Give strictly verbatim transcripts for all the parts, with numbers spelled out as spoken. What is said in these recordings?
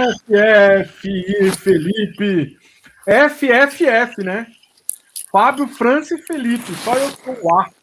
F F e Felipe. F F F, né? Fábio, França e Felipe. Só eu sou o A.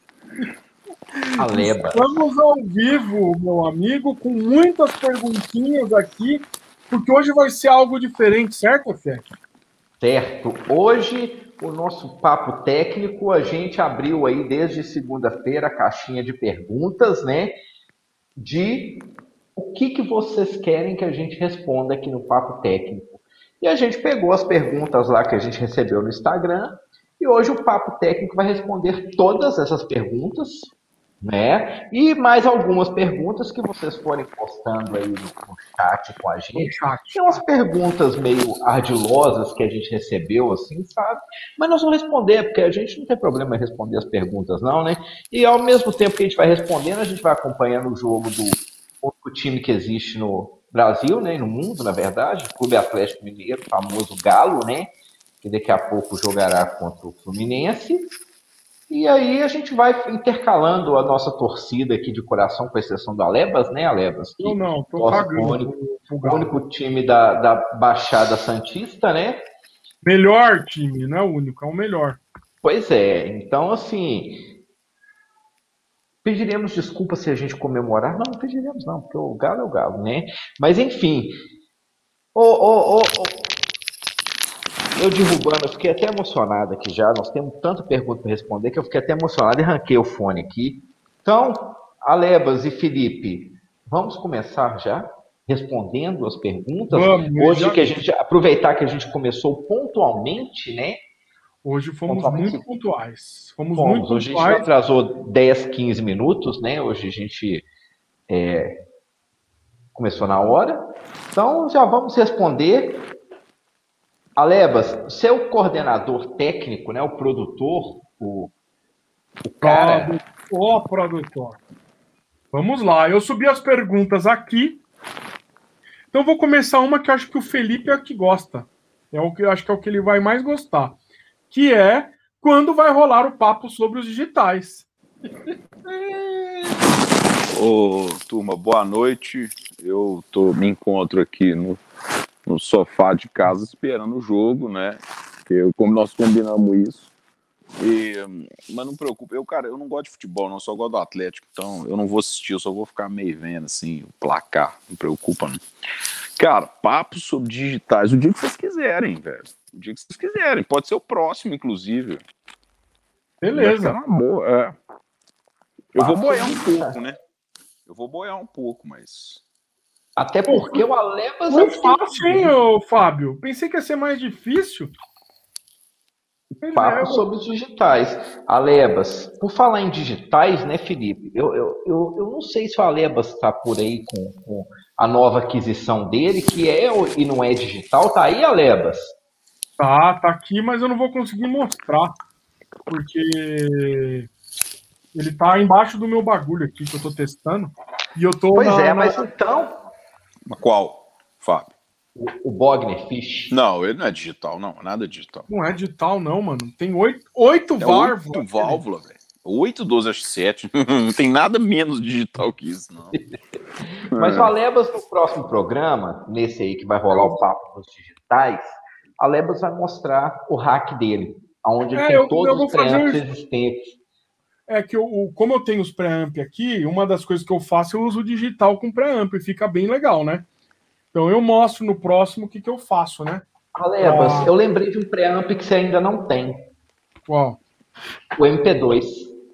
Aleba. Estamos ao vivo, meu amigo, com muitas perguntinhas aqui, porque hoje vai ser algo diferente, certo, Fê? Certo. Hoje, o nosso papo técnico, a gente abriu aí desde segunda-feira a caixinha de perguntas, né? De o que, que vocês querem que a gente responda aqui no papo técnico. E a gente pegou as perguntas lá que a gente recebeu no Instagram, e hoje o papo técnico vai responder todas essas perguntas, né? E mais algumas perguntas que vocês forem postando aí no, no chat com a gente. Tem umas perguntas meio ardilosas que a gente recebeu, assim, sabe? Mas nós vamos responder, porque a gente não tem problema em responder as perguntas, não, né? E ao mesmo tempo que a gente vai respondendo, a gente vai acompanhando o jogo do único time que existe no Brasil, né? No mundo, na verdade, o Clube Atlético Mineiro, o famoso Galo, né? Que daqui a pouco jogará contra o Fluminense. E aí a gente vai intercalando a nossa torcida aqui de coração, com exceção do Alebas, né, Alebas? Que Eu não, tô torce cagando o único, pro o Galo. único time da, da Baixada Santista, né? Melhor time, não é o único, é o melhor. Pois é, então assim, pediremos desculpa se a gente comemorar. Não, não pediremos não, porque o Galo é o Galo, né? Mas enfim, ô, ô, ô, ô, eu derrubando, eu fiquei até emocionado aqui já. Nós temos tanta pergunta para responder que eu fiquei até emocionado e arranquei o fone aqui. Então, Alebas e Felipe, vamos começar já respondendo as perguntas. Vamos, Hoje já... que a gente aproveitar que a gente começou pontualmente, né? Hoje fomos muito pontuais. Fomos, fomos. muito Hoje pontuais. a gente atrasou dez, quinze minutos, né? Hoje a gente é, começou na hora. Então, já vamos responder. Alebas, seu coordenador técnico, né, o produtor, o, o cara... Ó, produtor. Vamos lá, eu subi as perguntas aqui. Então vou começar uma que eu acho que o Felipe é o que gosta. É o que eu acho que é o que ele vai mais gostar. Que é quando vai rolar o papo sobre os digitais. Ô, turma, boa noite. Eu tô, me encontro aqui no no sofá de casa esperando o jogo, né? Porque como nós combinamos isso. E, mas não preocupa, eu, cara, eu não gosto de futebol, não, só gosto do Atlético, então eu não vou assistir, eu só vou ficar meio vendo assim, o placar, não preocupa, não. Cara, papo sobre digitais, o dia que vocês quiserem, velho. O dia que vocês quiserem, pode ser o próximo, inclusive. Beleza. Uma boa, é. Eu vou boiar um pouco, né? Eu vou boiar um pouco, mas. Até porque o Alebas... Não fácil, hein, ô, Fábio? Pensei que ia ser mais difícil. Papo sobre os digitais. Alebas, por falar em digitais, né, Felipe? Eu, eu, eu, eu não sei se o Alebas está por aí com, com a nova aquisição dele, que é e não é digital. Tá aí, Alebas? Tá, tá aqui, mas eu não vou conseguir mostrar. Porque ele tá embaixo do meu bagulho aqui que eu tô testando. E eu tô pois na, é, na... mas então... Qual, Fábio? O, o Bogner Fish. Não, ele não é digital, não. Nada digital. Não é digital, não, mano. Tem oito, oito é válvulas. Oito válvulas, velho. Oito, doze, acho sete. Não tem nada menos digital que isso, não. Mas o Alebas, no próximo programa, nesse aí que vai rolar o papo dos digitais, a Alebas vai mostrar o hack dele, onde ele é, tem eu, todos eu os preamps um... existentes. É que eu, como eu tenho os preamp aqui, uma das coisas que eu faço, eu uso o digital com preamp, e fica bem legal, né? Então eu mostro no próximo o que, que eu faço, né? Alebas, ah... eu lembrei de um preamp que você ainda não tem. Qual? O M P dois.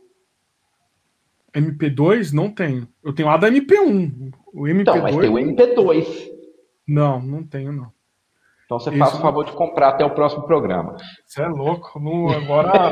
M P dois? Não tenho. Eu tenho a da M P um. O M P dois... Então, mas tem o M P dois. Não, não tenho, não. Então você faz o favor de comprar até o próximo programa. Você é louco. Não, agora...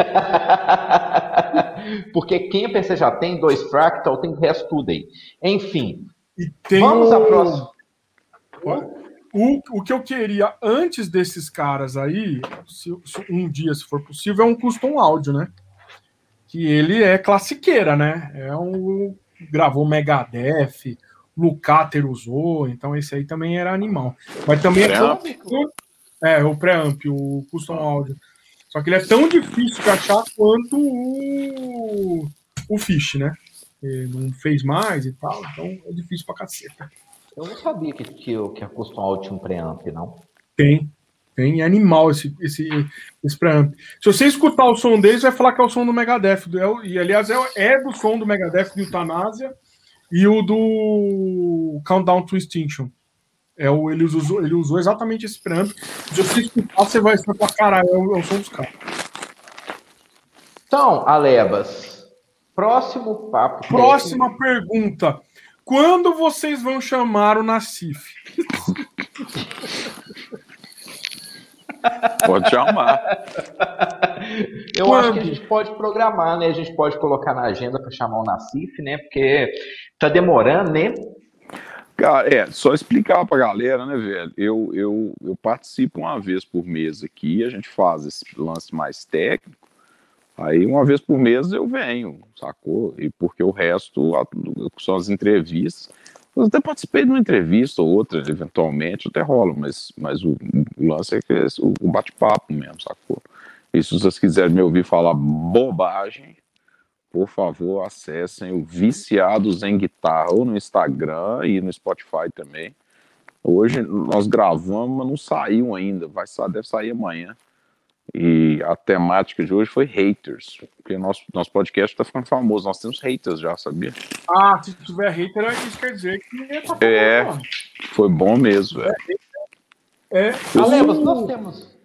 Porque quem P C já tem dois Fractal, tem o resto tudo aí. Enfim, e tem vamos o... à próxima. O, o que eu queria antes desses caras aí, se, se um dia, se for possível, é um custom áudio, né? Que ele é classiqueira, né? É um... Gravou Megadeth, Lucater usou, então esse aí também era animal. Mas também é tão... É, o preamp, o custom áudio. Só que ele é tão difícil de achar quanto o, o Fish, né? Ele não fez mais e tal, então é difícil pra caceta. Eu não sabia que, que, que a Custom Audio tinha um preamp, não. Tem. Tem animal esse, esse, esse preamp. Se você escutar o som deles, vai falar que é o som do Megadeth. Do, e, aliás, é, é do som do Megadeth, do Euthanasia, e o do Countdown to Extinction. É o, ele, usou, ele usou exatamente esse preamp. Se você escutar, você vai falar, caralho, é o, é o som dos caras. Então, Alebas, próximo papo. Próxima técnico. Pergunta. Quando vocês vão chamar o Nassif? Pode chamar. Eu Quando? acho que a gente pode programar, né? A gente pode colocar na agenda para chamar o Nassif, né? Porque tá demorando, né? Cara, é, só explicar pra galera, né, velho? Eu, eu, eu participo uma vez por mês aqui, a gente faz esse lance mais técnico. Aí, uma vez por mês eu venho, sacou? E porque o resto são as entrevistas. Eu até participei de uma entrevista ou outra, eventualmente, até rola, mas, mas o, o lance é que é o, o bate-papo mesmo, sacou? E se vocês quiserem me ouvir falar bobagem, por favor, acessem o Viciados em Guitarra, ou no Instagram e no Spotify também. Hoje nós gravamos, mas não saiu ainda, vai, deve sair amanhã. E a temática de hoje foi haters, porque nosso, nosso podcast está ficando famoso, nós temos haters já, sabia? Ah, se tiver hater, isso quer dizer que tá famoso, é, mano. Foi bom mesmo, velho. É, é. Alebas, nós temos.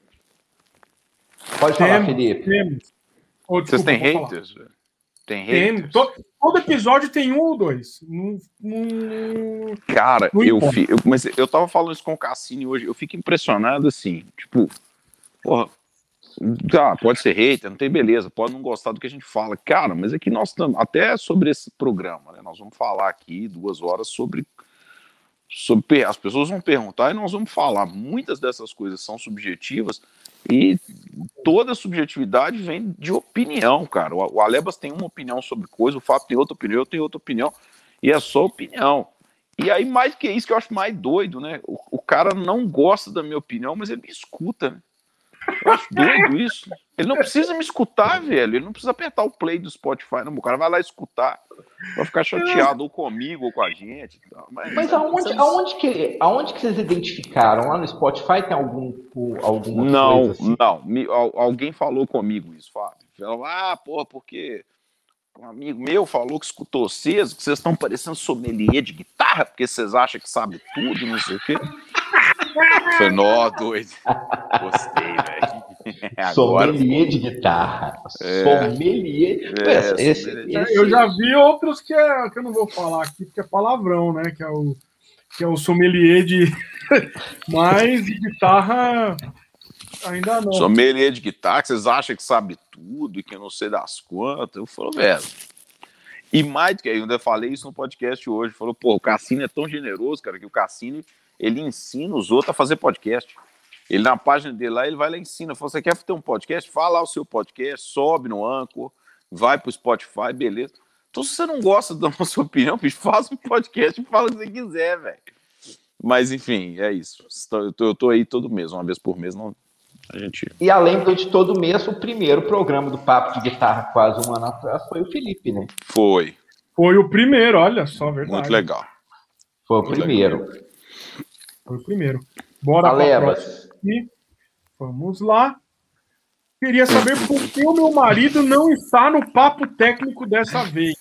Pode temos, falar, Felipe. Temos. Oh, Vocês têm haters, velho? Tem haters? Todo, todo episódio tem um ou dois. Não, não, Cara, não eu, fi, eu, mas eu tava falando isso com o Cassini hoje, eu fico impressionado assim, tipo, porra, tá, pode ser hater, não tem beleza, pode não gostar do que a gente fala. Cara, mas é que nós estamos, até sobre esse programa, né, nós vamos falar aqui duas horas sobre, sobre, as pessoas vão perguntar e nós vamos falar. Muitas dessas coisas são subjetivas e toda subjetividade vem de opinião, cara. O, o Alebas tem uma opinião sobre coisa, o Fábio tem outra opinião, eu tenho outra opinião, e é só opinião. E aí, mais que isso que eu acho mais doido, né, o, o cara não gosta da minha opinião, mas ele me escuta, né? Eu acho doido isso. Ele não precisa me escutar, velho. Ele não precisa apertar o play do Spotify, não. O cara vai lá escutar. Vai ficar chateado ou comigo ou com a gente. Mas, Mas aonde, aonde, que, aonde que vocês identificaram? Lá no Spotify tem algum, alguma não, coisa assim? Não, não. Alguém falou comigo isso, Fábio. Falou, ah, porra, porque um amigo meu falou que escutou vocês, que vocês estão parecendo sommelier de guitarra, porque vocês acham que sabe tudo, não sei o quê. Foi nó, doido. Gostei, velho. Sommelier de guitarra. É. Sommelier. É, esse, sommelier. Esse... Eu já vi outros que, é, que eu não vou falar aqui, porque é palavrão, né? Que é o, que é o sommelier de. Mas de guitarra ainda não. Sommelier de guitarra, que vocês acham que sabe tudo e que eu não sei das quantas. Eu falo, velho. E mais do que eu ainda falei isso no podcast hoje. Falou, pô, o Cassini é tão generoso, cara, que o Cassini ele ensina os outros a fazer podcast. Ele, na página dele lá, ele vai lá e ensina. Fala, você quer ter um podcast? Fala lá o seu podcast, sobe no Anchor, vai pro Spotify, beleza. Então, se você não gosta da nossa opinião, bicho, faz um podcast e fala o que você quiser, velho. Mas, enfim, é isso. Eu tô, eu tô aí todo mês, uma vez por mês, não, a gente... E além de todo mês, o primeiro programa do Papo de Guitarra, quase um ano atrás, foi o Felipe, né? Foi. Foi o primeiro, olha só, verdade. Muito legal. Foi o Muito primeiro. Legal. Foi o primeiro. Bora para a próxima. Vamos lá. Queria saber por que o meu marido não está no papo técnico dessa vez.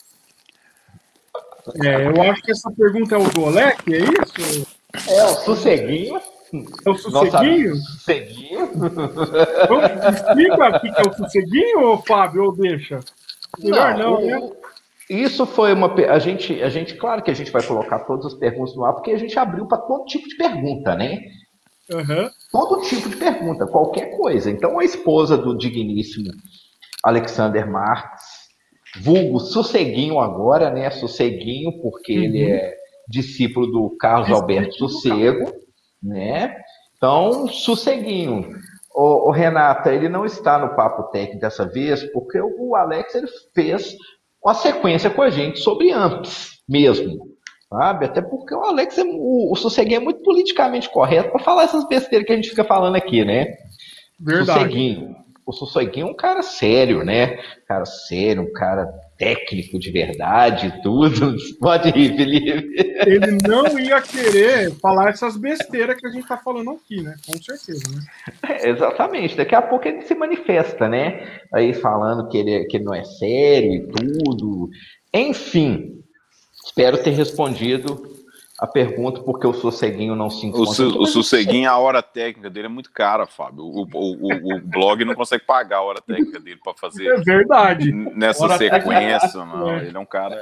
É, eu acho que essa pergunta é o do Olek, é isso? É o Sosseguinho. É o Sosseguinho? Sosseguinho. Explica aqui que é o Sosseguinho, ou Fábio, ou deixa? Melhor não, não né? Isso foi uma... A gente, a gente, claro que a gente vai colocar todas as perguntas no ar, porque a gente abriu para todo tipo de pergunta, né? Uhum. Todo tipo de pergunta, qualquer coisa. Então, a esposa do digníssimo Alexander Marques, vulgo Sosseguinho agora, né? Sosseguinho, porque uhum. ele é discípulo do Carlos Alberto Sossego, né? Então, Sosseguinho. O, o Renata, ele não está no Papo Técnico dessa vez, porque o Alex ele fez uma sequência com a gente sobre amps mesmo, sabe? Até porque o Alex, é, o, o Sosseguinho é muito politicamente correto para falar essas besteiras que a gente fica falando aqui, né? Verdade. Sosseguinho. o Sosseguinho é um cara sério, né? Um cara sério, um cara técnico de verdade e tudo. Pode ir, Felipe. Ele não ia querer falar essas besteiras que a gente tá falando aqui, né? Com certeza, né? É, exatamente. Daqui a pouco ele se manifesta, né? Aí falando que ele, que ele não é sério e tudo. Enfim, espero ter respondido a pergunta porque o Sosseguinho não se encontra. O, su, o Sosseguinho, a hora técnica dele é muito cara, Fábio. O, o, o, o blog não consegue pagar a hora técnica dele para fazer. É verdade. Nessa hora sequência, não. É. Ele é um cara.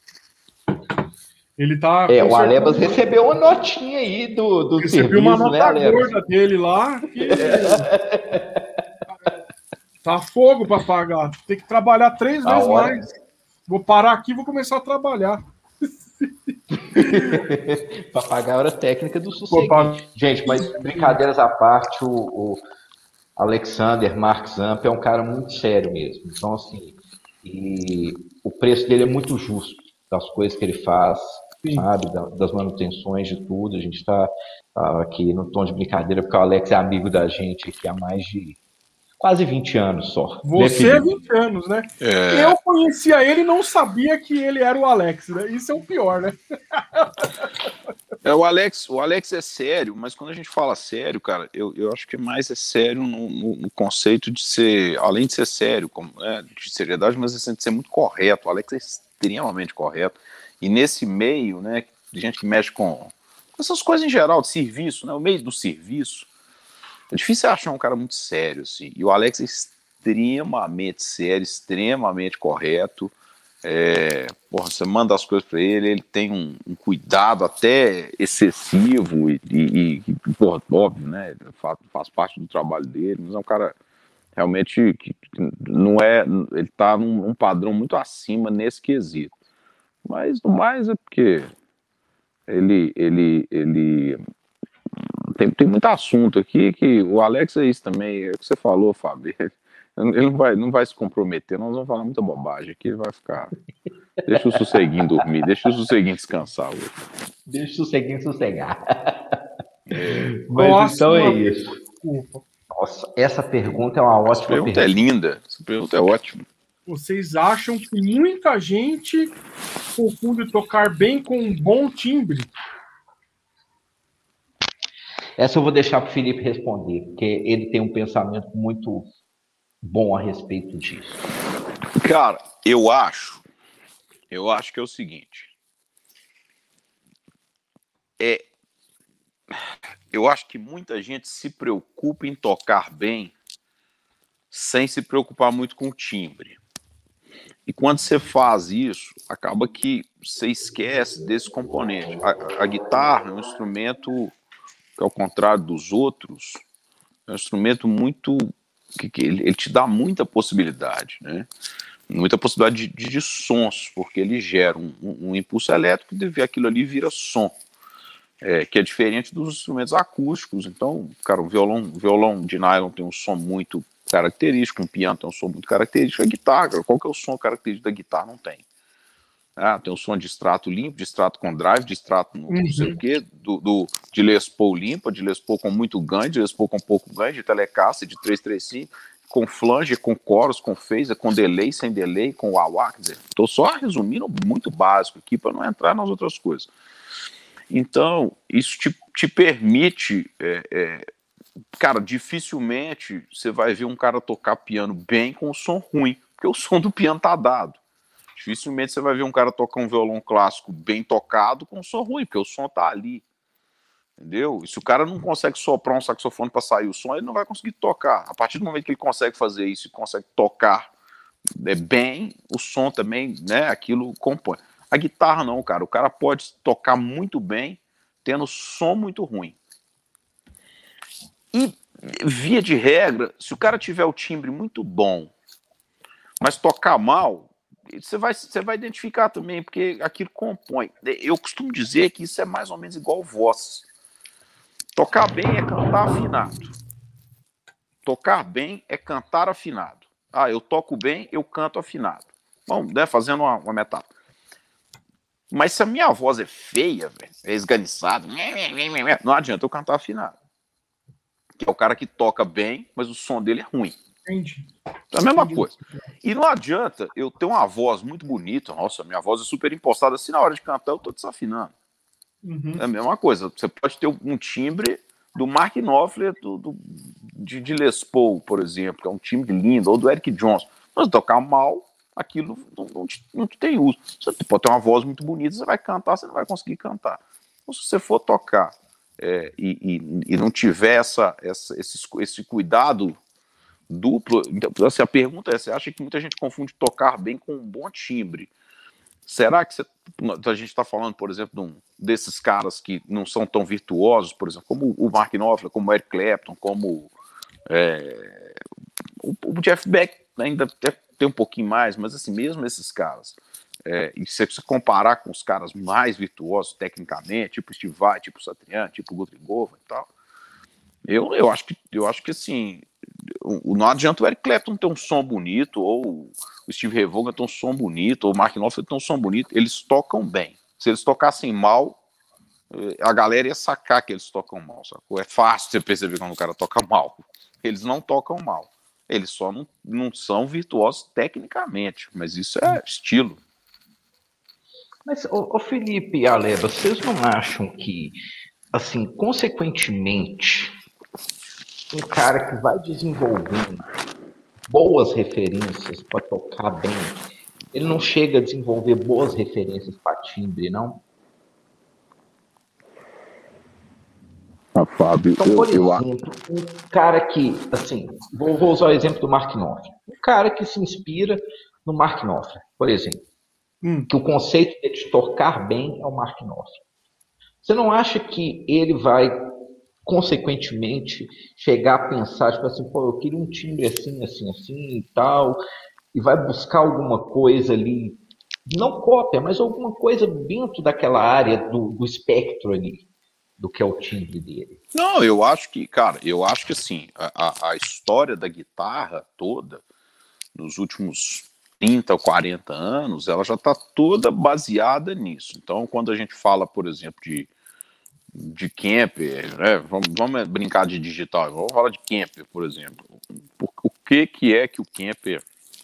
Ele tá. É, o Alebas recebeu uma notinha aí do, do Recebi serviço, uma nota né, gorda dele lá. Que... tá fogo para pagar. Tem que trabalhar três a vezes hora... mais. Vou parar aqui e vou começar a trabalhar. para pagar a hora técnica do Sosseguinho. Gente, mas brincadeiras à parte, o, o Alexander Mark Zamp é um cara muito sério mesmo. Então, assim, e o preço dele é muito justo das coisas que ele faz, Sim. sabe? Das manutenções de tudo. A gente está tá aqui no tom de brincadeira, porque o Alex é amigo da gente aqui há mais de quase vinte anos só. Você há vinte anos, né? É... Eu conhecia ele e não sabia que ele era o Alex, né? Isso é o pior, né? É, o Alex, o Alex é sério, mas quando a gente fala sério, cara, eu, eu acho que mais é sério no, no, no conceito de ser, além de ser sério, como, é, de seriedade, mas é de ser muito correto. O Alex é extremamente correto. E nesse meio, né, de gente que mexe com essas coisas em geral, de serviço, né, o meio do serviço, é difícil achar um cara muito sério, assim. E o Alex é extremamente sério, extremamente correto. É, porra, você manda as coisas para ele, ele tem um, um cuidado até excessivo e, e, e porra, óbvio, né? Faz, faz parte do trabalho dele, mas é um cara realmente que, que não é. Ele tá num, num padrão muito acima nesse quesito. Mas no mais é porque ele. ele, ele Tem, tem muito assunto aqui que o Alex é isso também, é o que você falou, Fábio. Ele não vai, não vai se comprometer, nós vamos falar muita bobagem aqui, ele vai ficar. Deixa o Sosseguinho dormir, deixa o Sosseguinho descansar hoje. Deixa o Sosseguinho sossegar. É. Mas Nossa, então é isso. Desculpa. Nossa, essa pergunta é uma ótima essa pergunta. pergunta. É linda, essa pergunta é ótima. Vocês acham que muita gente confunde tocar bem com um bom timbre? Essa eu vou deixar para o Felipe responder, porque ele tem um pensamento muito bom a respeito disso. Cara, eu acho, eu acho que é o seguinte, é, eu acho que muita gente se preocupa em tocar bem sem se preocupar muito com o timbre. E quando você faz isso, acaba que você esquece desse componente. A, a guitarra é um instrumento que, ao contrário dos outros, é um instrumento muito... que, que ele, ele te dá muita possibilidade, né? Muita possibilidade de, de, de sons, porque ele gera um, um, um impulso elétrico e aquilo ali vira som, é, que é diferente dos instrumentos acústicos. Então, cara, o violão, o violão de nylon tem um som muito característico, um piano tem um som muito característico, a guitarra, cara, qual que é o som característico da guitarra? Não tem. Ah, tem um som de extrato limpo, de extrato com drive, de extrato não, uhum. não sei o quê, do, do, de Les Paul limpa, de Les Paul com muito ganho, de Les Paul com pouco ganho, de Telecaster, de trezentos e trinta e cinco, com flange, com coros, com phaser, com delay, sem delay, com wah-wah, quer dizer, estou só resumindo muito básico aqui para não entrar nas outras coisas. Então, isso te, te permite, é, é, cara, dificilmente você vai ver um cara tocar piano bem com o som ruim, porque o som do piano tá dado. Dificilmente você vai ver um cara tocar um violão clássico bem tocado com um som ruim, porque o som tá ali. Entendeu? E se o cara não consegue soprar um saxofone para sair o som, ele não vai conseguir tocar. A partir do momento que ele consegue fazer isso e consegue tocar é, bem, o som também, né, aquilo compõe. A guitarra não, cara. O cara pode tocar muito bem, tendo som muito ruim. E, via de regra, se o cara tiver o timbre muito bom, mas tocar mal, você vai, você vai identificar também, porque aquilo compõe. Eu costumo dizer que isso é mais ou menos igual voz. Tocar bem é cantar afinado. Tocar bem é cantar afinado. Ah, eu toco bem, eu canto afinado. Bom, né, fazendo uma, uma metáfora. Mas se a minha voz é feia, véio, é esganiçada, não adianta eu cantar afinado. Que é o cara que toca bem, mas o som dele é ruim. Entendi. É a mesma coisa. E não adianta eu ter uma voz muito bonita. Nossa, minha voz é super impostada. Assim, na hora de cantar, eu tô desafinando. Uhum. É a mesma coisa. Você pode ter um timbre do Mark Knopfler, do, do, de, de Les Paul, por exemplo, que é um timbre lindo, ou do Eric Johnson. Mas tocar mal, aquilo não, não, te, não te tem uso. Você pode ter uma voz muito bonita, você vai cantar, você não vai conseguir cantar. Então, se você for tocar é, e, e, e não tiver essa, essa, esse, esse cuidado duplo, então, assim, a pergunta é, você acha que muita gente confunde tocar bem com um bom timbre? Será que você, a gente está falando, por exemplo, de um, desses caras que não são tão virtuosos, por exemplo, como o Mark Knopfler, como o Eric Clapton, como é, o, o Jeff Beck ainda tem um pouquinho mais, mas assim, mesmo esses caras, é, e se você comparar com os caras mais virtuosos tecnicamente, tipo Steve Vai, tipo Satriani, tipo Guthrie Govan e tal, eu, eu, acho que, eu acho que assim, não adianta o Eric Clapton ter um som bonito, ou o Steve Ray Vaughan ter um som bonito, ou o Mark Knopfler ter um som bonito, eles tocam bem. Se eles tocassem mal, a galera ia sacar que eles tocam mal, sacou? É fácil você perceber quando o cara toca mal. Eles não tocam mal. Eles só não, não são virtuosos tecnicamente, mas isso é estilo. Mas, ô, ô Felipe e Ale, vocês não acham que, assim, consequentemente, um cara que vai desenvolvendo boas referências para tocar bem, ele não chega a desenvolver boas referências para timbre, não? Ah, Fábio, Então, eu, por eu, exemplo, um cara que, assim, vou, vou usar o exemplo do Mark Knopfler. Um cara que se inspira no Mark Knopfler, por exemplo, Hum. que o conceito de tocar bem é o Mark Knopfler. Você não acha que ele vai, consequentemente, chegar a pensar, tipo assim, pô, eu queria um timbre assim, assim, assim e tal, e vai buscar alguma coisa ali, não cópia, mas alguma coisa dentro daquela área do, do espectro ali, do que é o timbre dele? Não, eu acho que, cara, eu acho que assim, a, a história da guitarra toda, nos últimos trinta ou quarenta anos, ela já está toda baseada nisso. Então, quando a gente fala, por exemplo, de, de Kemper, né, vamos, vamos brincar de digital, vamos falar de Kemper, por exemplo. O, o que, que é que o Kemper...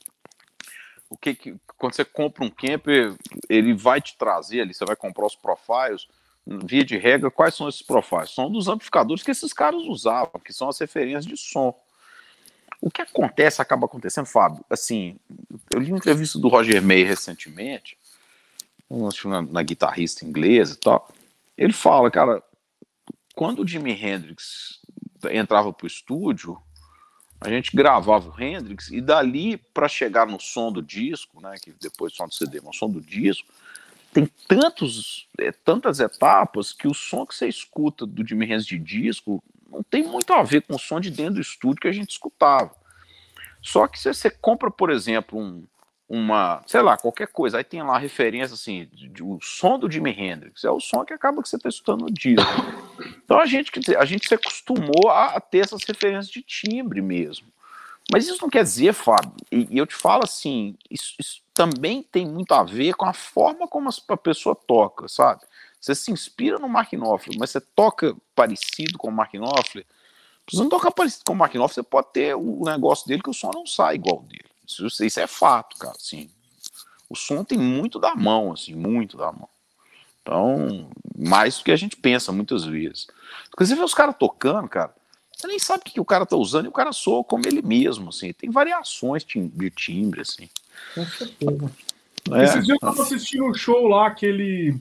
O que, que quando você compra um Kemper, ele vai te trazer ali, você vai comprar os profiles, via de regra, quais são esses profiles? São dos amplificadores que esses caras usavam, que são as referências de som. O que acontece, acaba acontecendo, Fábio, assim, eu li uma entrevista do Roger May recentemente, na, na guitarrista inglesa e tal, ele fala, cara, quando o Jimi Hendrix entrava pro estúdio, a gente gravava o Hendrix, e dali para chegar no som do disco, né, que depois do som do C D, mas o som do disco, tem tantos, é, tantas etapas que o som que você escuta do Jimi Hendrix de disco não tem muito a ver com o som de dentro do estúdio que a gente escutava. Só que se você compra, por exemplo, um, uma, sei lá, qualquer coisa, aí tem lá a referência assim, de, de, o som do Jimi Hendrix, é o som que acaba que você está escutando no disco. Então a gente, a gente se acostumou a, a ter essas referências de timbre mesmo. Mas isso não quer dizer, Fábio, e, e eu te falo assim, isso, isso também tem muito a ver com a forma como a pessoa toca, sabe? Você se inspira no Mark Knopfler, mas você toca parecido com o Mark Knopfler. Se você não tocar parecido com o Mark Knopfler, você pode ter o negócio dele que o som não sai igual dele. Isso, isso é fato, cara. Assim, o som tem muito da mão, assim, muito da mão. Então, mais do que a gente pensa muitas vezes. Porque você vê os caras tocando, cara, você nem sabe o que, que o cara tá usando e o cara soa como ele mesmo, assim. Tem variações de timbre, assim. Com certeza. É. Esse dia eu tava assistindo um show lá, aquele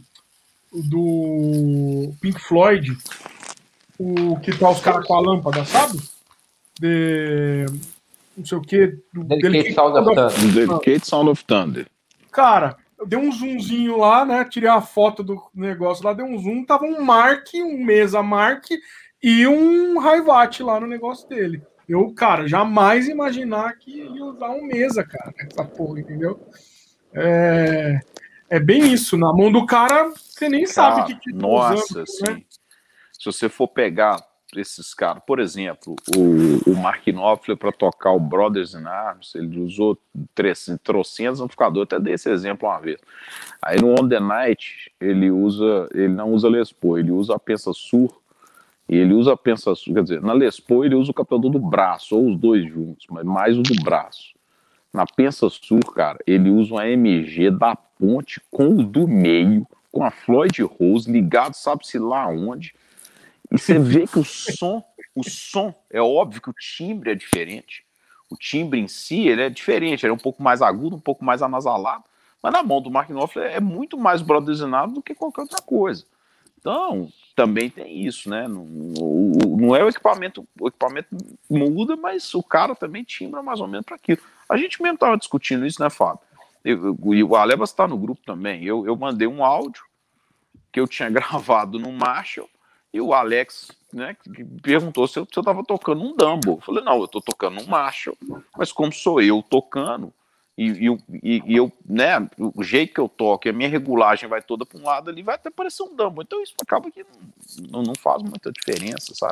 do Pink Floyd, o que tá os caras com a lâmpada, sabe? De... não sei o que. Delicate Sound of Thunder. Delicate Sound of Thunder. Cara, eu dei um zoomzinho lá, né? Tirei a foto do negócio lá, dei um zoom, tava um Mark, um Mesa Mark e um Hi-Vat lá no negócio dele. Eu, cara, jamais imaginar que ia usar um Mesa, cara, essa porra, entendeu? É, é bem isso, na mão do cara, você nem cara, sabe o que, que nossa, tá usando, assim, né? Se você for pegar esses caras, por exemplo, o, o Mark Knopfler para tocar o Brothers in Arms, ele usou trocentos amplificadores, até dei esse exemplo uma vez. Aí no On The Night, ele usa, ele não usa Les Paul, ele usa a Pensa Sur, E ele usa a Pensa Sur, quer dizer, na Les Paul ele usa o captador do braço, ou os dois juntos, mas mais o do braço. Na Pensa Sur, cara, ele usa uma M G da ponte com o do meio, com a Floyd Rose ligado, sabe-se lá onde. E você vê que o som, o som, é óbvio que o timbre é diferente. O timbre em si, ele é diferente, ele é um pouco mais agudo, um pouco mais anasalado. Mas na mão do Mark Knopfler é muito mais broderzinado do que qualquer outra coisa. Então, também tem isso, né? Não, não é o equipamento, o equipamento muda, mas o cara também timbra mais ou menos para aquilo. A gente mesmo estava discutindo isso, né, Fábio? E o Alebas está no grupo também. Eu, eu mandei um áudio que eu tinha gravado no Marshall e o Alex, né, perguntou se eu estava tocando um Dumble. Eu falei, não, eu estou tocando um Marshall, mas como sou eu tocando, e, e, e eu, né, o jeito que eu toco, e a minha regulagem vai toda para um lado ali, vai até parecer um Dumble. Então isso acaba que não, não faz muita diferença, sabe?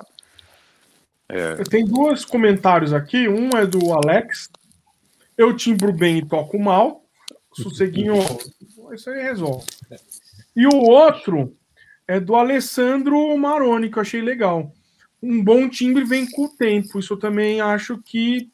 É... Eu tenho dois comentários aqui. Um é do Alex. Eu timbro bem e toco mal. Sosseguinho, isso aí resolve. E o outro é do Alessandro Maroni, que eu achei legal. Um bom timbre vem com o tempo. Isso eu também acho que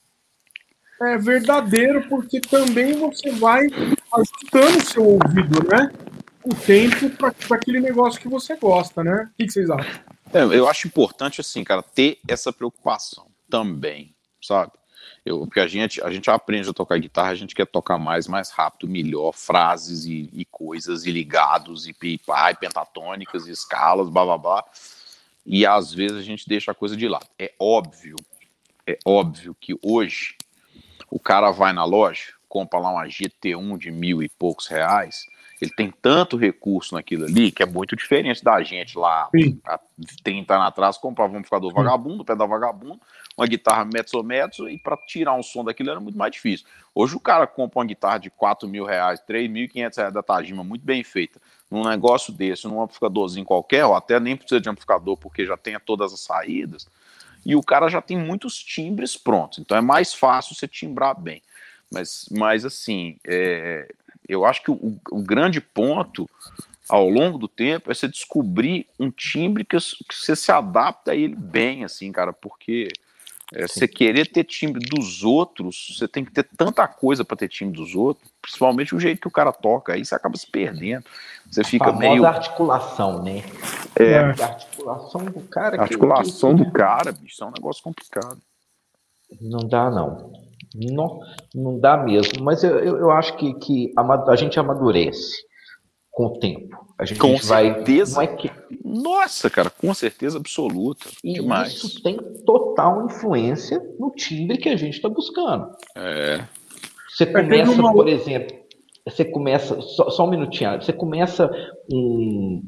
é verdadeiro, porque também você vai ajustando o seu ouvido, né? O tempo para aquele negócio que você gosta, né? O que, que vocês acham? É, eu acho importante, assim, cara, ter essa preocupação também, sabe? Eu, porque a gente, a gente aprende a tocar guitarra, a gente quer tocar mais, mais rápido, melhor, frases e, e coisas, e ligados, e, e, e pentatônicas, e escalas, blá, blá, blá. E às vezes a gente deixa a coisa de lado. É óbvio, é óbvio que hoje o cara vai na loja, compra lá uma G T um de mil e poucos reais, ele tem tanto recurso naquilo ali que é muito diferente da gente lá Sim. há trinta anos atrás, comprava um amplificador Sim. vagabundo, pedal vagabundo, uma guitarra mezzo-mezzo, e para tirar um som daquilo era muito mais difícil. Hoje o cara compra uma guitarra de quatro mil reais, três mil e quinhentos reais da Tajima, muito bem feita, num negócio desse, num amplificadorzinho qualquer, ou até nem precisa de amplificador porque já tem todas as saídas, e o cara já tem muitos timbres prontos, então é mais fácil você timbrar bem. Mas, mas assim, é, eu acho que o, o grande ponto ao longo do tempo é você descobrir um timbre que, que você se adapta a ele bem, assim, cara, porque é, você querer ter timbre dos outros, você tem que ter tanta coisa para ter timbre dos outros, principalmente o jeito que o cara toca, aí você acaba se perdendo. Você fica a meio. A articulação, né? É. A articulação do cara. A articulação que, que... do cara, bicho, é um negócio complicado. Não dá, não. Não, não dá mesmo, mas eu, eu, eu acho que, que a, a gente amadurece com o tempo. A gente com vai. certeza. Não é que... Nossa, cara, com certeza absoluta. E demais. Isso tem total influência no timbre que a gente está buscando. É. Você começa, uma... por exemplo, você começa. Só, só um minutinho, você começa um.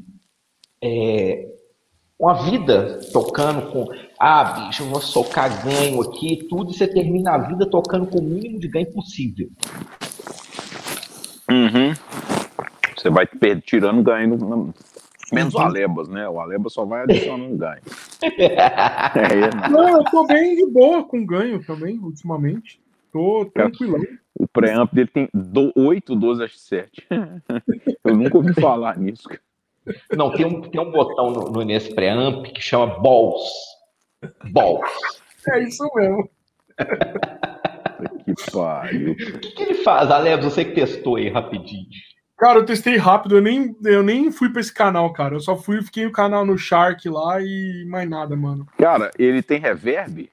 É, uma vida tocando com, ah, bicho, eu vou socar ganho aqui e tudo, e você termina a vida tocando com o mínimo de ganho possível. Uhum. Você vai tirando ganho, menos uhum. o Alebas, né? O Alebas só vai adicionando ganho. é, não, eu tô bem de boa com ganho também, ultimamente. Tô tranquilão. O preamp dele tem oito doze H sete. Eu nunca ouvi falar nisso, cara. Não, tem um, tem um botão no, no nesse preamp que chama Balls. Balls. É isso mesmo. Que pariu. O que, que ele faz, Alex? Você que testou aí rapidinho. Cara, eu testei rápido, eu nem, eu nem fui pra esse canal, cara. Eu só fui, fiquei no canal no Shark lá e mais nada, mano. Cara, ele tem reverb?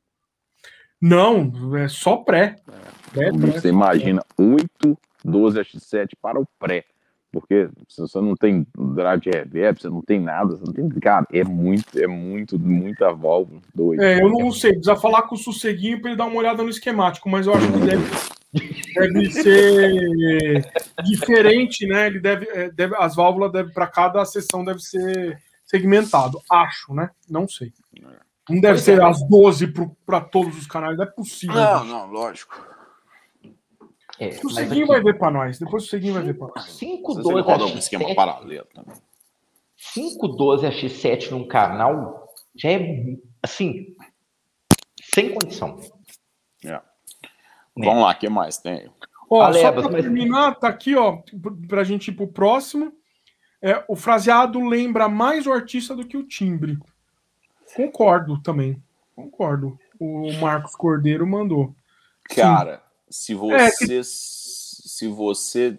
Não, é só pré. É, pré você pré, imagina, oito doze H sete para o pré. Porque se você não tem drive de reverb, você não tem nada, você não tem. Cara, é muito, é muito, muita válvula doida. É, eu não sei, precisa falar com o Sosseguinho para ele dar uma olhada no esquemático, mas eu acho que deve, deve ser diferente, né? Ele deve, deve as válvulas devem, para cada seção deve ser segmentado. Acho, né? Não sei. Não deve pois ser é. as doze para todos os canais, não é possível. Não, gente. não, lógico. É, o Seguinho aqui... vai ver para nós. Depois o Seguinho vai ver para nós. cinco doze roda um esquema paralelo também. cinco doze H sete num canal já é assim sem condição. É. É. Vamos lá, o que mais tem? Ó, Alebas, só para terminar, mas... tá aqui, ó, pra gente ir pro próximo. É, o fraseado lembra mais o artista do que o timbre. Concordo também. Concordo. O Marcos Cordeiro mandou. Cara, Sim. se você é, se você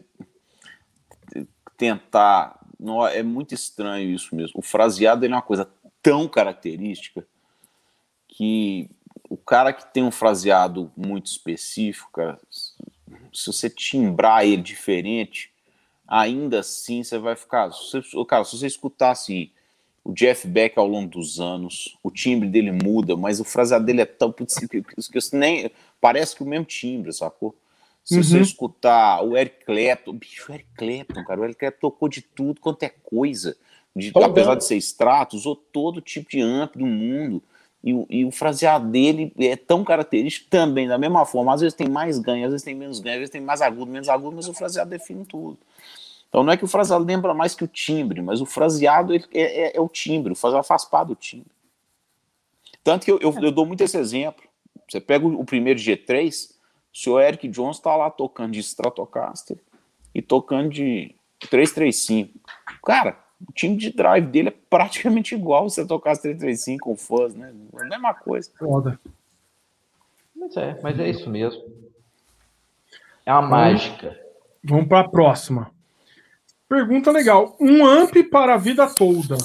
tentar, não, é muito estranho isso mesmo. O fraseado ele é uma coisa tão característica que o cara que tem um fraseado muito específico, cara, se você timbrar ele diferente, ainda assim você vai ficar. Se você, cara, se você escutar assim, o Jeff Beck ao longo dos anos, o timbre dele muda, mas o fraseado dele é tão. Putz, que, que nem, parece que o mesmo timbre, sacou? Se uhum. você escutar o Eric Clapton, bicho, o Eric Clapton, cara, o Eric Clapton tocou de tudo quanto é coisa. De, apesar de ser extrato, usou todo tipo de amp do mundo. E, e o fraseado dele é tão característico também, da mesma forma. Às vezes tem mais ganho, às vezes tem menos ganho, às vezes tem mais agudo, menos agudo, mas o fraseado define tudo. Então não é que o fraseado lembra mais que o timbre, mas o fraseado é, é, é o timbre, o fraseado faz parte do timbre. Tanto que eu, eu, eu dou muito esse exemplo. Você pega o, o primeiro G três, o senhor Eric Jones está lá tocando de Stratocaster e tocando de trezentos e trinta e cinco. Cara, o timbre de drive dele é praticamente igual se você tocasse trezentos e trinta e cinco com fuzz, né? É a mesma coisa. Foda. Mas é, mas é isso mesmo. É uma vamos, mágica. Vamos para a próxima. Pergunta legal. Um amp para a vida toda.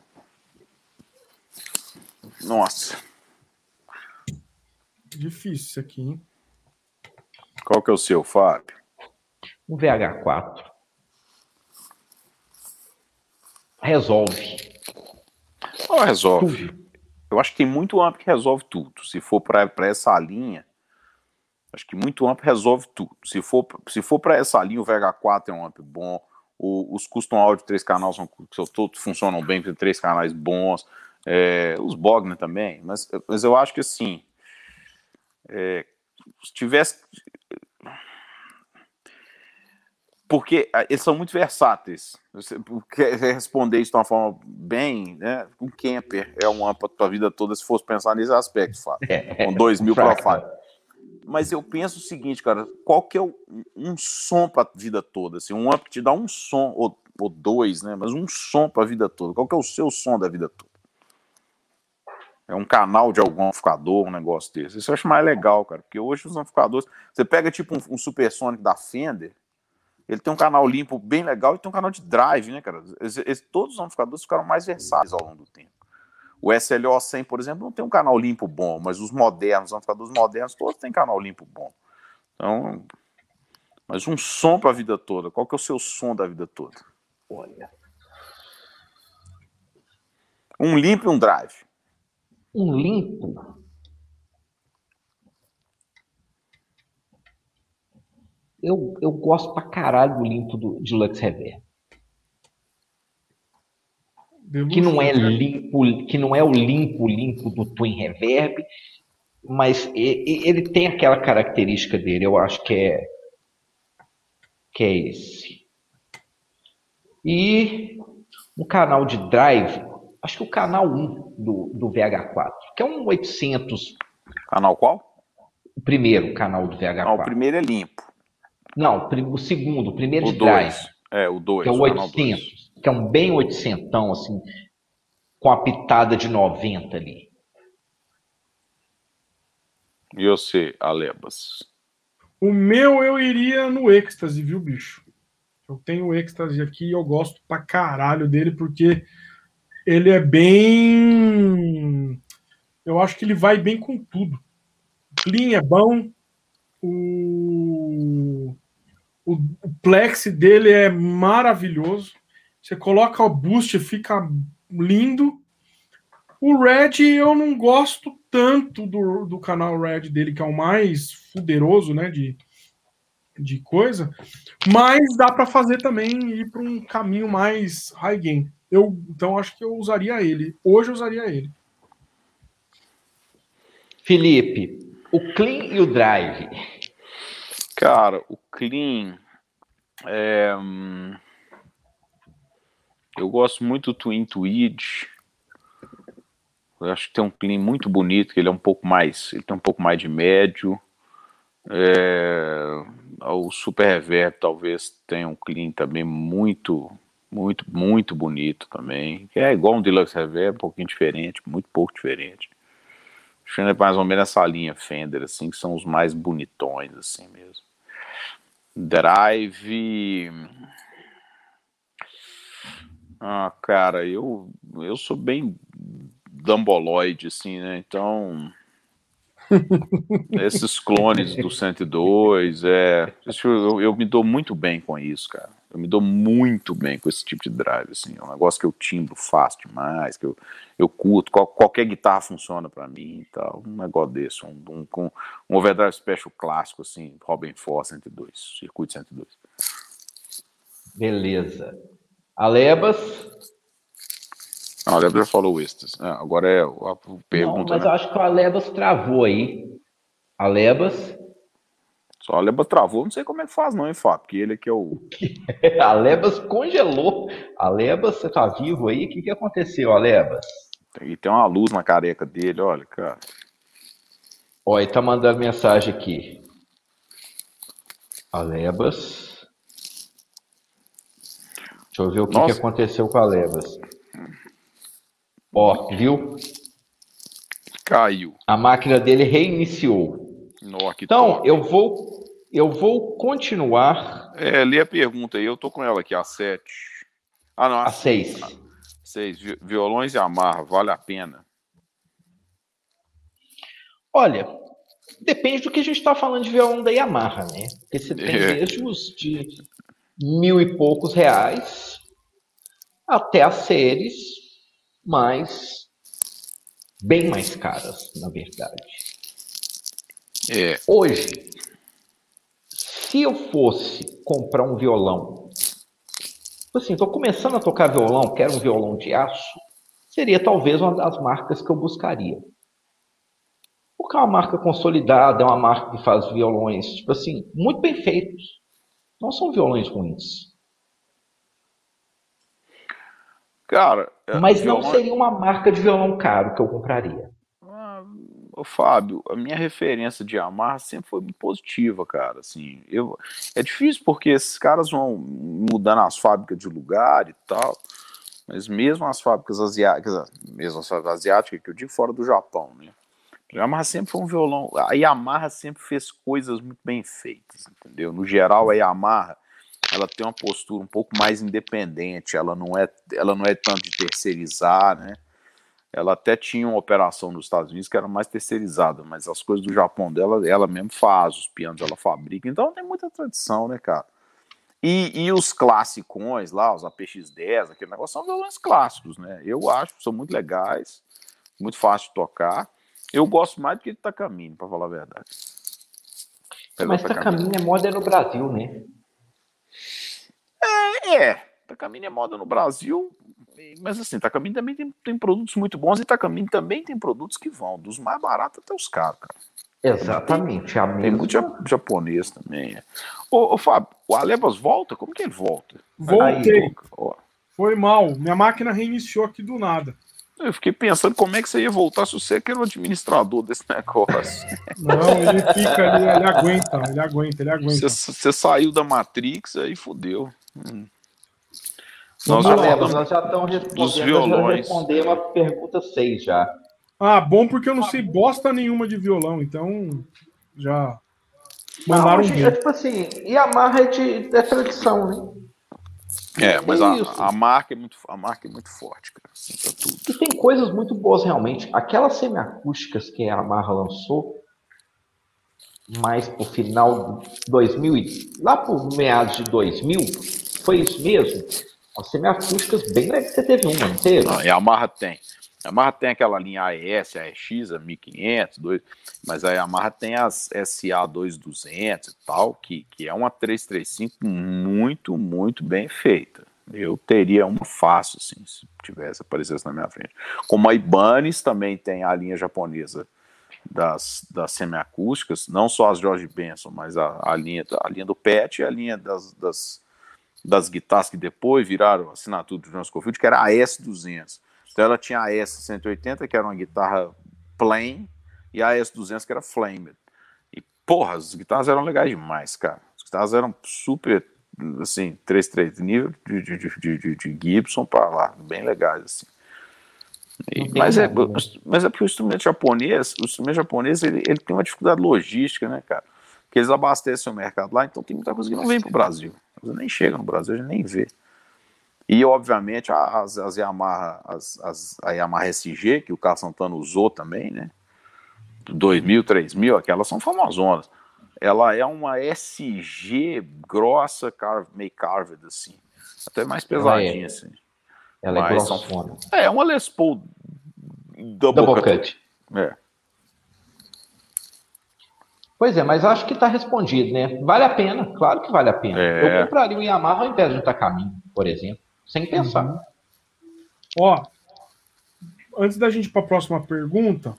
Nossa. Difícil isso aqui, hein? Qual que é o seu, Fábio? Um V H quatro. Resolve. Não resolve. Tudo. Eu acho que tem muito amp que resolve tudo. Se for para essa linha, acho que muito amp resolve tudo. Se for, se for para essa linha, o V H quatro é um amp bom. O, os custom áudio três canais são, todos funcionam bem, tem três canais bons. É, os Bogner também. Mas, mas eu acho que assim, é, se tivesse. Porque eles são muito versáteis. Você quer responder isso de uma forma bem, né? Um camper é um amp para a vida toda, se fosse pensar nesse aspecto, Fábio. Com dois mil profile. Mas eu penso o seguinte, cara, qual que é o, um som para a vida toda? Assim, um amp que te dá um som, ou, ou dois, né? Mas um som para a vida toda. Qual que é o seu som da vida toda? É um canal de algum amplificador, um negócio desse. Isso eu acho mais legal, cara. Porque hoje os amplificadores... Você pega tipo um, um Supersonic da Fender, ele tem um canal limpo bem legal e tem um canal de drive, né, cara? Esse, esse, todos os amplificadores ficaram mais versáteis ao longo do tempo. O S L O cem, por exemplo, não tem um canal limpo bom, mas os modernos, os amplificadores modernos, todos têm canal limpo bom. Então, mas um som para a vida toda. Qual que é o seu som da vida toda? Olha. Um limpo e um drive. Um limpo? Eu, eu gosto pra caralho do limpo do, de Lux Reverb. Que não é limpo, que não é o limpo limpo do Twin Reverb, mas ele, ele tem aquela característica dele, eu acho que é que é esse. E o canal de drive, acho que o canal um do, do V H quatro, que é um oitocentos. Canal qual? O primeiro canal do V H quatro. Não, o primeiro é limpo. Não, o segundo, o primeiro o de dois. drive. É, o dois. Que é o oitocentos, que é um bem oitocentão, assim, com a pitada de noventa ali. E você, Alebas? O meu eu iria no êxtase, viu, bicho? Eu tenho o êxtase aqui e eu gosto pra caralho dele, porque ele é bem... Eu acho que ele vai bem com tudo. O clean é bom, o... o plex dele é maravilhoso. Você coloca o boost, fica lindo. O Red eu não gosto tanto do, do canal Red dele, que é o mais fuderoso, né, de, de coisa, mas dá para fazer também e ir para um caminho mais high gain. Eu, então acho que eu usaria ele. Hoje eu usaria ele. Felipe, o clean e o drive? Cara, o clean... É... Eu gosto muito do Twin Tweed. Eu acho que tem um clean muito bonito, que ele é um pouco mais, ele tem um pouco mais de médio. É, o Super Reverb talvez tenha um clean também muito, Muito, muito bonito também. É igual um Deluxe Reverb, um pouquinho diferente, muito pouco diferente. Acho que é mais ou menos essa linha Fender, assim, que são os mais bonitões, assim mesmo. Drive... Ah, cara, eu, eu sou bem damboloide, assim, né? Então, esses clones do cento e dois, é, eu, eu me dou muito bem com isso, cara. Eu me dou muito bem com esse tipo de drive, assim. É um negócio que eu timbro fácil demais, que eu, eu curto. Qual, qualquer guitarra funciona pra mim e tal. Um negócio desse, um, um, um, um overdrive special clássico, assim, Robin Four cento e dois, circuito cento e dois. Beleza. Alebas? Não, o Alebas já falou Estes. Ah, agora é a, a pergunta, Não, mas né? eu acho que o Alebas travou aí. Alebas? Só o Alebas travou, não sei como é que faz não, hein, Fábio? Porque ele aqui é o... Alebas congelou. Alebas, você tá vivo aí? O que, que aconteceu, Alebas? E tem uma luz na careca dele, olha, cara. Ó, ele tá mandando mensagem aqui. Alebas. Deixa eu ver o que, que aconteceu com a Alebas. Ó, viu? Caiu. A máquina dele reiniciou. No, então, top. eu vou, eu vou continuar. É, lê a pergunta aí, eu tô com ela aqui, a sete. Ah, não, a, a seis. A, seis. Violões e amarra, vale a pena? Olha, depende do que a gente está falando de violão da Yamaha, né? Porque você tem É. desde os de mil e poucos reais até as séries mais bem mais caras, na verdade. É. Hoje, se eu fosse comprar um violão, assim, estou começando a tocar violão, quero um violão de aço, seria talvez uma das marcas que eu buscaria. Porque é uma marca consolidada, é uma marca que faz violões, tipo assim, muito bem feitos. Não são violões ruins. Cara, Mas violão... não seria uma marca de violão caro que eu compraria. Ah, ô, Fábio, a minha referência de Yamaha sempre foi muito positiva, cara. Assim, eu... É difícil porque esses caras vão mudando as fábricas de lugar e tal. Mas mesmo as fábricas asiáticas, mesmo as fábricas asiáticas, que eu digo fora do Japão, né? A Yamaha sempre foi um violão. A Yamaha sempre fez coisas muito bem feitas, entendeu? No geral, a Yamaha, ela tem uma postura um pouco mais independente. Ela não é, ela não é tanto de terceirizar, né? Ela até tinha uma operação nos Estados Unidos que era mais terceirizada, mas as coisas do Japão dela, ela mesmo faz, os pianos ela fabrica. Então tem muita tradição, né, cara? E, e os classicões lá, os A P X dez, aquele negócio, são violões clássicos, né? Eu acho que são muito legais, muito fácil de tocar. Eu gosto mais do que de Takamine, pra falar a verdade. Pelo Mas Takamine é moda no Brasil, né? É, é. Takamine é moda no Brasil, mas assim, Takamine também tem, tem produtos muito bons e Takamine também tem produtos que vão, dos mais baratos até os caros, cara. Exatamente, tem, a mesma. Tem muito japonês também. Ô, ô, Fábio, o Alebas volta? Como que ele volta? Voltei. Aí, foi mal, minha máquina reiniciou aqui do nada. Eu fiquei pensando como é que você ia voltar se você que era o administrador desse negócio. Não, ele fica ali, ele aguenta, ele aguenta, ele aguenta. Você, você saiu da Matrix, aí fodeu. Hum. Nós, já, Alebas, nós já estamos respondendo, nós já respondemos a pergunta seis já. Ah, bom, porque eu não sei bosta nenhuma de violão, então já mandaram não, um é, tipo assim, Yamaha é de é tradição, né? É, mas a, a, marca é muito, a marca é muito forte, cara. Assim, pra tudo. E tem coisas muito boas realmente. Aquelas semiacústicas que a Yamaha lançou, mais pro final de dois mil, lá por meados de dois mil, foi isso mesmo? As semiacústicas bem legais. Você teve uma, não teve? Não, e a Yamaha tem. A Yamaha tem aquela linha A E S, A E X, a mil e quinhentos, dois, mas a Yamaha tem as S A dois mil e duzentos e tal, que, que é uma trezentos e trinta e cinco muito, muito bem feita. Eu teria uma fácil, assim, se tivesse, aparecesse na minha frente. Como a Ibanez também tem a linha japonesa das, das semiacústicas, não só as George Benson, mas a, a, linha, a linha do Pet e a linha das, das, das guitarras que depois viraram assinatura do John Scofield, que era a S duzentos. Então ela tinha a S cento e oitenta, que era uma guitarra plain, e a S duzentos, que era flamed. E, porra, as guitarras eram legais demais, cara. As guitarras eram super assim, três três nível de, de, de, de, de Gibson para lá, bem legais, assim. E, mas, é, mas é porque o instrumento japonês, o instrumento japonês, ele, ele tem uma dificuldade logística, né, cara? Porque eles abastecem o mercado lá, então tem muita coisa que não vem pro Brasil. Nem chega no Brasil, a gente nem vê. E, obviamente, as, as Yamaha, as, as, a Yamaha S G, que o Carlos Santana usou também, né? dois mil, três mil, aquelas são famosonas. Ela é uma S G grossa, carve, meio carved, assim. Até mais pesadinha, é, assim. Ela Mas é grossona. São, é, uma Les Paul double, double cut. cut. É. Pois é, mas acho que está respondido, né? Vale a pena, claro que vale a pena. É. Eu compraria o Yamaha ao invés de um Takamine, por exemplo, sem pensar. Uhum. Ó, antes da gente ir para a próxima pergunta,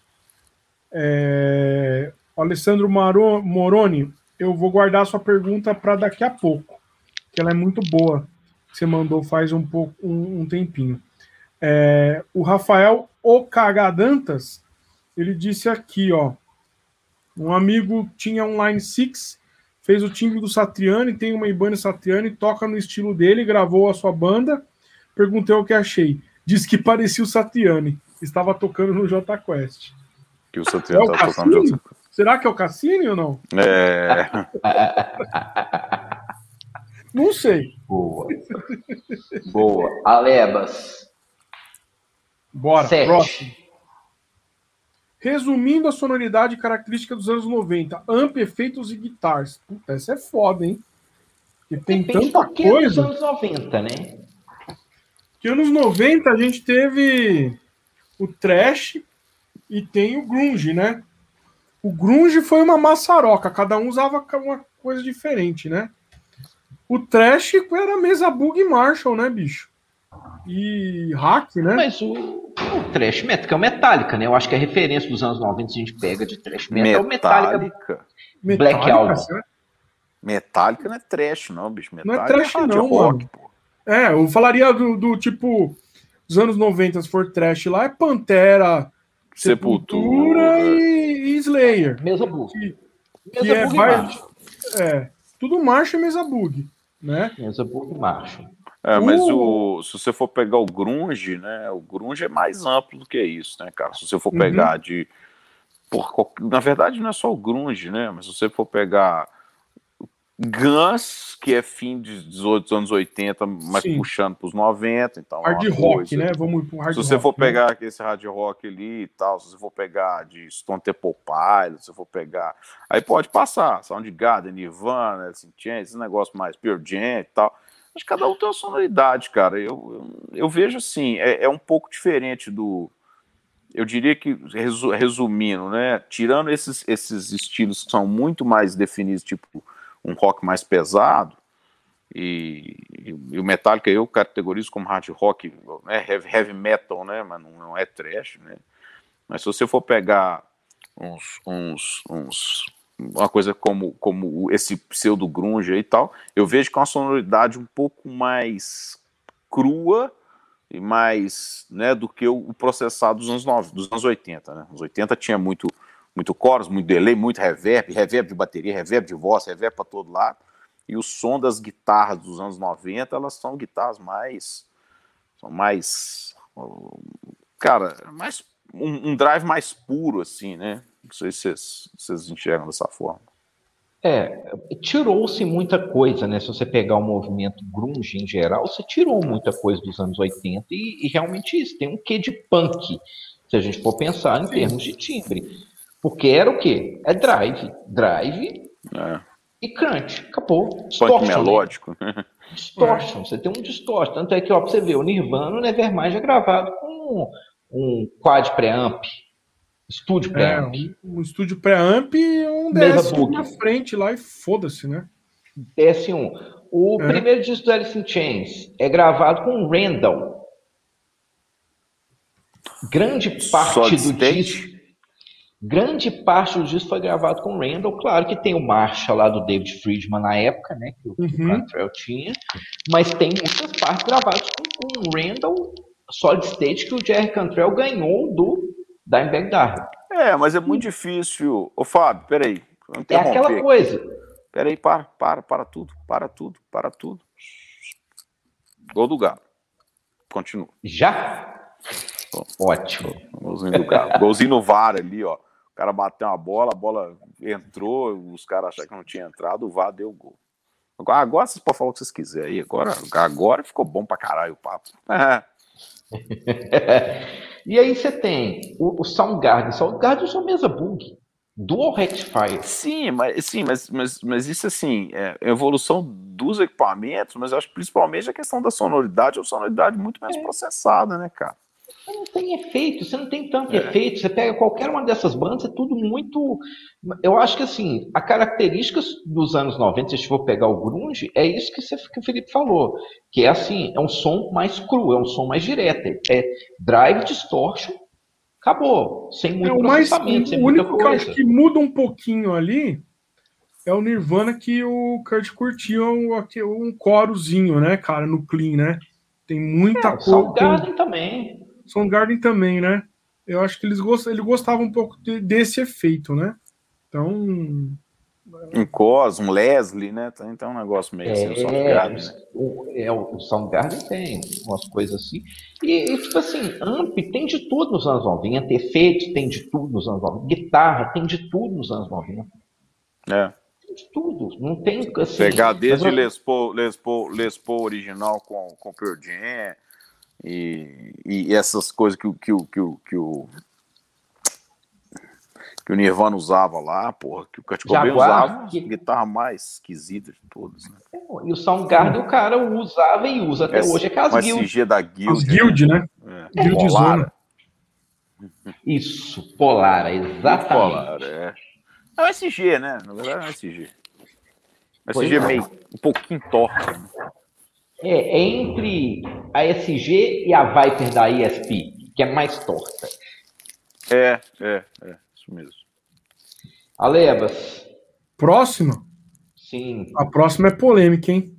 é... o Alessandro Maro... Moroni, eu vou guardar a sua pergunta para daqui a pouco, que ela é muito boa. Você mandou faz um pouco um, um tempinho. É... O Rafael Okagadantas, ele disse aqui, ó. Um amigo tinha um Line six, fez o timbre do Satriani, tem uma Ibanez Satriani, toca no estilo dele, gravou a sua banda. Perguntei o que achei. Disse que parecia o Satriani. Estava tocando no J Quest. Que o Satriani estava é tocando no J Quest. Será que é o Cassini ou não? É. Não sei. Boa. Boa. Alebas. Bora, Sete. Próximo. Resumindo a sonoridade e característica dos anos noventa, amp, efeitos e guitars. Puta, essa é foda, hein? Porque tem Depende tanta do coisa. Dos anos noventa, né? Porque anos noventa a gente teve o thrash e tem o grunge, né? O grunge foi uma maçaroca, cada um usava uma coisa diferente, né? O thrash era mesa Bug Marshall, né, bicho? E hack, né? Mas o, o thrash metal, que é o Metallica, né? Eu acho que a referência dos anos noventa, se a gente pega de thrash metal, é o Metallica. Black Album. Metallica não é thrash, não, bicho. Metallica não é thrash, é não, rock, mano. Pô. É, eu falaria do, do tipo, dos anos noventa, se for thrash lá, é Pantera, Sepultura, Sepultura e, e Slayer. Mesa Bug. Que, Mesa que é, Bug vai, marcha. É, tudo marcha e Mesa Bug, né? Mesa Bug marcha. É, mas uh. o, se você for pegar o grunge, né, o grunge é mais amplo do que isso, né, cara? Se você for pegar uhum. de... Por, na verdade, não é só o grunge, né? Mas se você for pegar Guns, que é fim dos anos oitenta, mas Sim. puxando para os noventa, então hard é rock, coisa. né? Vamos ir para hard Se você rock, for né? pegar esse hard rock ali e tal, se você for pegar de Stone Temple Pilots, se você for pegar... Aí pode passar, Soundgarden, Nirvana, Alice in Chains, esse negócio mais Pearl Jam e tal... Mas cada um tem uma sonoridade, cara. Eu, eu, eu vejo assim, é, é um pouco diferente do... Eu diria que, resu, resumindo, né? Tirando esses, esses estilos que são muito mais definidos, tipo um rock mais pesado, e, e o Metallica eu categorizo como hard rock, né, heavy, heavy metal, né? Mas não, não é trash, né? Mas se você for pegar uns... uns, uns uma coisa como, como esse pseudo grunge e tal, eu vejo que é uma sonoridade um pouco mais crua e mais, né, do que o processado dos anos nove, dos anos oitenta, né? Os oitenta tinha muito, muito chorus, muito delay, muito reverb, reverb de bateria, reverb de voz, reverb para todo lado, e o som das guitarras dos anos noventa, elas são guitarras mais, são mais, cara, mais um, um drive mais puro, assim, né? Não sei se vocês, vocês enxergam dessa forma. É, tirou-se muita coisa, né? Se você pegar o movimento grunge em geral, você tirou muita coisa dos anos oitenta e, e realmente isso, tem um quê de punk, se a gente for pensar em Sim. termos de timbre. Porque era o quê? É drive. Drive é. e crunch. Acabou. Punk Distortion, melódico. Né? Distortion. Você tem um distortion. Tanto é que, ó, pra você ver, o Nirvana, o Nevermind é gravado com um quad preamp. Estúdio preamp. É, um, um estúdio preamp e um D S um na frente lá e foda-se, né? D S um. O é. primeiro disco do Alice in Chains é gravado com Randall. Grande parte do disco. Grande parte do disco foi gravado com Randall. Claro que tem o Marshall lá do David Friedman na época, né? Que, uhum. que o Cantrell tinha. Mas tem muitas partes gravadas com, com Randall Solid State que o Jerry Cantrell ganhou do Dimebag Darrell. É, mas é muito difícil. Ô, Fábio, peraí. É aquela coisa. Peraí, para, para, para tudo, para tudo, para tudo. Gol do Galo. Continua. Já? Bom, ótimo. Golzinho do Galo. Golzinho no V A R ali, ó. O cara bateu uma bola, a bola entrou, os caras acharam que não tinha entrado, o V A R deu gol. Agora, agora vocês podem falar o que vocês quiserem aí. Agora, agora ficou bom pra caralho o papo. É. E aí você tem o, o Soundgarden. Soundgarden usa a mesa bug. Dual Rectifier. Sim, mas, sim mas, mas, mas isso assim, é evolução dos equipamentos, mas eu acho que principalmente a questão da sonoridade, é uma sonoridade muito menos é. processada, né, cara? Você não tem efeito, você não tem tanto é. efeito. Você pega qualquer uma dessas bandas, é tudo muito. Eu acho que assim, a característica dos anos noventa, se a gente for pegar o grunge, é isso que, você, que o Felipe falou. Que é assim, é um som mais cru, é um som mais direto. É drive distortion, acabou. Sem muito é, o processamento, mais, sem o muita único coisa. que eu acho que muda um pouquinho ali é o Nirvana, que o Kurt curtia um, um corozinho, né, cara, no clean, né? Tem muita é, coisa. Soundgarden tem... também. Soundgarden também, né? Eu acho que eles gost... ele gostava um pouco de, desse efeito, né? Então. Um Cos, um Leslie, né? Tem, tem um negócio meio é, assim, o Soundgarden. Né? O, é, o Soundgarden tem umas coisas assim. E, e, tipo assim, amp tem de tudo nos anos noventa, efeito tem de tudo nos anos noventa, guitarra tem de tudo nos anos noventa. É. Tem de tudo. Não tem assim. Pegar desde mas... Les, Paul, Les, Paul, Les Paul original com, com Pearl Jam. E, e essas coisas que, que, que, que, que, o, que o Nirvana usava lá, porra, que o Kurt Cobain usava, que... a guitarra mais esquisita de todas. Né? E o Soundgarden o cara usava e usa até S, hoje, é que as Guild. S G da Guild. As Guild, né? né? É. Guild Zona. Isso, Polara, exatamente. Polara, é. É o S G, né? Na verdade é o S G. O S G é meio um pouquinho torta, né? É, é entre a S G e a Viper da E S P, que é mais torta. É, é, é, isso mesmo. Alebas. Próxima? Sim. A próxima é polêmica, hein?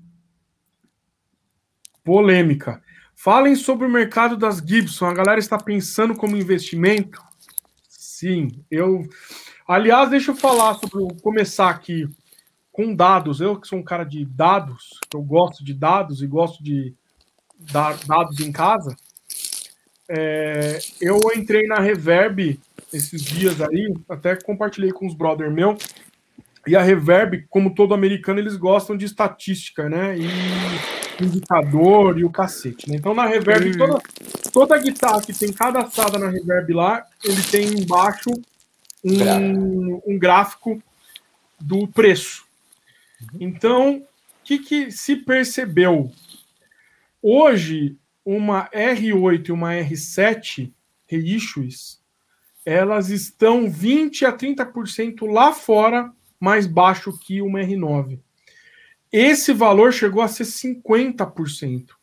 Polêmica. Falem sobre o mercado das Gibson. A galera está pensando como investimento? Sim, eu... Aliás, deixa eu falar sobre... Começar aqui com dados. Eu que sou um cara de dados, eu gosto de dados e gosto de dar dados em casa. É, eu entrei na Reverb esses dias aí, até compartilhei com os brother meu, e a Reverb, como todo americano, eles gostam de estatística, né, e indicador e o cacete, né? Então na Reverb, toda, toda guitarra que tem cadastrada na Reverb lá, ele tem embaixo um, um gráfico do preço. Então, o que, que se percebeu? Hoje, uma R oito e uma R sete reissues, elas estão vinte a trinta por cento lá fora mais baixo que uma R nove. Esse valor chegou a ser cinquenta por cento.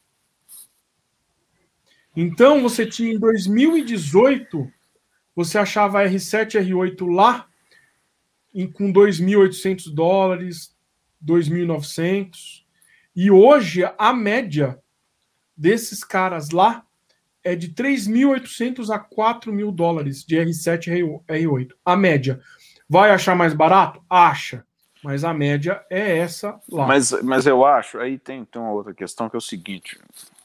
Então, você tinha em dois mil e dezoito, você achava a R sete e R oito lá em, com dois mil e oitocentos dólares, dois mil e novecentos. E hoje, a média desses caras lá é de três mil e oitocentos a quatro mil dólares de R sete e R oito. A média. Vai achar mais barato? Acha. Mas a média é essa lá. Mas, mas eu acho, aí tem, tem uma outra questão que é o seguinte.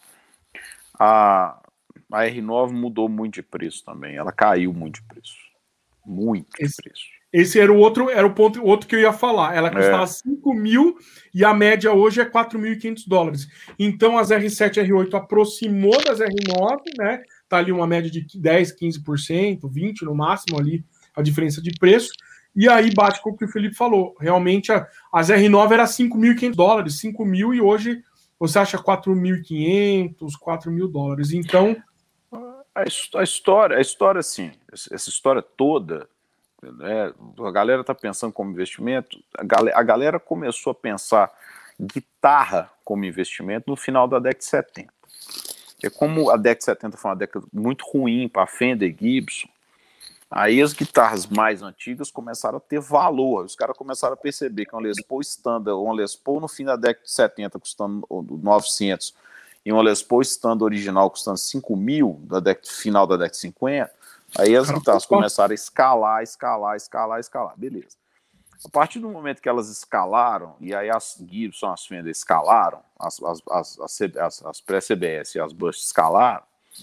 A, a R nove mudou muito de preço também. Ela caiu muito de preço. Muito Esse... de preço. Esse era o outro, era o ponto outro que eu ia falar. Ela custava é. cinco mil e a média hoje é quatro mil e quinhentos dólares. Então as R sete e R oito aproximou das R nove, né? Tá ali uma média de dez, quinze por cento, vinte por cento no máximo ali a diferença de preço. E aí bate com o que o Felipe falou. Realmente a, as R nove era cinco mil e quinhentos dólares, cinco mil e hoje você acha quatro mil e quinhentos, quatro mil dólares. Então a, a história, a história assim, essa história toda. É, a galera está pensando como investimento, a galera, a galera começou a pensar guitarra como investimento no final da década de setenta. E como a década de setenta foi uma década muito ruim para a Fender e Gibson, aí as guitarras mais antigas começaram a ter valor. Os caras começaram a perceber que um Les Paul standard, um Les Paul no fim da década de setenta custando novecentos e um Les Paul standard original custando cinco mil da década, final da década de cinquenta. Aí as guitarras começaram a escalar, escalar, escalar, escalar. Beleza. A partir do momento que elas escalaram, e aí as Gibson, as Fender escalaram, as, as, as, as, as, as pré-C B S e as Bush escalaram,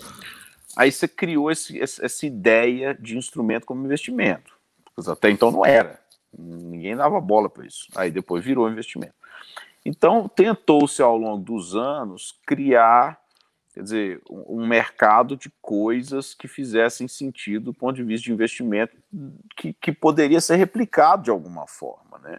aí você criou esse, essa ideia de instrumento como investimento. Até então não era. Ninguém dava bola para isso. Aí depois virou investimento. Então, tentou-se ao longo dos anos criar, quer dizer, um mercado de coisas que fizessem sentido do ponto de vista de investimento que, que poderia ser replicado de alguma forma, né?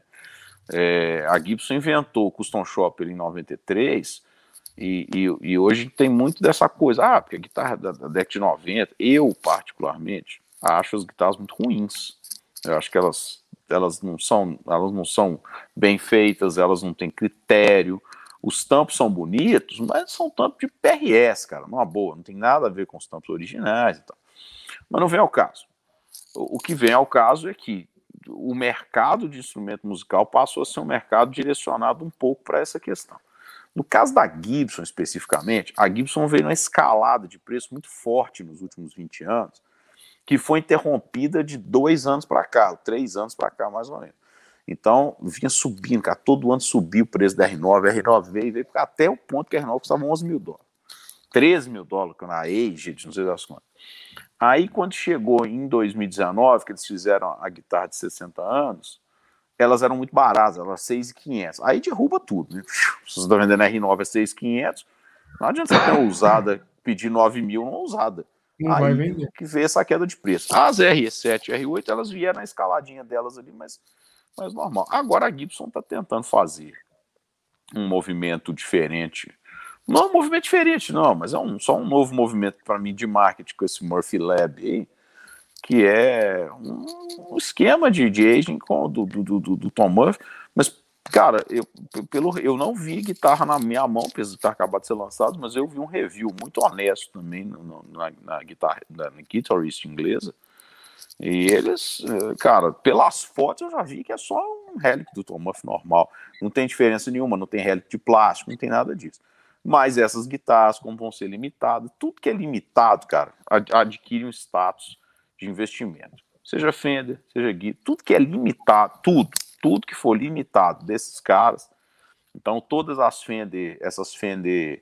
É, a Gibson inventou o Custom Shopper em noventa e três e, e, e hoje tem muito dessa coisa. Ah, porque a guitarra da, da década de noventa, eu particularmente acho as guitarras muito ruins. Eu acho que elas, elas, não são, elas não são bem feitas, elas não têm critério. Os tampos são bonitos, mas são tampos de P R S, cara, numa boa. Não tem nada a ver com os tampos originais e tal. Mas não vem ao caso. O, o que vem ao caso é que o mercado de instrumento musical passou a ser um mercado direcionado um pouco para essa questão. No caso da Gibson, especificamente, a Gibson veio numa escalada de preço muito forte nos últimos vinte anos, que foi interrompida de dois anos para cá, três anos para cá, mais ou menos. Então, vinha subindo, cara, todo ano subiu o preço da R nove, a R nove veio, veio até o ponto que a R nove custava onze mil dólares. treze mil dólares, na Aged, não sei das quantas. Aí, quando chegou em dois mil e dezenove, que eles fizeram a guitarra de sessenta anos, elas eram muito baratas, elas eram seis mil e quinhentos. Aí derruba tudo, né? Se você está vendendo a R nove a seis mil e quinhentos, não adianta você ter uma usada, pedir nove mil uma usada. Não aí vai vender. Que veio essa queda de preço. As R sete e R oito, elas vieram na escaladinha delas ali, mas, mas normal. Agora a Gibson está tentando fazer um movimento diferente. Não é um movimento diferente, não, mas é um, só um novo movimento para mim de marketing com esse Murphy Lab aí, que é um, um esquema de, de aging com, do, do, do, do Tom Murphy. Mas, cara, eu, pelo, eu não vi guitarra na minha mão, apesar de estar acabado de ser lançado, mas eu vi um review muito honesto também no, na, na, guitarra, na, na Guitarist inglesa. E eles, cara, pelas fotos eu já vi que é só um Relic do Tom Murphy normal. Não tem diferença nenhuma, não tem Relic de plástico, não tem nada disso. Mas essas guitarras, como vão ser limitadas, tudo que é limitado, cara, ad- adquire um status de investimento. Seja Fender, seja Gibson, tudo que é limitado, tudo, tudo que for limitado desses caras. Então, todas as Fender, essas Fender,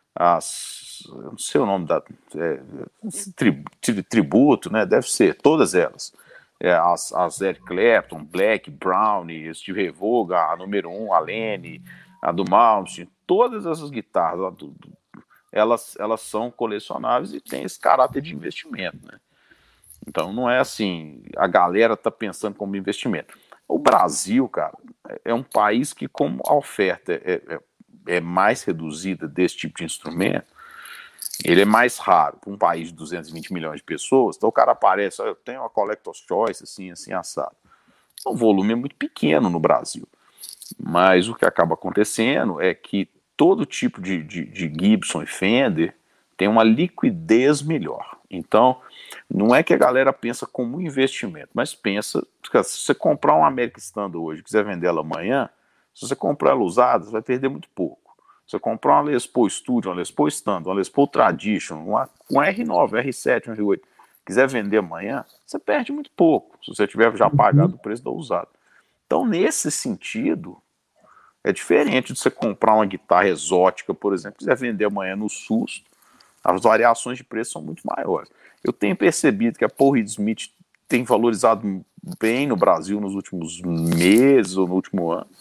as, eu não sei o nome da, é, tri, tri, tributo, né? Deve ser, todas elas. É, as, as Eric Clapton, Black, Brownie, Steve Ray Vaughan, a número um, a Lenny, a do Malmsteen, todas essas guitarras, a do, do, elas, elas são colecionáveis e têm esse caráter de investimento, né? Então não é assim, a galera tá pensando como investimento. O Brasil, cara, é um país que, como a oferta é, é, é mais reduzida desse tipo de instrumento, ele é mais raro para um país de duzentos e vinte milhões de pessoas. Então o cara aparece, eu tenho uma Collector's Choice, assim, assim, assado. O volume é muito pequeno no Brasil. Mas o que acaba acontecendo é que todo tipo de, de, de Gibson e Fender tem uma liquidez melhor. Então, não é que a galera pensa como investimento, mas pensa, se você comprar uma American Standard hoje e quiser vender ela amanhã, se você comprar ela usada, você vai perder muito pouco. Se você comprar uma Les Paul Studio, uma Les Paul Standard, uma Les Paul Tradition, uma, uma R nove, R sete, uma R oito, quiser vender amanhã, você perde muito pouco, se você tiver já pagado o preço da usada. Então, nesse sentido, é diferente de você comprar uma guitarra exótica, por exemplo, quiser vender amanhã no susto, as variações de preço são muito maiores. Eu tenho percebido que a Paul Reed Smith tem valorizado bem no Brasil nos últimos meses ou no último ano,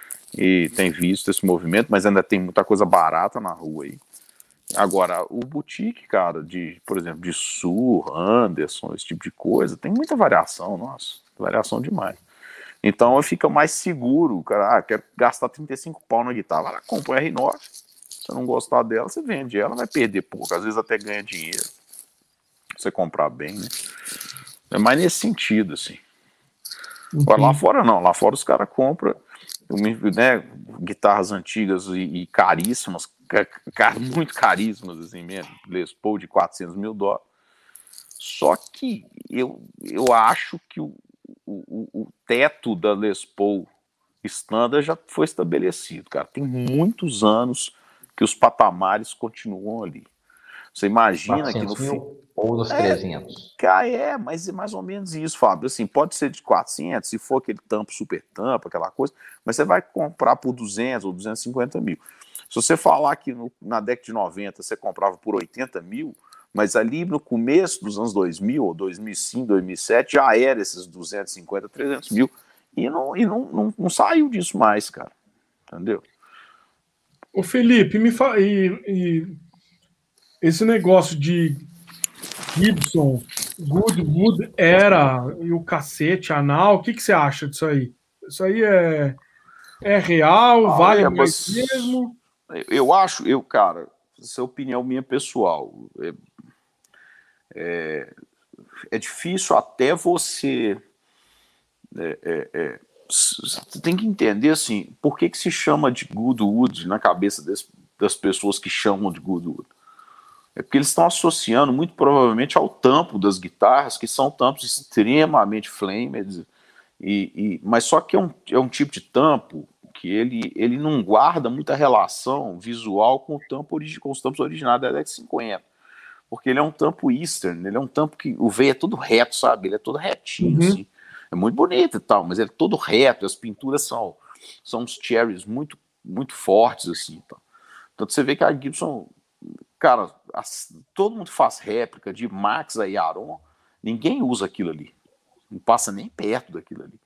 e tem visto esse movimento, mas ainda tem muita coisa barata na rua aí. Agora, o boutique, cara, de, por exemplo, de Sur, Anderson, esse tipo de coisa, tem muita variação, nossa, variação demais. Então fica mais seguro, cara, ah, quero gastar trinta e cinco pau na guitarra, vai lá, compra um R nove, se você não gostar dela, você vende ela, vai perder pouco, às vezes até ganha dinheiro, se você comprar bem, né? É mais nesse sentido, assim. Agora, lá fora não, lá fora os caras compram, né, guitarras antigas e, e caríssimas, car muito caríssimas, assim mesmo, Les Paul de quatrocentos mil dólares, só que eu, eu acho que o O, o, o teto da Les Paul Standard já foi estabelecido, cara. Tem muitos anos que os patamares continuam ali. Você imagina que no fim... Ou nos é, trezentos? Cara, é, mas é mais ou menos isso, Fábio. Assim, pode ser de quatrocentos, se for aquele tampo, super tampo, aquela coisa, mas você vai comprar por duzentos ou duzentos e cinquenta mil. Se você falar que no, na década de noventa você comprava por oitenta mil, mas ali no começo dos anos dois mil, ou dois mil e cinco, dois mil e sete, já era esses duzentos e cinquenta, trezentos mil. E não, e não, não, não saiu disso mais, cara. Entendeu? Ô Felipe, me fala. E, e esse negócio de Gibson, Goodwood era e o cacete anal, o que, que você acha disso aí? Isso aí é, é real? Ah, vale é, mais mesmo? Eu acho, eu, cara, essa é a opinião minha pessoal. É, é, é difícil até você. É, é, é, você tem que entender assim, por que, que se chama de Goodwood na cabeça das, das pessoas que chamam de Goodwood? É porque eles estão associando muito provavelmente ao tampo das guitarras, que são tampos extremamente flamed, e, e, mas só que é um, é um tipo de tampo que ele, ele não guarda muita relação visual com, o tampo, com os tampos originais da década de cinquenta. Porque ele é um tampo Eastern, ele é um tampo que o V é todo reto, sabe? Ele é todo retinho, uhum. assim. É muito bonito e tal, mas ele é todo reto, as pinturas são, são uns cherries muito, muito fortes, assim. Tá? Então você vê que a Gibson, cara, as, todo mundo faz réplica de Max a Yaron, ninguém usa aquilo ali. Não passa nem perto daquilo ali.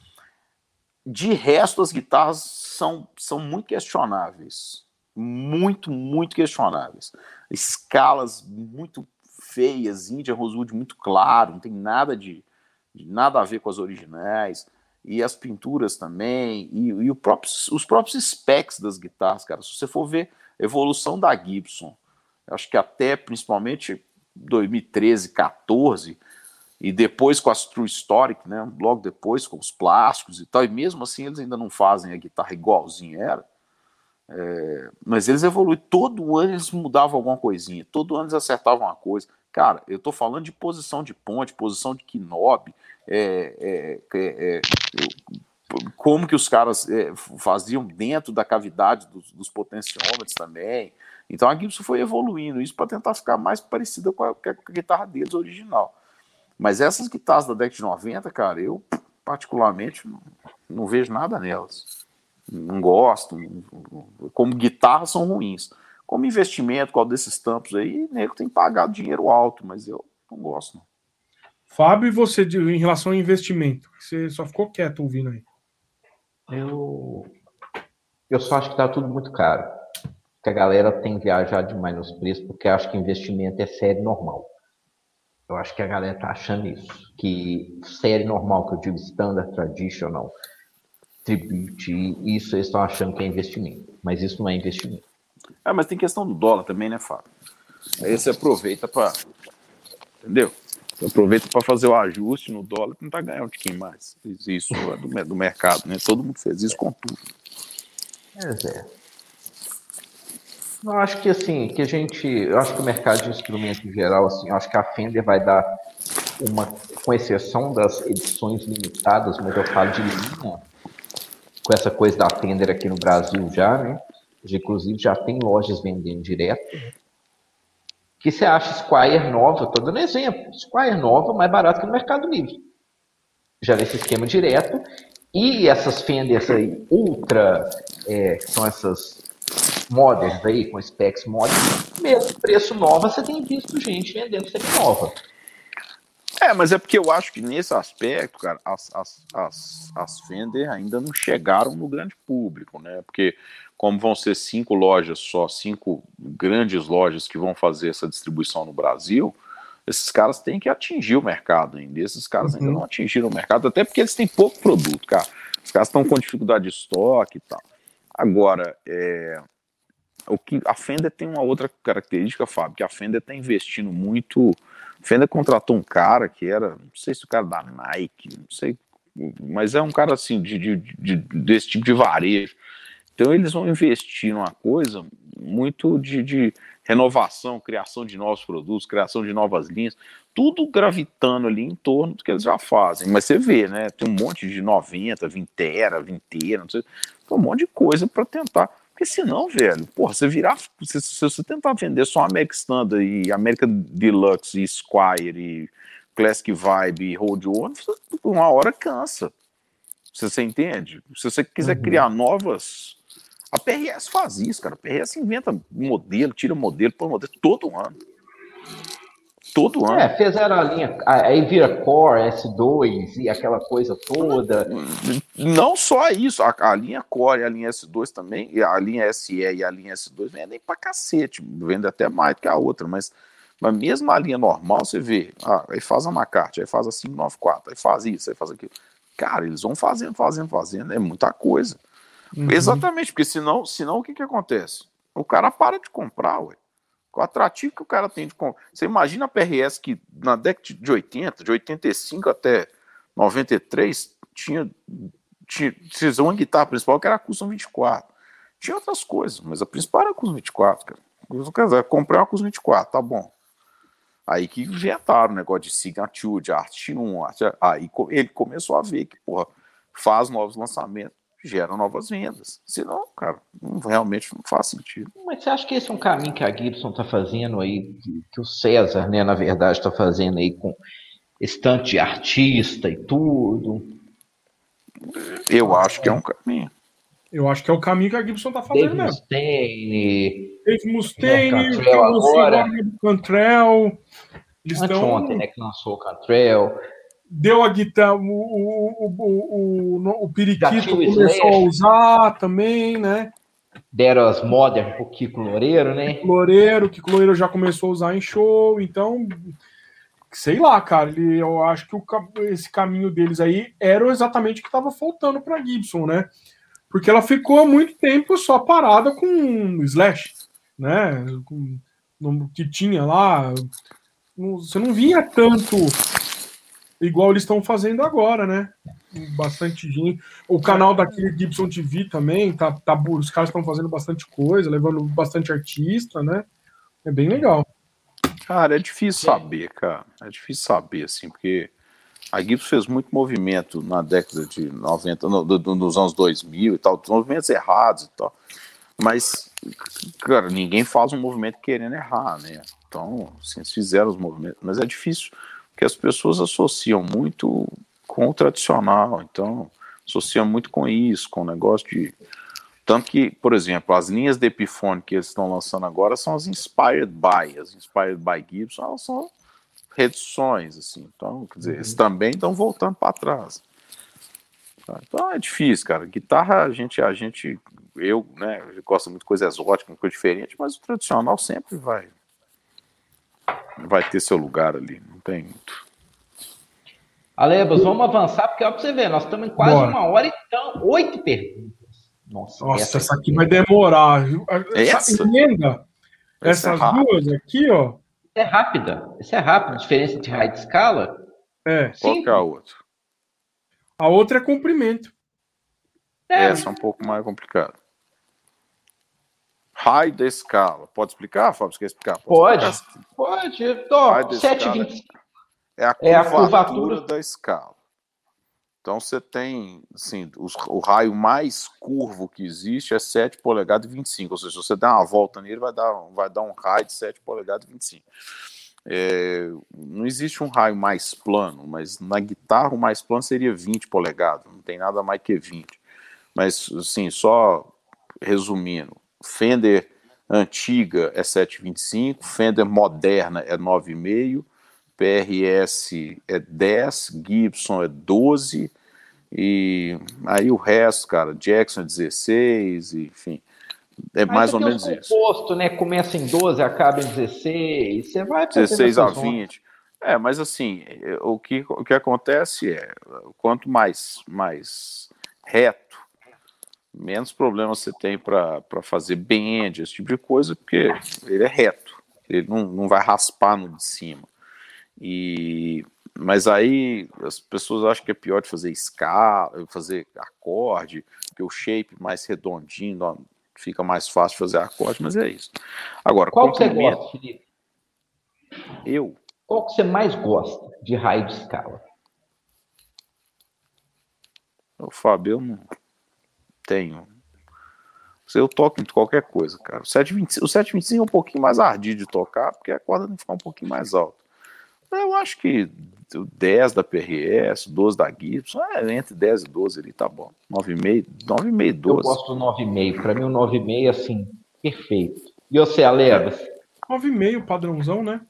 De resto, as guitarras são, são muito questionáveis. Muito, muito questionáveis. Escalas muito feias, Indian Rosewood muito claro, não tem nada de, de nada a ver com as originais. E as pinturas também, e, e o próprio, os próprios specs das guitarras, cara. Se você for ver a evolução da Gibson, acho que até principalmente dois mil e treze, quatorze, e depois com as True Historic, né, logo depois com os plásticos e tal, e mesmo assim eles ainda não fazem a guitarra igualzinha era, é, mas eles evoluem, todo ano eles mudavam alguma coisinha, todo ano eles acertavam uma coisa. Cara, eu tô falando de posição de ponte, posição de knob, é, é, é, é, como que os caras é, faziam dentro da cavidade dos, dos potenciômetros também. Então a Gibson foi evoluindo isso para tentar ficar mais parecida com a, com a guitarra deles original. Mas essas guitarras da década de noventa, cara, eu particularmente não, não vejo nada nelas. Não gosto. Não, como guitarras são ruins. Como investimento, qual desses tampos aí, nego tem pagado dinheiro alto, mas eu não gosto, não. Fábio, e você em relação ao investimento? Você só ficou quieto ouvindo aí. Eu, eu só acho que tá tudo muito caro. Que a galera tem viajado demais nos preços, porque acho que investimento é série normal. Eu acho que a galera tá achando isso. Que série normal, que eu digo standard, traditional, tribute, isso eles estão achando que é investimento. Mas isso não é investimento. Ah, mas tem questão do dólar também, né, Fábio? Aí você aproveita para... Entendeu? Você aproveita para fazer o ajuste no dólar, tentar ganhar um tiquinho mais. Isso é do, do mercado, né? Todo mundo fez isso com tudo. Pois é. Eu acho que assim, que a gente, eu acho que o mercado de instrumento em geral, assim, eu acho que a Fender vai dar uma, com exceção das edições limitadas, mas eu falo de linha, com essa coisa da Fender aqui no Brasil já, né? Inclusive já tem lojas vendendo direto. Que você acha Squire nova, estou dando exemplo, Squire nova mais barato que no Mercado Livre. Já nesse esquema direto. E essas Fenders aí, ultra, é, são essas models aí, com specs models, mesmo preço nova, você tem visto gente vendendo semi-nova. É, mas é porque eu acho que nesse aspecto, cara, as, as, as, as Fender ainda não chegaram no grande público, né? Porque como vão ser cinco lojas só, cinco grandes lojas que vão fazer essa distribuição no Brasil, esses caras têm que atingir o mercado ainda. E esses caras uhum. ainda não atingiram o mercado, até porque eles têm pouco produto, cara. Os caras estão com dificuldade de estoque e tal. Agora, é... o que a Fender tem uma outra característica, Fábio, que a Fender está investindo muito. A Fender contratou um cara que era, não sei se o cara da Nike, não sei, mas é um cara assim de, de, de, desse tipo de varejo. Então eles vão investir numa coisa muito de, de renovação, criação de novos produtos, criação de novas linhas, tudo gravitando ali em torno do que eles já fazem. Mas você vê, né? Tem um monte de noventa, vintera, vinteira, não sei, tem um monte de coisa para tentar Porque senão, velho, porra, você virar. Se, se você tentar vender só American Standard e American Deluxe e Squire e Classic Vibe e Road One, uma hora cansa. Se você entende? Se você quiser Uhum. criar novas. A P R S faz isso, cara. A P R S inventa modelo, tira modelo, põe modelo todo ano. Todo ano. É, fizeram a linha, aí vira Core, S dois e aquela coisa toda. Não só isso, a, a linha Core e a linha S dois também, e a linha S E e a linha S dois vendem pra cacete, vende até mais do que a outra, mas, mas mesmo a linha normal, você vê, ah, aí faz a Anacarte, aí faz a quinhentos e noventa e quatro, aí faz isso, aí faz aquilo. Cara, eles vão fazendo, fazendo, fazendo, é muita coisa. Uhum. Exatamente, porque senão, senão o que que acontece? O cara para de comprar, ué. O atrativo que o cara tem de comprar. Você imagina a P R S que na década de oitenta, de oitenta e cinco até noventa e três, tinha, tinha vocês uma guitarra principal que era a Custom vinte e quatro. Tinha outras coisas, mas a principal era a Custom vinte e quatro, cara. Quer dizer, comprei uma Custom vinte e quatro, tá bom. Aí que inventaram o negócio de Signature, de Art um, Art... aí ele começou a ver que, porra, faz novos lançamentos, gera novas vendas. Senão, cara, não, realmente não faz sentido. Mas você acha que esse é um caminho que a Gibson está fazendo aí, que, que o César, né, na verdade, está fazendo aí com esse tanto de artista e tudo? Eu acho que é um caminho. Eu acho que é o caminho que a Gibson está fazendo Dave mesmo. Mustaine, Dave Mustaine, Cantrell agora. o Cantrell. Eles estão. Anteontem, né, que lançou o Cantrell. Deu a guitarra, o, o, o, o, o Periquito começou Slash. a usar também, né? Deram as modern pro Kiko Loureiro, né? Loureiro, que o Loureiro já começou a usar em show, então, sei lá, cara, ele, eu acho que o, esse caminho deles aí era exatamente o que estava faltando para Gibson, né? Porque ela ficou há muito tempo só parada com o Slash, né? Com, no, que tinha lá, você não vinha tanto igual eles estão fazendo agora, né? Bastante gente. O canal daquele Gibson T V também, tá, tá, os caras estão fazendo bastante coisa, levando bastante artista, né? É bem legal. Cara, é difícil saber, cara. É difícil saber, assim, porque a Gibson fez muito movimento na década de noventa, no, do, nos anos dois mil e tal, movimentos errados e tal. Mas, cara, ninguém faz um movimento querendo errar, né? Então, assim, eles fizeram os movimentos, mas é difícil, porque as pessoas associam muito com o tradicional, então, associam muito com isso, com o negócio de... Tanto que, por exemplo, as linhas de Epiphone que eles estão lançando agora são as Inspired By, as Inspired By Gibson, elas são reduções, assim, então, quer dizer, uhum. Eles também estão voltando para trás. Então é difícil, cara. Guitarra, a gente, a gente, eu, né, eu gosto muito de coisa exótica, coisa diferente, mas o tradicional sempre vai, vai ter seu lugar ali, não tem muito. Alebas, vamos avançar, porque ó, pra você ver, nós estamos em quase Bora. uma hora e então, oito perguntas. Nossa, Nossa essa, essa aqui vai demorar. Essa, essa? emenda, Essa essas é duas aqui, ó. É rápida. Isso é rápido. A diferença de raio de escala. É. Qual que é a outra? A outra é comprimento. É. Essa é um pouco mais complicada. Raio da escala. Pode explicar, Fábio? Você quer explicar? Pode. Explicar? Pode. Pode. sete vírgula vinte e cinco. É a curvatura, é a curvatura da escala. Então você tem, assim, os, o raio mais curvo que existe é sete polegadas e vinte e cinco. Ou seja, se você der uma volta nele, vai dar, vai dar um raio de sete polegadas e vinte e cinco. É, não existe um raio mais plano, mas na guitarra o mais plano seria vinte polegadas. Não tem nada mais que vinte. Mas, assim, só resumindo, Fender antiga é sete vírgula vinte e cinco, Fender moderna é nove vírgula cinco, P R S é dez, Gibson é doze, e aí o resto, cara, Jackson é dezesseis, enfim, é mais ou menos isso. O composto, né, começa em doze, acaba em dezesseis, você vai dezesseis a vinte. É, mas assim, o que, o que acontece é, quanto mais, mais reto, menos problema você tem para fazer bend, esse tipo de coisa, porque ele é reto, ele não, não vai raspar no de cima. E, mas aí as pessoas acham que é pior de fazer escala, fazer acorde, porque o shape mais redondinho fica mais fácil de fazer acorde, mas é isso. Agora, qual que você gosta, Felipe? Eu? Qual que você mais gosta de raio de escala? O Fábio, eu não tenho. Eu toco em qualquer coisa, cara. O sete vinte e cinco, o sete vinte e cinco é um pouquinho mais ardido de tocar, porque a corda tem que ficar um pouquinho mais alta. Eu acho que o dez da P R S, doze da Gibson, é, entre dez e doze ali, tá bom. nove vírgula cinco, nove vírgula cinco, doze. Eu gosto do nove vírgula cinco. Para mim, o nove vírgula cinco, assim, perfeito. E você, Alebas? nove vírgula cinco, padrãozão, né?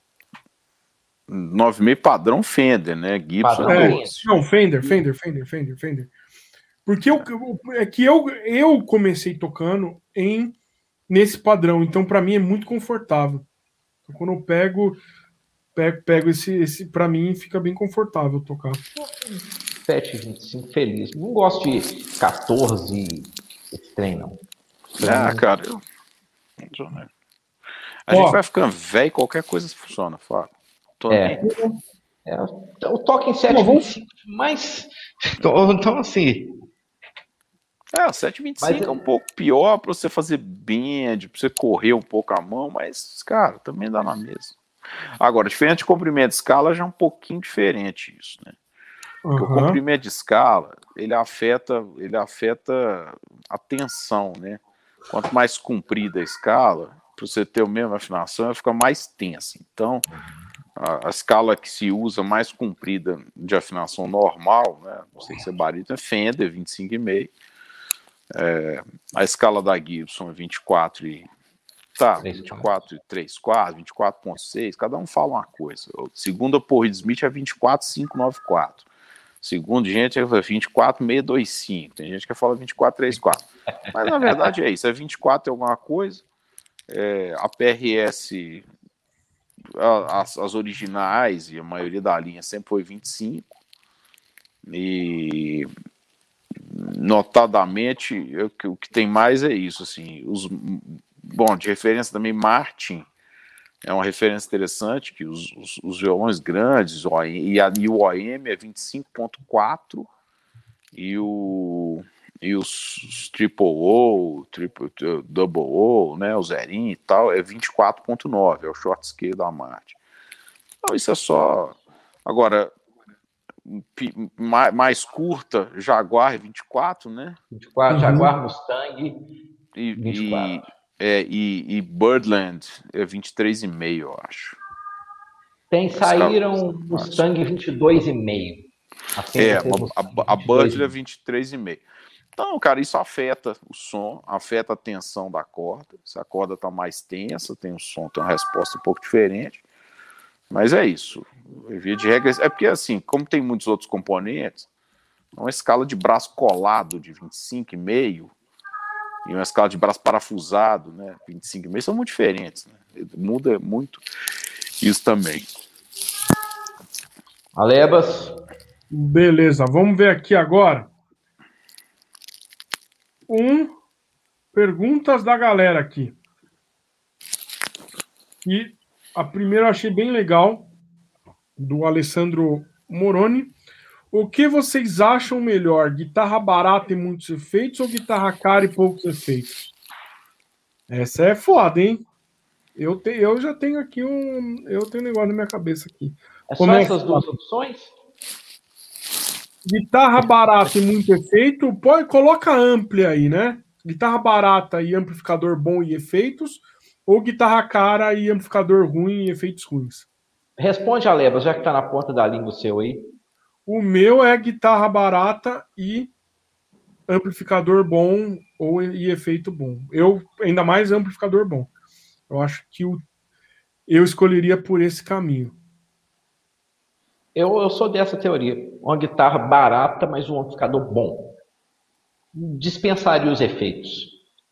nove vírgula cinco padrão Fender, né? Gibson Padrão é É, doze. não, Fender, Fender, Fender, Fender, Fender. Porque eu, é que eu, eu comecei tocando em nesse padrão, então para mim é muito confortável. Então, quando eu pego, pego, pego esse, esse para mim fica bem confortável tocar. sete vírgula vinte e cinco, feliz. Não gosto de quatorze, esse trem, não. Ah, cara, eu... A Ó, gente vai ficando velho, qualquer coisa funciona, Fábio. Tô É. nem- É, eu toco em sete vírgula vinte e cinco, mas. Então, assim. É, o sete vinte e cinco Mas- é um pouco pior pra você fazer bend, pra você correr um pouco a mão, mas, cara, também dá na mesma. Agora, diferente de comprimento de escala, já é um pouquinho diferente isso, né? Porque o aham. comprimento de escala, ele afeta, ele afeta a tensão, né? Quanto mais comprida a escala, para você ter a mesma afinação, ela fica mais tensa. Então, a, a escala que se usa mais comprida de afinação normal, né? Não sei se é barito, é Fender, vinte e cinco e meio. É, a escala da Gibson é vinte e quatro e tá, vinte e quatro e três quartos, vinte e quatro ponto seis, cada um fala uma coisa. Segundo a Paul Reed Smith é vinte e quatro cinco nove quatro. Segundo gente é vinte e quatro seis dois cinco. Tem gente que fala vinte e quatro três quatro. Mas na verdade é isso, é vinte e quatro e alguma coisa. É, a P R S, a, as, as originais e a maioria da linha sempre foi vinte e cinco. E notadamente eu, o que tem mais é isso, assim, os, bom, de referência também Martin é uma referência interessante, que os, os, os violões grandes e, a, e o O M é vinte e cinco ponto quatro e, o, e os, os triple O, triple, double O, né, o zerinho e tal, é vinte e quatro ponto nove, é o short scale da Martin. Então isso é só... Agora, mais, mais curta, Jaguar é vinte e quatro, né? vinte e quatro, Uhum. Jaguar, Mustang, E, vinte e quatro. E, é, e, e Birdland é vinte e três e meio, eu acho. Tem, Esse cara- saíram Mustang vinte e dois e meio. É, a, a Birdland é vinte e três e meio. Então, cara, isso afeta o som, afeta a tensão da corda. Se a corda está mais tensa, tem um som, tem uma resposta um pouco diferente. Mas é isso. Via de regra, é porque, assim, como tem muitos outros componentes, uma escala de braço colado de vinte e cinco e meio e uma escala de braço parafusado, né, vinte e cinco e meio, são muito diferentes, né? Muda muito isso também. Alebas. Beleza, vamos ver aqui agora. Um, perguntas da galera aqui. E a primeira eu achei bem legal, do Alessandro Moroni. O que vocês acham melhor, guitarra barata e muitos efeitos ou guitarra cara e poucos efeitos? Essa é foda, hein? Eu, te, eu já tenho aqui um... Eu tenho um negócio na minha cabeça aqui. É só Como é essas que- duas opções? Guitarra barata e muito efeito, pode, coloca amplia aí, né? Guitarra barata e amplificador bom e efeitos, ou guitarra cara e amplificador ruim e efeitos ruins? Responde, Alebas, já que tá na ponta da língua o seu aí. O meu é guitarra barata e amplificador bom ou e efeito bom. Eu, ainda mais amplificador bom. Eu acho que o, eu escolheria por esse caminho. Eu, eu sou dessa teoria. Uma guitarra barata, mas um amplificador bom. Dispensaria os efeitos.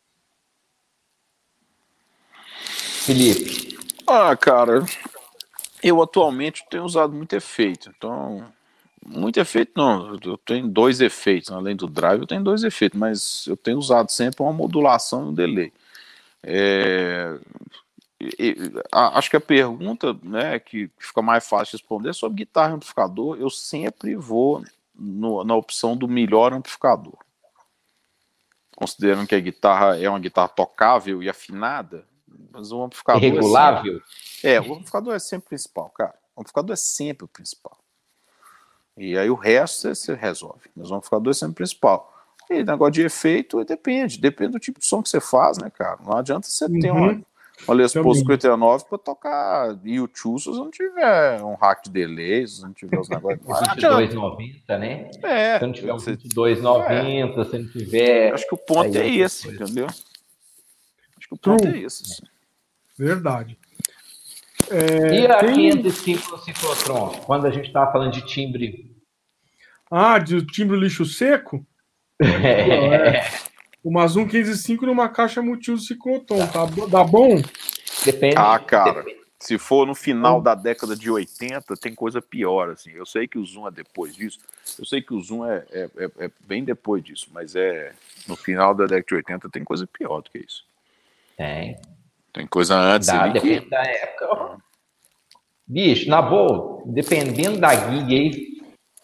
Felipe. Ah, cara, eu atualmente tenho usado muito efeito, então... Muito efeito não, eu tenho dois efeitos, além do drive eu tenho dois efeitos, mas eu tenho usado sempre uma modulação e um delay. É, e, a, acho que a pergunta, né, que fica mais fácil de responder é sobre guitarra e amplificador. Eu sempre vou no, na opção do melhor amplificador. Considerando que a guitarra é uma guitarra tocável e afinada, mas o amplificador Regulável? É, sempre, é, o amplificador é sempre o principal, cara. O amplificador é sempre o principal. E aí o resto você, você resolve. Mas o amplificador é sempre o principal. E negócio de efeito, depende. Depende do tipo de som que você faz, né, cara? Não adianta você Uhum. ter uma, uma Les Paul Também. cinquenta e nove pra tocar U dois se você não tiver um rack de delay, se você não tiver os negócios. Não vinte e adianta. dois e noventa, né? É, Se não tiver um você- vinte e dois e noventa, se não tiver... acho que o ponto aí é outra esse, coisa. entendeu? Acho que o ponto True. é esse. assim. Verdade. E a tem- quinhentos e cinco no ciclotron? Quando a gente estava falando de timbre... Ah, de timbre lixo seco? É, Uma Zoom quinhentos e cinco numa caixa multiuso ciclotron, tá? Dá bom? depende... Ah, cara, depende. se for no final da década de oitenta, tem coisa pior, assim. Eu sei que o Zoom é depois disso, eu sei que o Zoom é, é, é, é bem depois disso, mas é no final da década de oitenta tem coisa pior do que isso. Tem. Tem coisa antes Dá, ali depende que... da época. Ó. Bicho, na boa, dependendo da gig aí,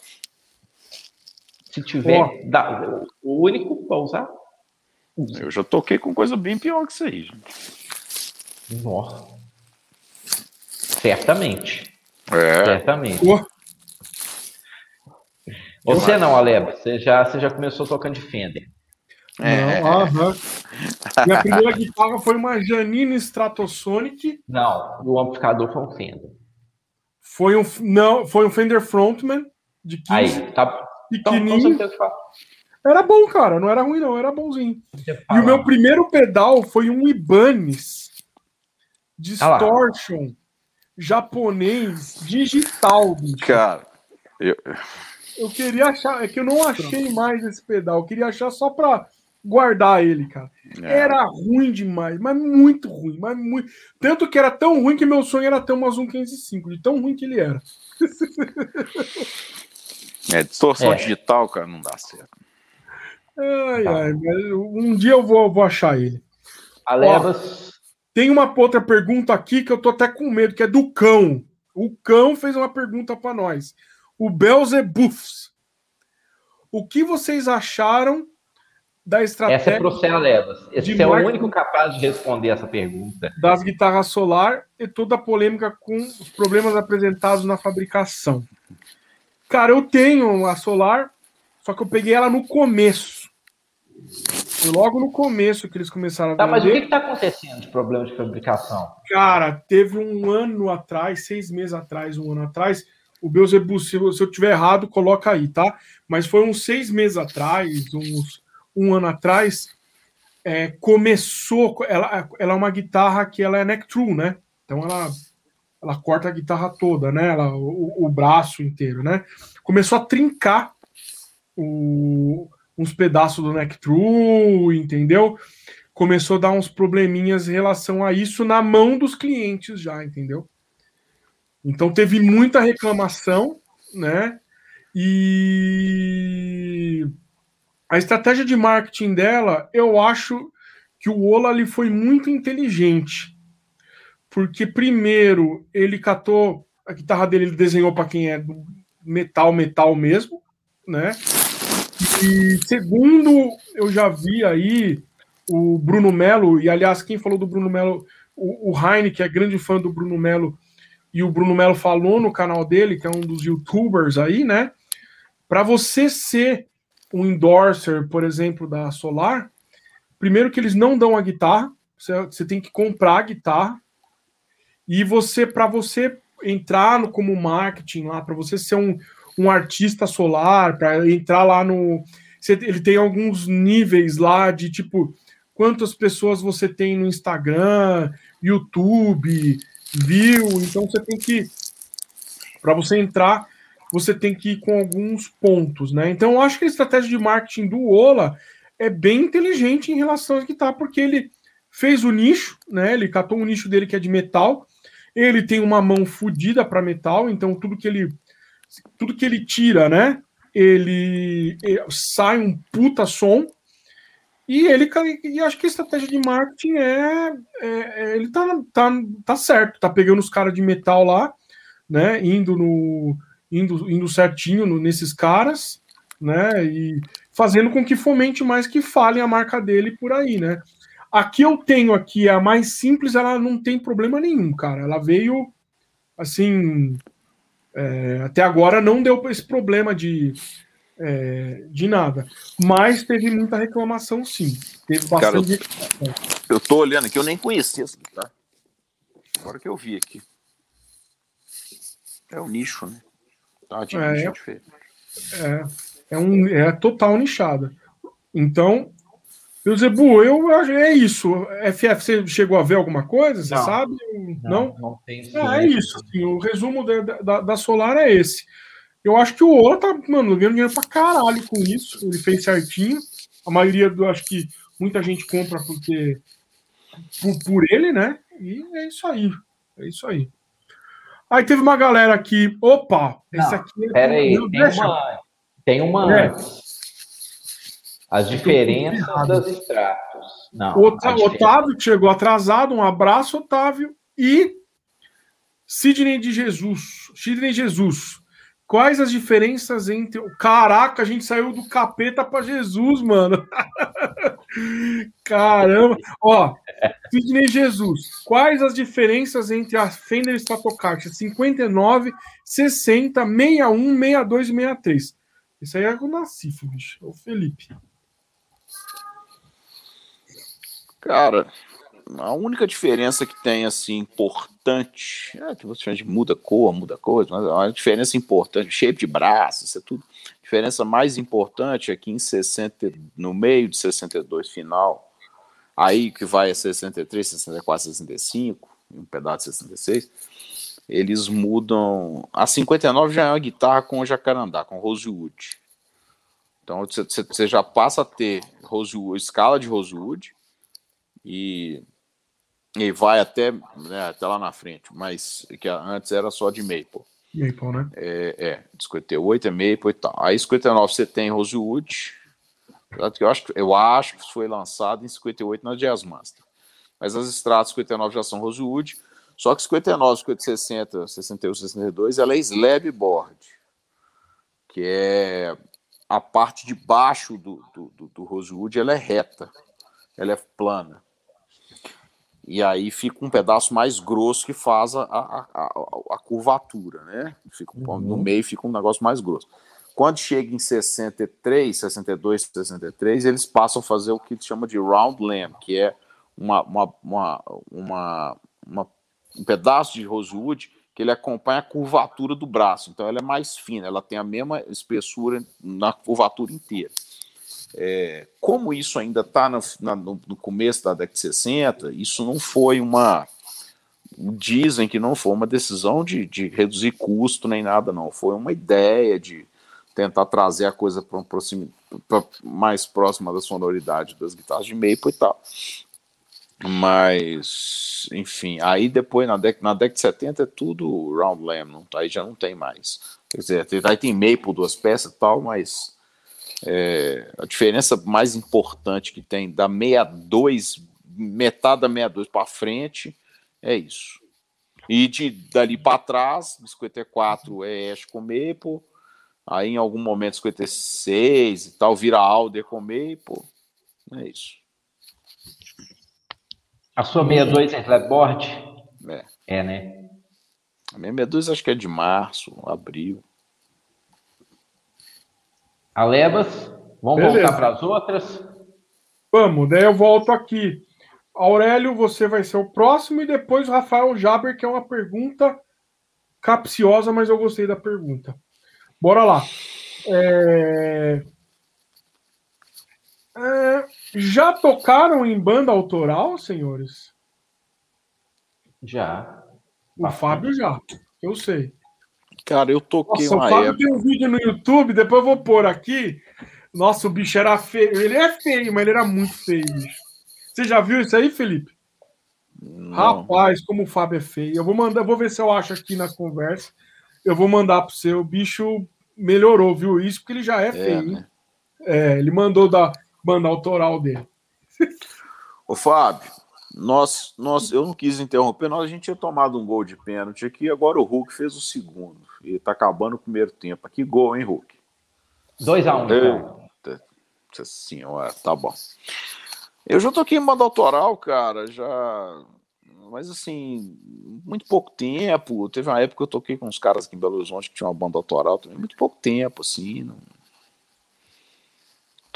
se tiver Ó. da- o único pra usar, usa. Eu já toquei com coisa bem pior que isso aí, gente. Nossa. Certamente. É, Certamente. Pô, Você não, Aleba, você já, você já começou tocando de Fender. É. não, aham. Minha primeira guitarra foi uma Janine Stratosonic. Não, o amplificador foi um Fender. Foi um, não, foi um Fender Frontman de quinze, Aí, tá. Então, então você pequenininho. tem que falar. Era bom, cara. Não era ruim, não. Era bonzinho. Você E o fala. meu primeiro pedal foi um Ibanez Distortion japonês digital, bicho. Cara, eu, Eu queria achar, é que eu não achei mais esse pedal. Eu queria achar só pra guardar ele, cara. é, Era ruim demais, mas muito ruim, mas muito. Tanto que era tão ruim que meu sonho era ter uma Zoom quinhentos e cinco, de tão ruim que ele era. é, distorção É. digital, cara, não dá certo. Ai, Tá. ai, mas um dia eu vou, vou achar ele. Alebas. Tem uma outra pergunta aqui que eu tô até com medo, que é do Cão. O Cão fez uma pergunta para nós. O Belzebuffs. O que vocês acharam da Essa estratégia é pro você, Alebas. Esse de é o marketing único capaz de responder essa pergunta. das guitarras Solar e toda a polêmica com os problemas apresentados na fabricação? Cara, eu tenho a Solar, só que eu peguei ela no começo. Foi logo no começo que eles começaram a Tá, mas o que vender. está acontecendo de problema de fabricação? Cara, teve um ano atrás, seis meses atrás, um ano atrás, o Beelzebub, se eu se eu tiver errado, coloca aí, tá? Mas foi uns seis meses atrás, uns um ano atrás, é, começou. Ela, ela é uma guitarra que ela é neck true, né? Então ela, ela corta a guitarra toda, né? Ela, o, o braço inteiro, né? Começou a trincar o, uns pedaços do neck true, entendeu? Começou a dar uns probleminhas em relação a isso na mão dos clientes já, entendeu? Então teve muita reclamação, né? E a estratégia de marketing dela, eu acho que o Ola ali foi muito inteligente. Porque primeiro, ele catou a guitarra dele, ele desenhou para quem é do metal, metal mesmo, né? E segundo, eu já vi aí o Bruno Melo, e aliás, quem falou do Bruno Melo, o, o Heine, que é grande fã do Bruno Melo, e o Bruno Melo falou no canal dele, que é um dos youtubers aí, né? Para você ser um endorser, por exemplo, da Solar, primeiro que eles não dão a guitarra, você, você tem que comprar a guitarra, e você, para você entrar no, como marketing lá, para você ser um, um artista solar, para entrar lá no... Você, ele tem alguns níveis lá de tipo, quantas pessoas você tem no Instagram, YouTube, view, então você tem que, para você entrar, você tem que ir com alguns pontos, né? Então eu acho que a estratégia de marketing do Ola é bem inteligente em relação a guitarra, porque ele fez o nicho, né? Ele catou um nicho dele que é de metal, ele tem uma mão fodida para metal, então tudo que ele tudo que ele tira, né? Ele, ele sai um puta som. E ele, e acho que a estratégia de marketing é, é, é ele tá, tá, tá certo, tá pegando os caras de metal lá, né, indo no indo, indo certinho no, nesses caras, né, e fazendo com que fomente mais, que falem a marca dele por aí, né. Aqui eu tenho aqui a mais simples, ela não tem problema nenhum, cara, ela veio assim, é, até agora não deu esse problema de é, de nada. Mas teve muita reclamação, sim. Teve bastante Cara, reclamação. Eu tô olhando aqui, eu nem conhecia essa guitarra. Agora que eu vi aqui. É o nicho, né? Tá de É, nicho diferente. é, é, um, é total nichada. Então, eu Zebu, eu acho é isso. F F, você chegou a ver alguma coisa? Você Não, sabe? não, Não? não tenho Ah, é ciência. isso. Assim, o resumo da, da, da Solar é esse. Eu acho que o Ola tá, mano, ganhando dinheiro pra caralho com isso. Ele fez certinho. A maioria do. Acho que muita gente compra porque. Por, por ele, né? E é isso aí. É isso aí. Aí teve uma galera aqui. Opa! Esse Não, aqui é pera do. aí, Não, tem deixa. uma, tem uma É, antes. As é que eu fui diferenças errado. das extratos. Não, a Ota- diferença. Otávio, que chegou atrasado. Um abraço, Otávio. E Sidney de Jesus. Sidney Jesus. Quais as diferenças entre. Caraca, a gente saiu do capeta pra Jesus, mano. Caramba. Ó, Sidney Jesus. Quais as diferenças entre a Fender Stratocaster cinquenta e nove, sessenta, sessenta e um, sessenta e dois e sessenta e três? Isso aí é o Nassif, bicho. É o Felipe. Cara, a única diferença que tem, assim, importante, é que você chama de muda cor, muda coisa, mas a diferença importante, shape de braço, isso é tudo. A diferença mais importante é que em sessenta, no meio de sessenta e dois final, aí que vai a sessenta e três, sessenta e quatro, sessenta e cinco, e um pedaço de sessenta e seis, eles mudam. A cinquenta e nove já é uma guitarra com jacarandá, com rosewood. Então você já passa a ter rosewood, escala de rosewood, e, e vai até, né, até lá na frente, mas que antes era só de maple. Maple, né? É, é, cinquenta e oito é maple e tal. Aí cinquenta e nove você tem rosewood, eu acho, eu acho que foi lançado em cinquenta e oito na Jazzmaster. Mas as Stratos cinquenta e nove já são rosewood, só que cinquenta e nove, cinquenta, sessenta, sessenta e um, sessenta e dois, ela é slab board, que é a parte de baixo do, do, do, do rosewood, ela é reta, ela é plana. E aí fica um pedaço mais grosso que faz a, a, a, a curvatura, né? Fica, uhum. No meio fica um negócio mais grosso. Quando chega em sessenta e três, sessenta e dois, sessenta e três, eles passam a fazer o que eles chamam de round lamb, que é uma, uma, uma, uma, uma, um pedaço de rosewood que ele acompanha a curvatura do braço. Então ela é mais fina, ela tem a mesma espessura na curvatura inteira. É, como isso ainda está no, no começo da década de sessenta, isso não foi uma... Dizem que não foi uma decisão de, de reduzir custo nem nada, não. Foi uma ideia de tentar trazer a coisa para um mais próxima da sonoridade das guitarras de maple e tal. Mas, enfim, aí depois na década, na década de setenta é tudo round lamb, não, aí já não tem mais. Quer dizer, aí tem maple, duas peças e tal, mas é, a diferença mais importante que tem da sessenta e dois, metade da sessenta e dois para frente, é isso. E de, dali para trás, cinquenta e quatro é Ash com maple, aí em algum momento cinquenta e seis e tal, vira Alder com maple, é isso. A sua sessenta e dois é slabboard? É. É, né? A minha sessenta e dois acho que é de março, abril. Alebas, vamos Beleza. voltar para as outras? Vamos, daí eu volto aqui. Aurélio, você vai ser o próximo, e depois o Rafael Jaber, que é uma pergunta capciosa, mas eu gostei da pergunta. Bora lá. É... É... Já tocaram em banda autoral, senhores? Já. O Bastante. Fábio já, eu sei. Cara, eu toquei Nossa, uma o Fábio época... tem um vídeo no YouTube, depois eu vou pôr aqui. Nossa, o bicho era feio. Ele é feio, mas ele era muito feio, bicho. Você já viu isso aí, Felipe? Não. Rapaz, como o Fábio é feio. Eu vou mandar, vou ver se eu acho aqui na conversa. Eu vou mandar pro seu. O bicho melhorou, viu? Isso porque ele já é, é feio. Né? É, ele mandou da banda autoral dele. Ô, Fábio, nós, nós, eu não quis interromper, nós a gente tinha tomado um gol de pênalti aqui, agora o Hulk fez o segundo. E tá acabando o primeiro tempo. Que gol, hein, Hulk? dois a um, então. Eita senhora, tá bom. Eu já toquei em banda autoral, cara, já... Mas, assim, muito pouco tempo. Teve uma época que eu toquei com uns caras aqui em Belo Horizonte que tinha uma banda autoral também. Muito pouco tempo, assim. Não,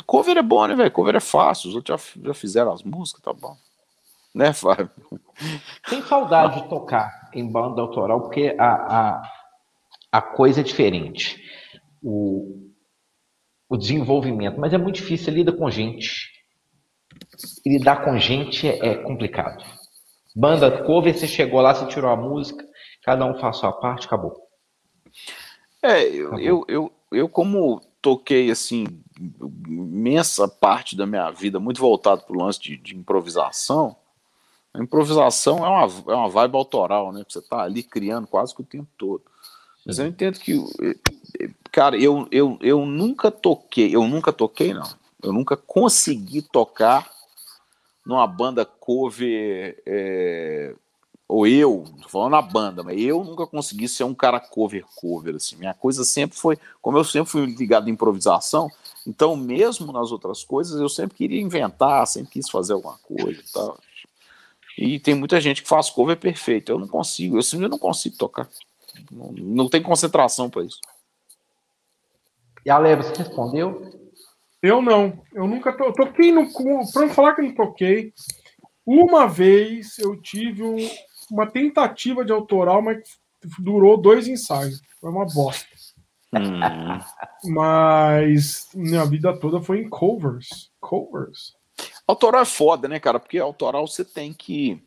Cover é bom, né, velho? Cover é fácil. Os outros já, já fizeram as músicas, tá bom. Né, Fábio? Tem saudade de tocar em banda autoral, porque a, a, a coisa é diferente. O, o desenvolvimento, mas é muito difícil, lida com gente. E lidar com gente é, é complicado. Banda cover, você chegou lá, você tirou a música, cada um faz a sua parte, acabou. É, eu, eu, eu, eu como toquei, assim, imensa parte da minha vida, muito voltado pro lance de, de improvisação, a improvisação é uma, é uma vibe autoral, né? Você tá ali criando quase que o tempo todo. Mas eu entendo que, cara, eu, eu, eu nunca toquei, eu nunca toquei, não. Eu nunca consegui tocar numa banda cover, é, ou eu, tô falando na banda, mas eu nunca consegui ser um cara cover, cover, assim. Minha coisa sempre foi, como eu sempre fui ligado em improvisação, então mesmo nas outras coisas eu sempre queria inventar, sempre quis fazer alguma coisa e tal. E tem muita gente que faz cover perfeito, eu não consigo, eu simplesmente não consigo tocar. Não, não tem concentração para isso. E a Leva, você respondeu? Eu não. Eu nunca to... eu toquei no. Pra não falar que eu não toquei, uma vez eu tive um, uma tentativa de autoral, mas durou dois ensaios. Foi uma bosta. Hum. Mas minha vida toda foi em covers. Covers. Autoral é foda, né, cara? Porque autoral você tem que.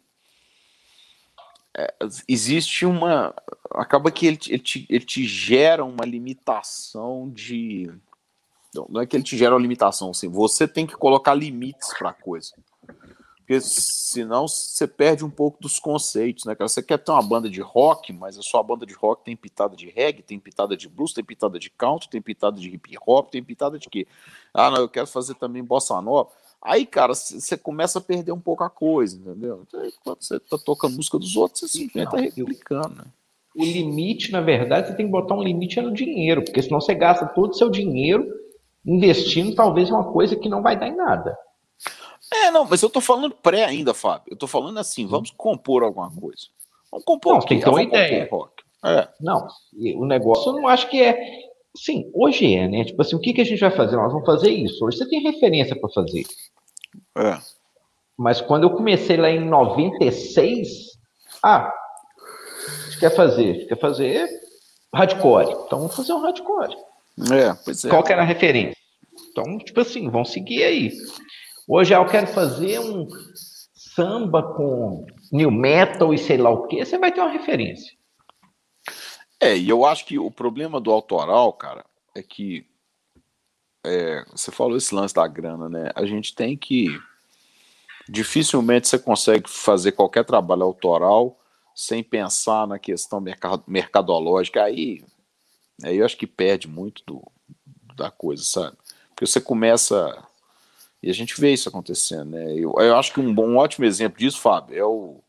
É, existe uma. Acaba que ele, ele, te, ele te gera uma limitação de. Não é que ele te gera uma limitação, assim. Você tem que colocar limites pra coisa. Porque senão você perde um pouco dos conceitos, né, cara? Você quer ter uma banda de rock, mas a sua banda de rock tem pitada de reggae, tem pitada de blues, tem pitada de country, tem pitada de hip hop, tem pitada de quê? Ah, não, eu quero fazer também bossa nova. Aí, cara, você começa a perder um pouco a coisa, entendeu? Aí, quando você tá tocando música dos outros, você simplesmente tá replicando, né? O limite, na verdade, você tem que botar um limite no dinheiro, porque senão você gasta todo o seu dinheiro investindo talvez em uma coisa que não vai dar em nada. É, não, mas eu tô falando pré ainda, Fábio. Eu tô falando assim, vamos compor alguma coisa. Vamos compor não, o quê? tem que ter uma vamos ideia. Rock. É. Não, o negócio eu não acho que é... Sim, hoje é, né? Tipo assim, o que, que a gente vai fazer? Nós vamos fazer isso. Hoje você tem referência para fazer. É. Mas quando eu comecei lá em noventa e seis, ah, a gente quer fazer, a gente quer fazer hardcore. Então vamos fazer um hardcore. É, pois é. Qual que era a referência? Então, tipo assim, vão seguir aí. Hoje eu quero fazer um samba com new metal e sei lá o quê, você vai ter uma referência. É, e eu acho que o problema do autoral, cara, é que é, você falou esse lance da grana, né? A gente tem que... Dificilmente você consegue fazer qualquer trabalho autoral sem pensar na questão mercadológica. Aí, aí eu acho que perde muito do, da coisa, sabe? Porque você começa... E a gente vê isso acontecendo, né? Eu, eu acho que um, bom, um ótimo exemplo disso, Fábio, é, o,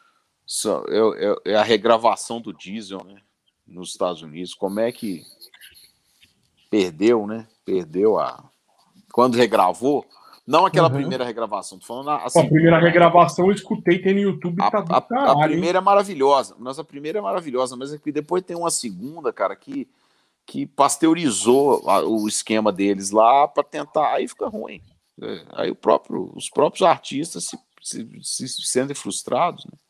é, é a regravação do Diesel, né? Nos Estados Unidos. Como é que perdeu, né? Perdeu a... Quando regravou, não aquela uhum. primeira regravação, tô falando assim... A primeira regravação eu escutei, tem no YouTube, a, tá do a, caralho, a primeira hein? é maravilhosa, mas a primeira é maravilhosa, mas é que depois tem uma segunda, cara, que, que pasteurizou o esquema deles lá para tentar... Aí fica ruim. É, aí o próprio, os próprios artistas se, se, se sentem frustrados, né?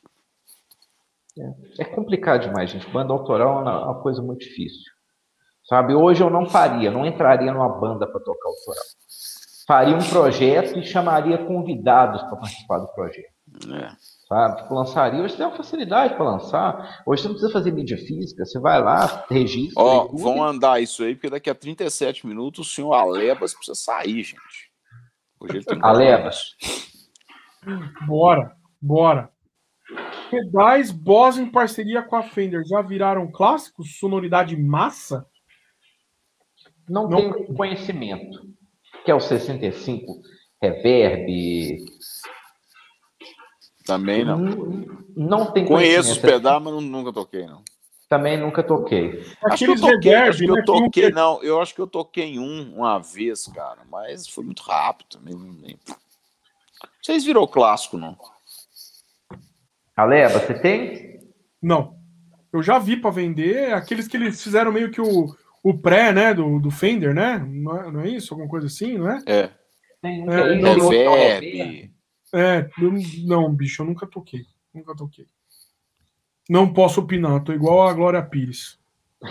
É, é complicado demais, gente. Banda autoral é uma coisa muito difícil. Sabe, hoje eu não faria, não entraria numa banda para tocar autoral. Faria um projeto e chamaria convidados para participar do projeto. É. Sabe? Tipo, lançaria. Hoje tem uma facilidade para lançar. Hoje você não precisa fazer mídia física. Você vai lá, registra. Ó, oh, vão andar isso aí, porque daqui a trinta e sete minutos o senhor Alebas precisa sair, gente. Hoje ele tem Alebas. Bora, bora. Pedais Boss em parceria com a Fender já viraram clássicos? Sonoridade massa? Não, não tenho conhecimento. Que é o sessenta e cinco Reverb. Também não. Não, não tem Conheço os pedais, mas nunca toquei, não. Também nunca toquei. Acho que eu toquei, reverb, acho que eu toquei, não. Eu acho que eu toquei em um uma vez, cara, mas foi muito rápido. Nem... Vocês virou clássico, não? Aleba, você tem? Não. Eu já vi para vender aqueles que eles fizeram meio que o, o pré, né, do, do Fender, né? Não é, não é isso? Alguma coisa assim, não é? É. Tem um É, que é isso, não, tem outro que é o Reverb. reverb. É, eu não, não, bicho, eu nunca toquei. Nunca toquei. Não posso opinar, tô igual a Glória Pires.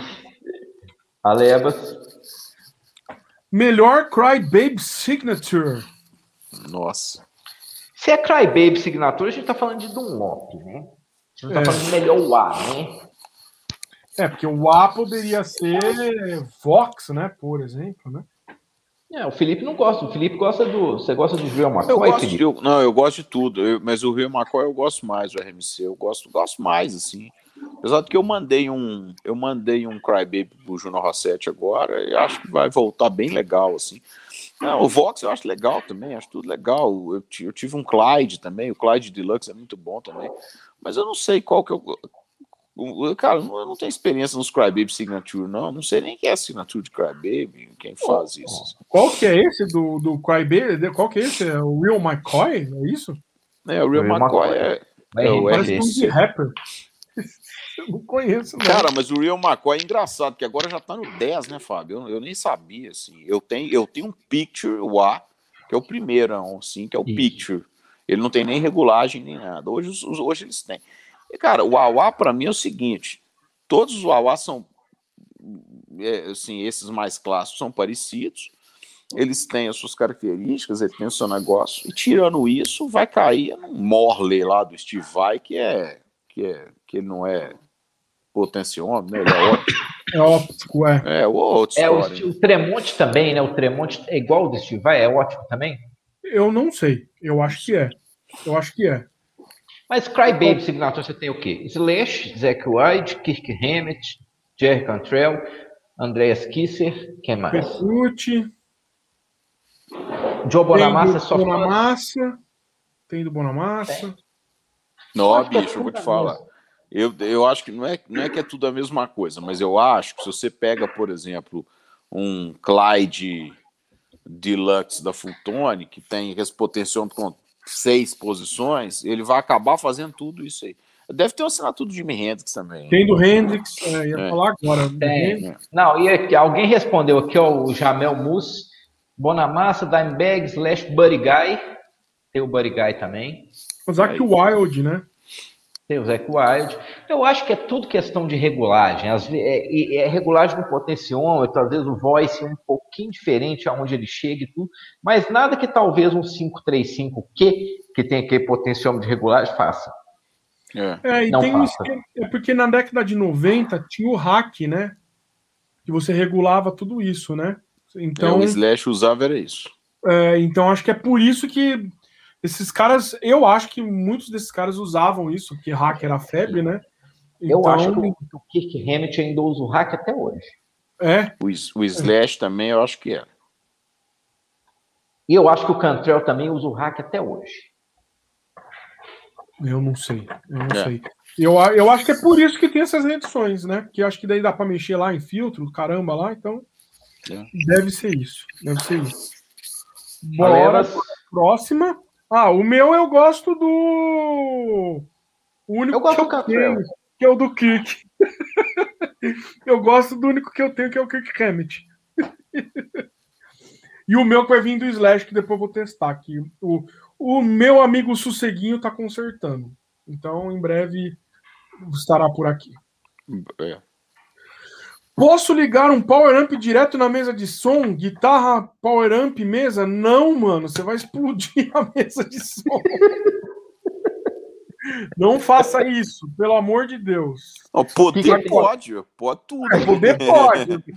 Alebas. Melhor Crybaby Signature. Nossa. Se é Crybaby Signature, a gente tá falando de Dunlop, né? A gente não tá É. falando de melhor U A, né? É, porque o A poderia ser Vox, né, por exemplo, né? É, o Felipe não gosta. O Felipe gosta do... Você gosta do Joel Eu McCoy, gosto, Felipe? eu, não, eu gosto de tudo, eu- mas o Rio McCoy eu gosto mais, o R M C, eu gosto, gosto mais, assim. Apesar de que eu mandei um, eu mandei um Crybaby pro Junior Rossetti agora, e acho que vai voltar bem legal, assim. Não, o Vox eu acho legal também, acho tudo legal. Eu, ti- eu tive um Clyde também, o Clyde Deluxe é muito bom também, mas eu não sei qual que eu... o- Cara, eu não eu não tenho experiência nos Crybaby Signature, não. Não sei nem quem é a Signature de Crybaby, quem faz isso. Qual que é esse do, do Crybaby? Qual que é esse? É o Will McCoy? É isso? É, o Real Real McCoy McCoy. é, Vai é o Parece nome de R M C. rapper. Eu não conheço, não. Cara, mas o Real McCoy é engraçado, porque agora já tá no dez, né, Fábio? Eu, eu nem sabia, assim. Eu tenho, eu tenho um Picture, o A, que é o primeiro, assim, que é o Isso. Picture. Ele não tem nem regulagem, nem nada. Hoje, os- os- hoje eles têm. E, cara, o A A, pra mim, é o seguinte. Todos os A A são, é, assim, esses mais clássicos são parecidos. Eles têm as suas características, ele tem o seu negócio. E tirando isso, vai cair num Morley lá do Steve Vai, que é... Que, é, que ele não é potenciômetro, né? Ele é ótimo. É óptico, é. É, outra É, o, história. Sti- o Tremonte também, né? O Tremonte é igual ao do Steve Vai, é ótimo também. Eu não sei. Eu acho que é. Eu acho que é. Mas Crybaby Signature você tem o quê? Slash, Zack White, Kirk Hammett, Jerry Cantrell, Andreas Kisser, quem mais? Petrucci. Joe Bonamassa é Tem do só fã. Bonamassa. Tem do Bonamassa. Não, Acho que é bicho, eu vou tudo te falar. mesmo. Eu, eu acho que não é, não é que é tudo a mesma coisa, mas eu acho que se você pega, por exemplo, um Clyde Deluxe da Fultone, que tem esse potenciômetro com seis posições, ele vai acabar fazendo tudo isso aí. Deve ter uma assinatura do Jimi Hendrix também. Tem do Hendrix. É, ia É. falar agora. do Tem. Hendrix. Não, e aqui, alguém respondeu aqui, ó, o Jamel Mus, Bonamassa, Dimebag, Slash, Buddy Guy. Tem o Buddy Guy também. O Zack Wild, né? Tem o Zack Wild. Eu acho que é tudo questão de regulagem. Às vezes, é, é regulagem do potenciômetro, às vezes o voice é um pouquinho diferente aonde ele chega e tudo, mas nada que talvez um cinco três cinco Q, que tem aquele potenciômetro de regulagem, faça. É. É, e Não tem um faça. esquema. É porque na década de noventa tinha o hack, né? Que você regulava tudo isso, né? É, Então, o Slash usava era isso. é, então acho que é por isso que esses caras, eu acho que muitos desses caras usavam isso, porque hack era febre, né? Eu Então, acho que o, que o Kirk Hammett ainda usa o hack até hoje. é, O, is- o Slash também eu acho que era. E eu acho que o Cantrell também usa o hack até hoje. eu não sei, eu não É. sei. Eu, a- eu acho que é por isso que tem essas edições, né? Que eu acho que daí dá pra mexer lá em filtro, caramba lá, então É. deve ser isso, deve ser isso. Bora Alevas, pra próxima. Ah, o meu eu gosto do o único eu gosto que do Cantrell. tenho, que é o do Kirk. Eu gosto do único que eu tenho, que é o Kirk Hammett. E o meu que vai vir do Slash, que depois eu vou testar aqui. O, o meu amigo Sosseguinho tá consertando. Então, em breve, estará por aqui. É. Posso ligar um Power Amp direto na mesa de som? Guitarra, Power Amp, mesa? Não, mano. Você vai explodir a mesa de som. Não faça isso, pelo amor de Deus. Não, poder Que que- pode, pode tudo. É, poder pode. O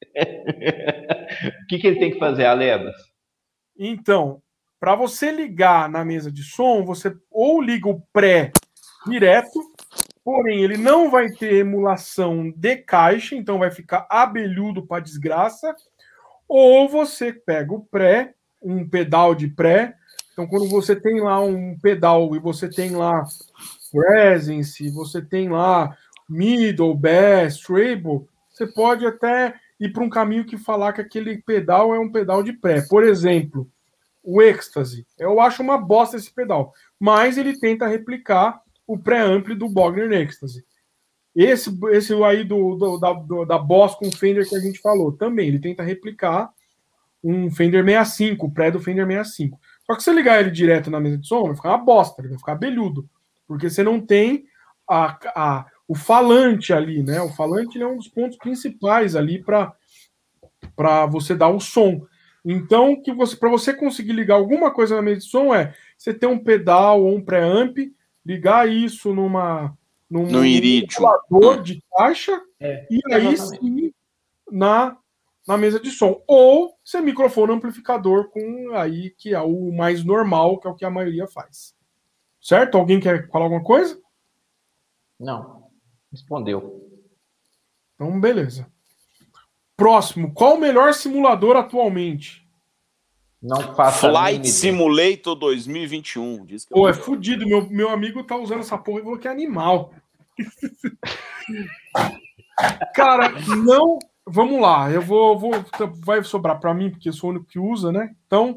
que, que ele tem que fazer, Alevas? Então, para você ligar na mesa de som, você ou liga o pré direto, porém ele não vai ter emulação de caixa, então vai ficar abelhudo para desgraça, ou você pega o pré, um pedal de pré, então quando você tem lá um pedal e você tem lá presence, você tem lá middle, bass, treble, você pode até ir para um caminho que falar que aquele pedal é um pedal de pré. Por exemplo, o Ecstasy. Eu acho uma bosta esse pedal, mas ele tenta replicar o pré-ampli do Bogner Ecstasy. Esse, esse aí do, do, da, do, da Boss com o Fender que a gente falou, também, ele tenta replicar um Fender sessenta e cinco, o pré do Fender sessenta e cinco. Só que se você ligar ele direto na mesa de som, vai ficar uma bosta, ele vai ficar abelhudo, porque você não tem a, a, o falante ali, né? O falante ele é um dos pontos principais ali para você dar o som. Então, que você, para você conseguir ligar alguma coisa na mesa de som é você ter um pedal ou um pré-amp, ligar isso numa num no emulador de caixa é, e aí sim na, na mesa de som. Ou você microfone amplificador com aí que é o mais normal, que é o que a maioria faz. Certo? Alguém quer falar alguma coisa? Não. Respondeu. Então, beleza. Próximo. Qual o melhor simulador atualmente? Não faço Flight Simulator dois mil e vinte e um. Diz que Pô, é fudido. Meu, meu amigo tá usando essa porra e falou que é animal. Cara, não... Vamos lá. Eu vou... vou vai sobrar para mim, porque eu sou o único que usa, né? Então,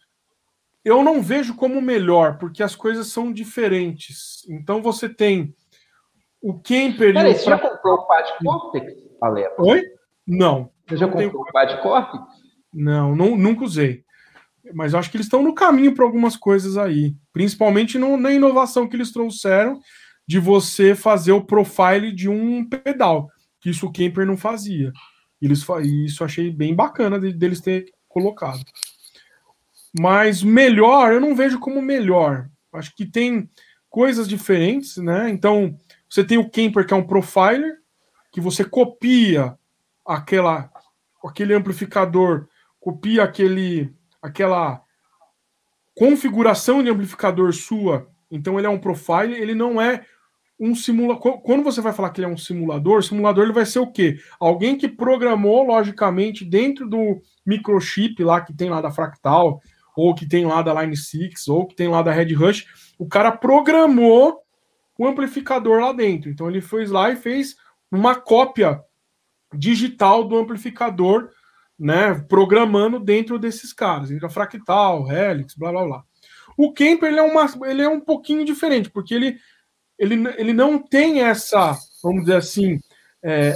eu não vejo como melhor, porque as coisas são diferentes. Então, você tem o Kemper... Peraí, e o... você já comprou o Quad Cortex, Alex? Oi? Não. Você já não comprou tenho... o Quad Cortex? Não, não, nunca usei. Mas eu acho que eles estão no caminho para algumas coisas aí. Principalmente no, na inovação que eles trouxeram de você fazer o profile de um pedal. Que isso o Kemper não fazia. Eles, isso eu achei bem bacana de, deles ter colocado. Mas melhor, eu não vejo como melhor. Acho que tem coisas diferentes, né? Então, você tem o Kemper, que é um profiler, que você copia aquela, aquele amplificador, copia aquele, aquela configuração de amplificador sua. Então ele é um profiler, ele não é um simulador. Quando você vai falar que ele é um simulador, simulador ele vai ser o quê? Alguém que programou, logicamente, dentro do microchip lá que tem lá da Fractal, ou que tem lá da Line six, ou que tem lá da Red Rush, o cara programou o amplificador lá dentro. Então ele foi lá e fez uma cópia digital do amplificador, né, programando dentro desses caras, entre a Fractal, Helix, blá blá blá. O Kemper ele é, uma, ele é um pouquinho diferente, porque ele, ele, ele não tem essa, vamos dizer assim, é,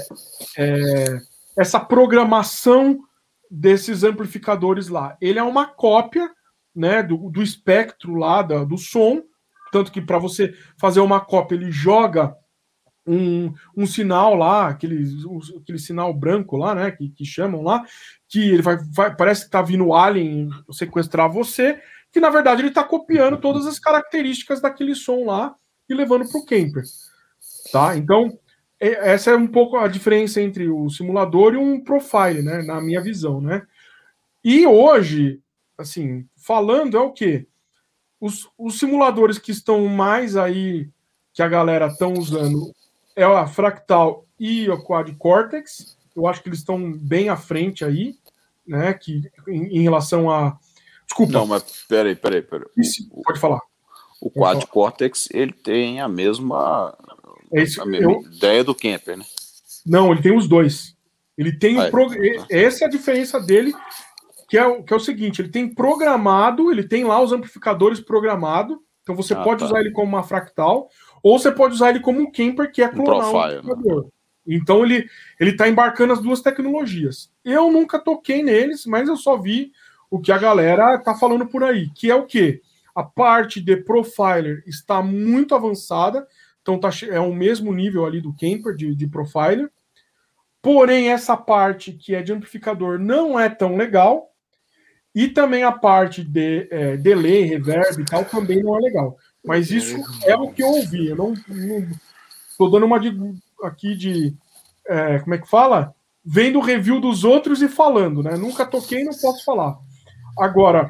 é, essa programação desses amplificadores lá. Ele é uma cópia, né, do, do espectro lá, da, do som, tanto que para você fazer uma cópia, ele joga Um, um sinal lá, aquele, aquele sinal branco lá, né, que, que chamam lá, que ele vai, vai parece que tá vindo o alien sequestrar você, que na verdade ele tá copiando todas as características daquele som lá e levando pro Kemper, tá? Então, é, essa é um pouco a diferença entre o simulador e um profile, né, na minha visão, né? E hoje, assim, falando é o quê? Os, os simuladores que estão mais aí, que a galera estão usando é a Fractal e o Quad Cortex. Eu acho que eles estão bem à frente aí, né? Que, em, em relação a. Desculpa. Não, mas peraí, peraí, peraí. Isso, pode falar. O Quad falar. Cortex, ele tem a mesma, é isso, a mesma eu... ideia do Kemper, né? Não, ele tem os dois. Ele tem ah, o. Pro... Essa é a diferença dele, que é, o, que é o seguinte: ele tem programado, ele tem lá os amplificadores programados. Então você ah, pode tá. usar ele como uma Fractal. Ou você pode usar ele como um Kemper, que é clonar um amplificador. Então ele ele está embarcando as duas tecnologias. Eu nunca toquei neles, mas eu só vi o que a galera está falando por aí, que é o quê? A parte de profiler está muito avançada, então tá, é o mesmo nível ali do Kemper de, de profiler. Porém, essa parte que é de amplificador não é tão legal. E também a parte de é, delay, reverb e tal também não é legal. Mas isso é o que eu ouvi. Eu não estou dando uma de, aqui de. É, como é que fala? Vendo o review dos outros e falando, né? Nunca toquei e não posso falar. Agora,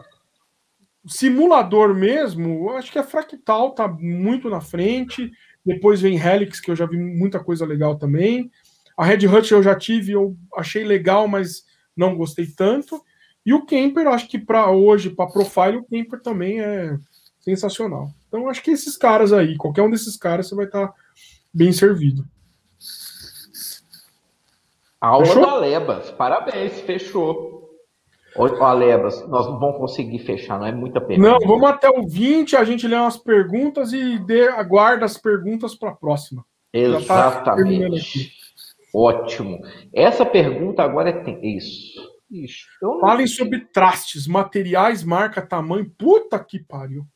simulador mesmo, eu acho que a Fractal tá muito na frente. Depois vem Helix, que eu já vi muita coisa legal também. A Red Hut eu já tive, eu achei legal, mas não gostei tanto. E o Kemper, acho que para hoje, para profile, o Kemper também é sensacional. Então, acho que esses caras aí, qualquer um desses caras, você vai estar tá bem servido. Aula fechou? Do Alebas, parabéns, fechou. Ô, Alebas, nós não vamos conseguir fechar, não é muita pergunta. Não, vamos até o vinte, a gente lê umas perguntas e dê, aguarda as perguntas para a próxima. Exatamente. Ótimo. Essa pergunta agora é isso. Ixi, não... Falem sobre trastes, materiais, marca, tamanho. Puta que pariu.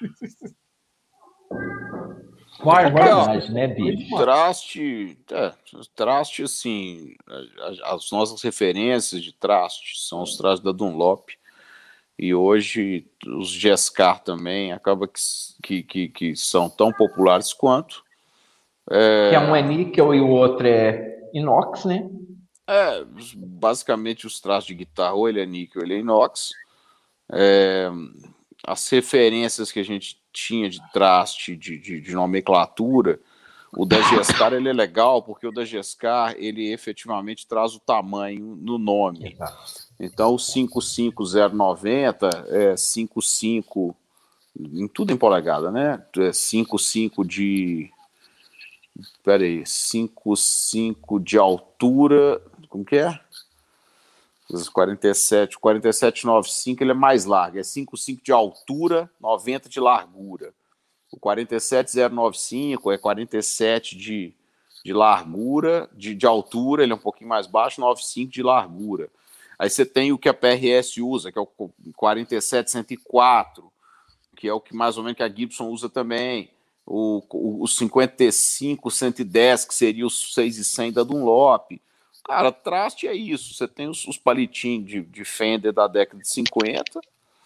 Vai, agora. É, né, bicho? Traste, é, traste, assim, as, as nossas referências de traste são os trastes da Dunlop. E hoje os Gescar também acaba que, que, que, que são tão populares quanto. É... Que é um é níquel e o outro é inox, né? É, basicamente os trastes de guitarra, ou ele é níquel, ou ele é inox. É, as referências que a gente tinha de traste, de, de, de nomenclatura, o da Gescar ele é legal, porque o da Gescar ele efetivamente traz o tamanho no nome. Exato. Então o cinco cinco zero noventa é cinco cinco, em tudo em polegada, né? É cinco cinco de... Peraí, cinco cinco de altura... Como que é? quarenta e sete, quarenta e sete noventa e cinco ele é mais largo, é cinco cinco de altura, noventa de largura. O quarenta e sete zero noventa e cinco é quarenta e sete de, de largura, de, de altura, ele é um pouquinho mais baixo, noventa e cinco de largura. Aí você tem o que a P R S usa, que é o quarenta e sete cento e quatro, que é o que mais ou menos que a Gibson usa também. O, o, o cinquenta e cinco cento e dez, que seria o seis e cem da Dunlop. Cara, traste é isso. Você tem os, os palitinhos de, de Fender da década de cinquenta.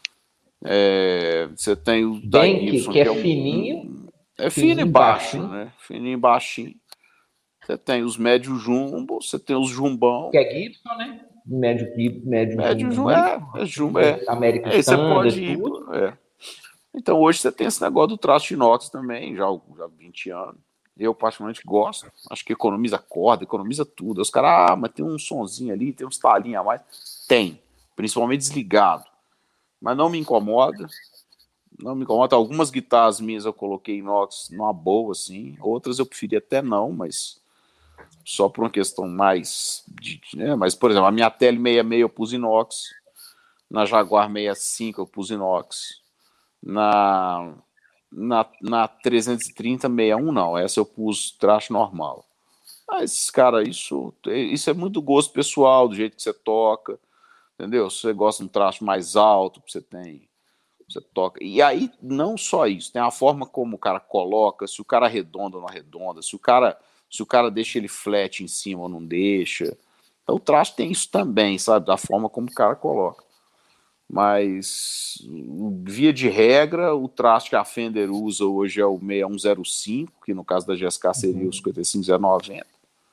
É, você tem o da Bem Gibson, que, que é, que é um, fininho. Um, é fino e baixo, baixinho. né? Fininho e baixinho. Você tem os médio jumbo, você tem os jumbão. Que é Gibson, né? Médio, médio, médio jumbo. É, é jumbo, é. América é, Standard, você pode ir, tudo. É. Então hoje você tem esse negócio do traste inox também, já, já há vinte anos. Eu particularmente gosto, acho que economiza corda, economiza tudo. Aí os caras, ah, mas tem um sonzinho ali, tem uns talinhos a mais. Tem, principalmente desligado. Mas não me incomoda. Não me incomoda. Algumas guitarras minhas eu coloquei inox numa boa, assim. Outras eu preferi até não, mas só por uma questão mais... De, né? Mas, por exemplo, a minha Tele sessenta e seis eu pus inox. Na Jaguar sessenta e cinco eu pus inox. Na... Na, na trezentos e trinta sessenta e um, não. Essa eu pus traste normal. Mas, cara, isso, isso é muito gosto pessoal, do jeito que você toca, entendeu? Se você gosta de um traste mais alto, você tem, você toca. E aí, não só isso, tem a forma como o cara coloca, se o cara arredonda ou não arredonda, se o cara, se o cara deixa ele flat em cima ou não deixa. Então, o traste tem isso também, sabe? Da forma como o cara coloca. Mas, via de regra, o traste que a Fender usa hoje é o sessenta e um zero cinco, que no caso da G S K seria o cinquenta e cinco zero noventa.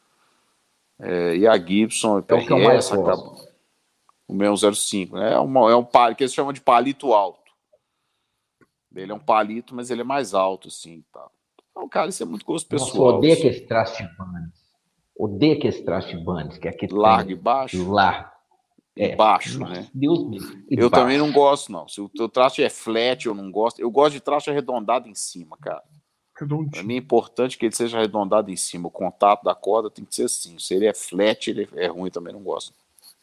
É, e a Gibson é o que eu mais acaba... o sessenta e um zero cinco. É, uma, é um palito que eles chamam de palito alto. Ele é um palito, mas ele é mais alto, assim. Tá. Então, cara, isso é muito gosto pessoal. Nossa, eu odeio assim. aqueles traste bands. Odeio aqueles traste bands, que aqui largo tem... e baixo? Largo. E é, baixo, nossa, né? Deus me livre. Eu baixo. também não gosto, não. Se o teu traste é flat, eu não gosto. Eu gosto de traste arredondado em cima, cara. Redondinho. Para mim é importante que ele seja arredondado em cima. O contato da corda tem que ser assim. Se ele é flat, ele é ruim, também não gosto.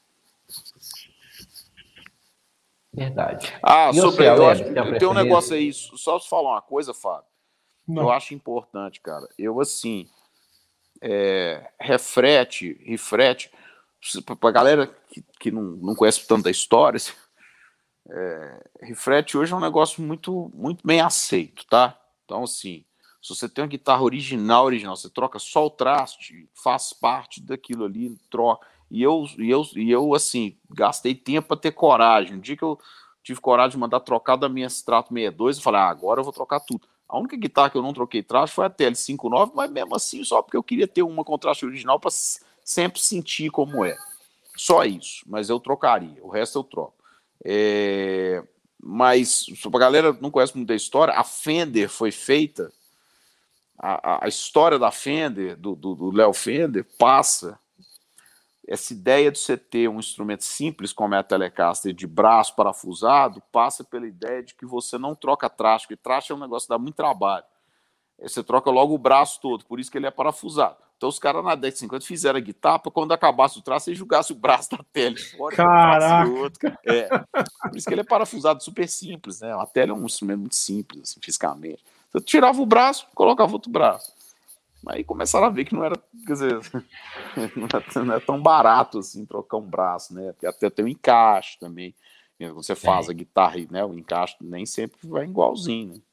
Verdade. Ah, e sobre você, eu Aleb, acho que tem, tem um negócio aí, só te falar uma coisa, Fábio, que eu acho importante, cara. Eu, assim, é, refrete, refrete, pra galera que, que não, não conhece tanto da história, assim, é, refrete hoje é um negócio muito, muito bem aceito, tá? Então, assim, se você tem uma guitarra original, original, você troca só o traste, faz parte daquilo ali, troca. E eu, e eu, e eu assim, gastei tempo para ter coragem. Um dia que eu tive coragem de mandar trocar da minha Strato sessenta e dois, eu falei, ah, agora eu vou trocar tudo. A única guitarra que eu não troquei traste foi a T L cinquenta e nove, mas mesmo assim, só porque eu queria ter uma com traste original para sempre sentir como é. Só isso, mas eu trocaria. O resto eu troco. É... Mas, se a galera não conhece muito da história, a Fender foi feita, a, a história da Fender, do Léo Fender, passa... Essa ideia de você ter um instrumento simples, como é a Telecaster, de braço parafusado, passa pela ideia de que você não troca traste, porque traste é um negócio que dá muito trabalho. Você troca logo o braço todo, por isso que ele é parafusado. Então os caras na década de cinquenta fizeram a guitarra para quando acabasse o traste, você jogasse o braço da tele fora. Caraca! Outro. É. Por isso que ele é parafusado super simples, né? A tele é um instrumento muito simples, assim, fisicamente. Você tirava o braço, colocava outro braço. Aí começaram a ver que não era, quer dizer, não é, não é tão barato assim trocar um braço, né? Porque até tem o encaixe também. Quando você faz a guitarra, né? O encaixe nem sempre vai igualzinho, né?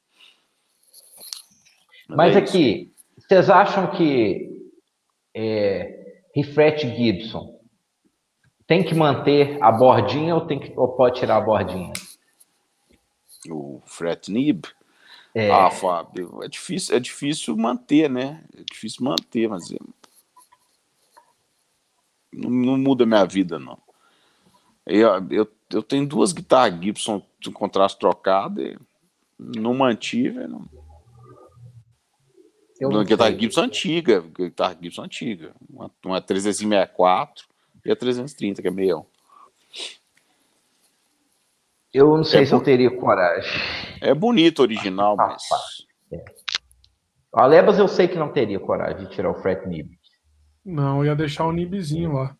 Mas, Mas é aqui, isso. Vocês acham que é, Riflet Gibson tem que manter a bordinha ou, tem que, ou pode tirar a bordinha? O fret nib? É. Ah, Fábio, é difícil, é difícil manter, né? É difícil manter, mas não, não muda a minha vida, não. Eu, eu, eu tenho duas guitarras Gibson de contraste trocado e não mantive. Não... Eu uma não guitarra sei. Gibson antiga, guitarra Gibson antiga. Uma, uma trezentos e sessenta e quatro e a trezentos e trinta, que é meião. Eu não sei é se eu teria coragem. É bonito original, ah, mas... É. O Alebas eu sei que não teria coragem de tirar o fret nib. Não, eu ia deixar o nibzinho lá.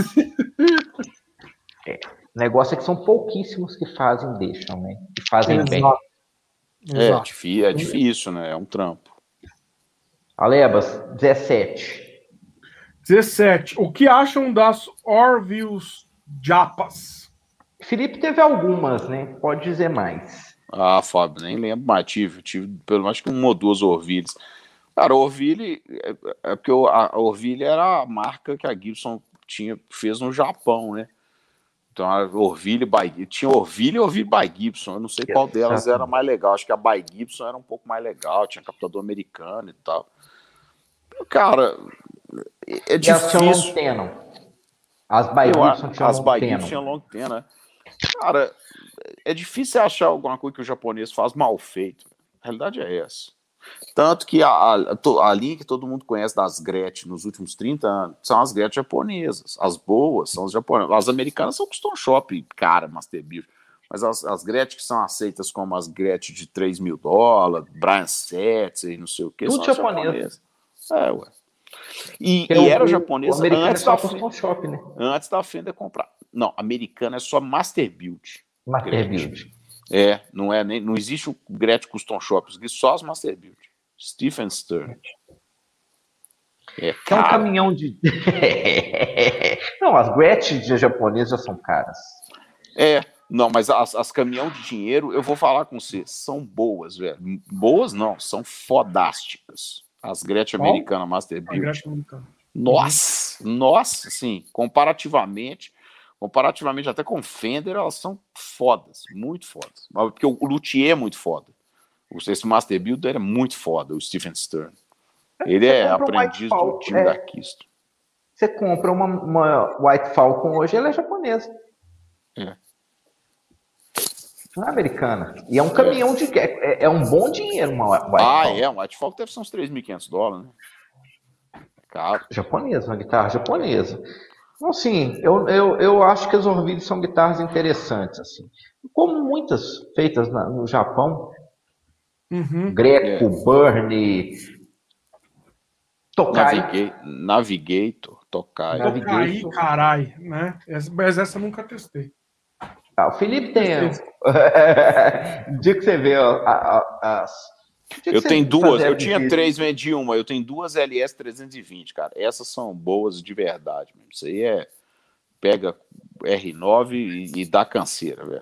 É. O negócio é que são pouquíssimos que fazem e deixam, né? Que fazem Exato. bem. É, Exato. difícil, é difícil, né? É um trampo. Alebas, dezessete. dezessete. O que acham das Orville's Japas? Felipe teve algumas, né? Pode dizer mais. Ah, Fábio, nem lembro, mas tive, tive pelo menos que uma ou duas Orville's. Cara, a Orville, é, é porque a Orville era a marca que a Gibson tinha, fez no Japão, né? Então a Orville by, tinha Orville e Orville by Gibson. Eu não sei qual delas era mais legal. Acho que a by Gibson era um pouco mais legal, tinha captador americano e tal. Cara, é e difícil. As tinham long tenon. As by Gibson tinham As long by tenon. Gibson tinham long tenon, né? Cara, é difícil achar alguma coisa que o japonês faz mal feito. A realidade é essa. Tanto que a, a, a linha que todo mundo conhece das Gretchen nos últimos trinta anos são as Gretchen japonesas. As boas são as japonesas. As americanas são custom shop, cara, Masterbuilt. Mas as, as Gretchen que são aceitas como as Gretchen de três mil dólares, Brian Setzer e não sei o que, Tudo são japonês. japonesas. É, ué. E, e o, era o japonesa antes, é só da, custom shop, né? antes da Fender comprar. Não, americana é só Masterbuilt. Masterbuilt. É, não é nem, não existe o Gretchen Custom Shop, existe só as Masterbuilt. Stephen Stern. É, que é um caminhão de. Não, as Gretchen japonesas são caras. É, não, mas as, as caminhão de dinheiro, eu vou falar com você, são boas, velho. Boas não, são fodásticas. As Gretchen Qual? americana Masterbuilt. Gretchen americana. Nossa, uhum. nossa, sim, comparativamente, comparativamente até com Fender, elas são fodas, muito fodas. Porque o Luthier é muito foda. Esse Masterbuilt é muito foda, o Stephen Stern. Ele é aprendiz um do time é, da Kisto. Você compra uma, uma White Falcon hoje, ela é japonesa. É. Não é americana. E é um caminhão de... É, é um bom dinheiro uma White ah, Falcon. Ah, é. Um White Falcon deve ser uns três mil e quinhentos dólares, né? Caro. Japonesa, uma guitarra japonesa. Então, assim, eu, eu, eu acho que as Orville são guitarras interessantes, assim. Como muitas feitas na, no Japão. Uhum. Greco, é. Burnie, Tokai. Navigator, Navigator Tokai. Tokai, carai, né? Mas essa eu nunca testei. Ah, o Felipe tem... O dia que você vê ó, a, a, as... Eu tenho duas, eu tinha difícil. três, vendi uma. Eu tenho duas L S trezentos e vinte, cara. Essas são boas de verdade mesmo. Isso aí é... Pega R nove e, e dá canseira, velho.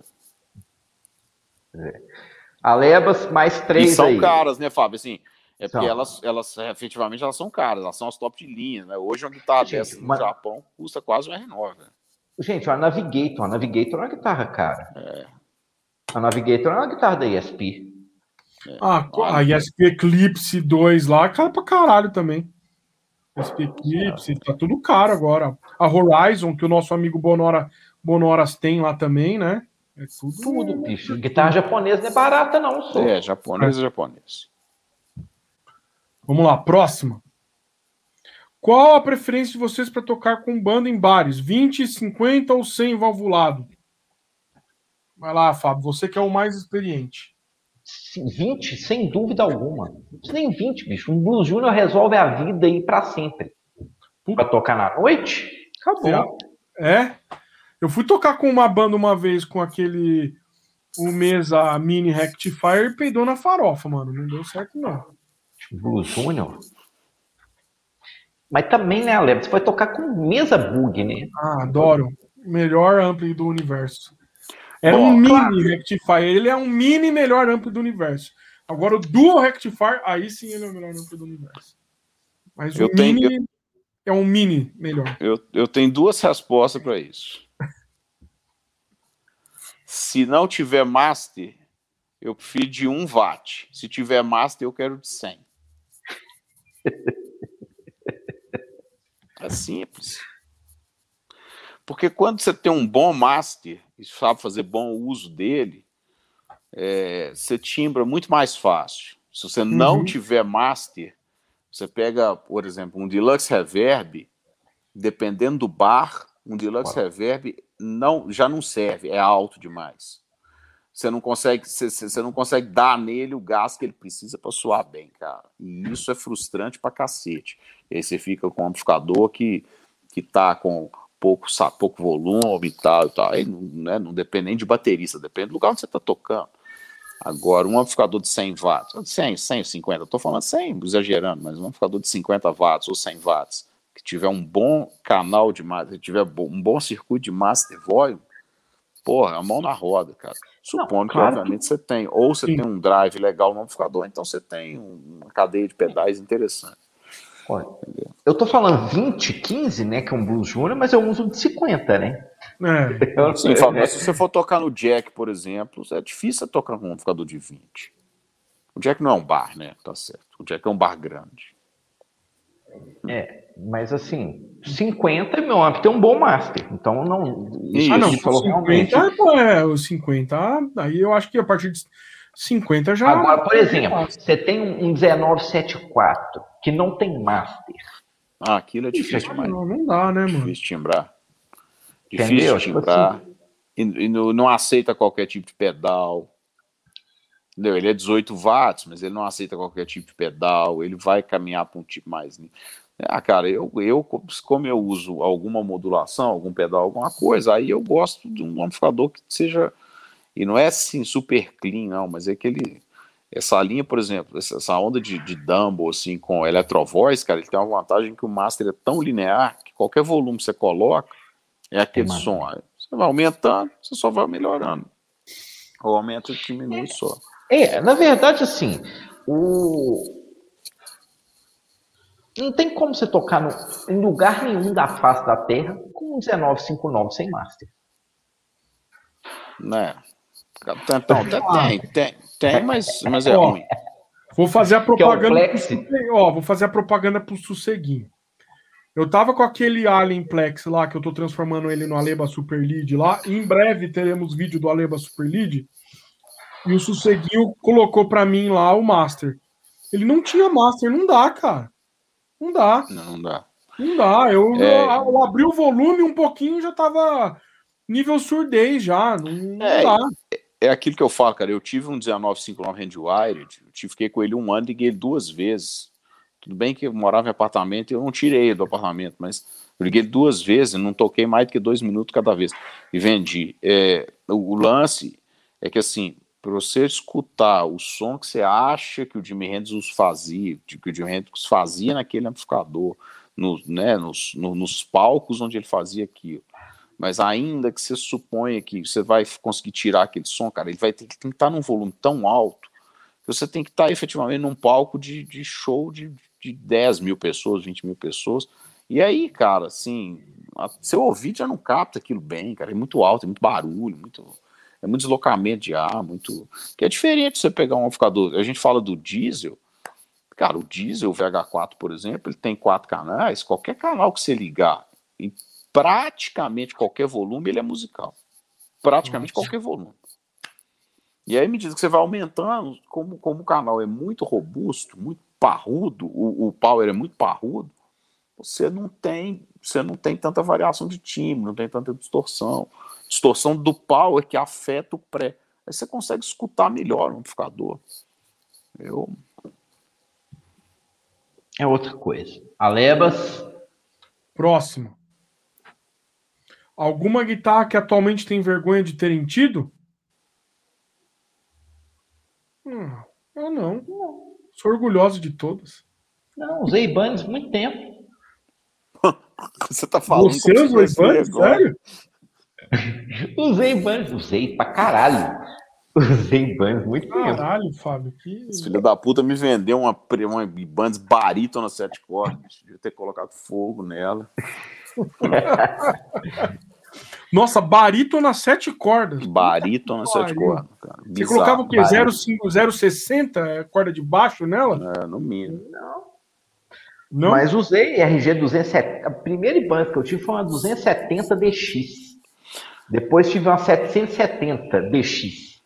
É. Alebas, mais três e são aí. caras, né, Fábio? Assim, é são. porque elas, elas, efetivamente, elas são caras. Elas são as top de linha, né? Hoje uma guitarra Gente, dessa no mas... Japão custa quase um R nove, né? Gente, a Navigator, a Navigator é uma guitarra cara. É. A Navigator é uma guitarra da E S P. É. Ah, a E S P Eclipse dois lá, cara pra caralho também. E S P Eclipse, é. Tá tudo caro agora. A Horizon, que o nosso amigo Bonora, Bonoras tem lá também, né? É tudo, tudo bicho. Guitarra japonesa não é barata, não, só. É, japonesa é japonês. Vamos lá, próxima. Qual a preferência de vocês para tocar com banda em bares? vinte, cinquenta ou cem valvulado? Vai lá, Fábio, você que é o mais experiente. vinte, sem dúvida alguma. Não precisa nem vinte, bicho. Um Blues Junior resolve a vida aí para sempre. Para tocar na noite, acabou. É? Eu fui tocar com uma banda uma vez com aquele o Mesa Mini Rectifier e peidou na farofa, mano. Não deu certo, não. Blues Junior? Mas também, né, Ale, você vai tocar com mesa bug, né? Ah, adoro. Melhor ampli do universo. Era um Bom, mini rectifier. Ele é um mini melhor ampli do universo. Agora o dual rectifier, aí sim ele é o melhor ampli do universo. Mas o eu tenho, eu, mini é um mini melhor. eu, eu tenho duas respostas para isso. Se não tiver master, eu prefiro de um watt. Se tiver master, eu quero de cem. É simples. Porque quando você tem um bom master e sabe fazer bom uso dele, é, você timbra muito mais fácil. Se você não Uhum. tiver master, você pega, por exemplo, um Deluxe Reverb, dependendo do bar, um Deluxe Reverb não, já não serve, é alto demais. Você não consegue, você, você não consegue dar nele o gás que ele precisa para soar bem, cara. E isso é frustrante pra cacete. E aí você fica com um amplificador que, que tá com pouco, pouco volume e tal e tal. Aí não, né, não depende nem de baterista, depende do lugar onde você tá tocando. Agora, um amplificador de cem watts, cem, cem, cinquenta, eu tô falando cem, exagerando, mas um amplificador de cinquenta watts ou cem watts, que tiver um bom canal de master, tiver um bom circuito de master volume, porra, a mão na roda, cara. Supondo Não, que, claro obviamente, que... você tem, ou você Sim. tem um drive legal no amplificador, então você tem uma cadeia de pedais interessante. Olha, eu tô falando vinte, quinze, né, que é um Blues Junior, mas eu uso de cinquenta, né? É. Sim, Fábio, mas se você for tocar no Jack, por exemplo, é difícil você tocar com um amplificador de vinte. O Jack não é um bar, né? Tá certo. O Jack é um bar grande. É, mas assim, cinquenta, meu amp tem um bom master. Então, não. Isso Ah, que a não, gente falou cinquenta, realmente. é, os cinquenta, aí eu acho que a partir de cinquenta já. Agora, por exemplo, você tem um dezenove setenta e quatro que não tem master. Ah, aquilo é Isso difícil aqui, demais. Não, não dá, né, mano? Difícil de timbrar. Difícil entendeu? de Tipo timbrar. assim. E, e não, não aceita qualquer tipo de pedal. Entendeu? Ele é dezoito watts, mas ele não aceita qualquer tipo de pedal. Ele vai caminhar para um tipo mais. Ah, cara, eu, eu, como eu uso alguma modulação, algum pedal, alguma coisa, aí eu gosto de um amplificador que seja. E não é assim super clean, não, mas é aquele. Essa linha, por exemplo, essa onda de, de Dumble, assim, com Electro-Voice, cara, ele tem uma vantagem que o master é tão linear que qualquer volume que você coloca é aquele som. Aí você vai aumentando, você só vai melhorando. Ou aumenta ou diminui só. É, na verdade, assim, o. Não tem como você tocar no, em lugar nenhum da face da Terra com um dezenove cinquenta e nove sem master. Né? Então, tem, tem, tem, mas, mas é Ó, ruim. vou fazer a Que é o propaganda pro Plex. Sosseguinho. Ó, vou fazer a propaganda pro Sosseguinho. Eu tava com aquele Alien Plex lá, que eu tô transformando ele no Aleba Super Lead lá. E em breve teremos vídeo do Aleba Super Lead. E o Sosseguinho colocou pra mim lá o Master. Ele não tinha Master, não dá, cara. Não dá. Não, não dá. Não dá. Eu, É, eu abri o volume um pouquinho, já tava nível surdez já. Não, não é, dá. é aquilo que eu falo, cara. Eu tive um dezenove cinquenta e nove Handwired, eu tive, fiquei com ele um ano e liguei ele duas vezes. Tudo bem que eu morava em apartamento e eu não tirei ele do apartamento, mas eu liguei ele duas vezes, não toquei mais do que dois minutos cada vez. E vendi. É, o, o lance é que, assim, para você escutar o som que você acha que o Jimi Hendrix fazia, que o Jimi Hendrix fazia naquele amplificador, no, né, nos, no, nos palcos onde ele fazia aquilo, mas ainda que você suponha que você vai conseguir tirar aquele som, cara, ele vai ter que estar num volume tão alto que você tem que estar efetivamente num palco de, de show de, de dez mil pessoas, vinte mil pessoas. E aí, cara, assim, a, seu ouvido já não capta aquilo bem, cara. É muito alto, é muito barulho, muito, é muito deslocamento de ar, muito. Que é diferente você pegar um amplificador. A gente fala do diesel. Cara, o diesel, o V H quatro, por exemplo, ele tem quatro canais. Qualquer canal que você ligar, em praticamente qualquer volume, ele é musical. Praticamente qualquer volume. E aí, à medida que você vai aumentando, como, como o canal é muito robusto, muito parrudo, o, o power é muito parrudo, você não tem, você não tem tanta variação de timbre, não tem tanta distorção. Distorção do power que afeta o pré. Aí você consegue escutar melhor o amplificador. Eu... É outra coisa. Alebas. Próximo. Alguma guitarra que atualmente tem vergonha de terem tido? Hum, eu não. Não, Sou orgulhoso de todas. não, usei Ibanez muito tempo. Você tá falando Você como se usou tivesse Ibanez? vergonha. Sério? Usei Ibanez, usei pra caralho. Usei Ibanez muito tempo. Caralho, Fábio. Que... Esse filho da puta me vendeu uma, uma Ibanez Baritona sete cordas. Devia ter colocado fogo nela. Nossa, barítono nas sete cordas. Baritona sete pariu. cordas, cara. Você Bizarro. colocava o quê? Barítono. zero vírgula cinco, zero vírgula sessenta corda de baixo nela? É, no mínimo. Não. Não? Mas usei R G duzentos e setenta. A primeira Ibanez que eu tive foi uma duzentos e setenta D X. Depois tive uma setecentos e setenta D X.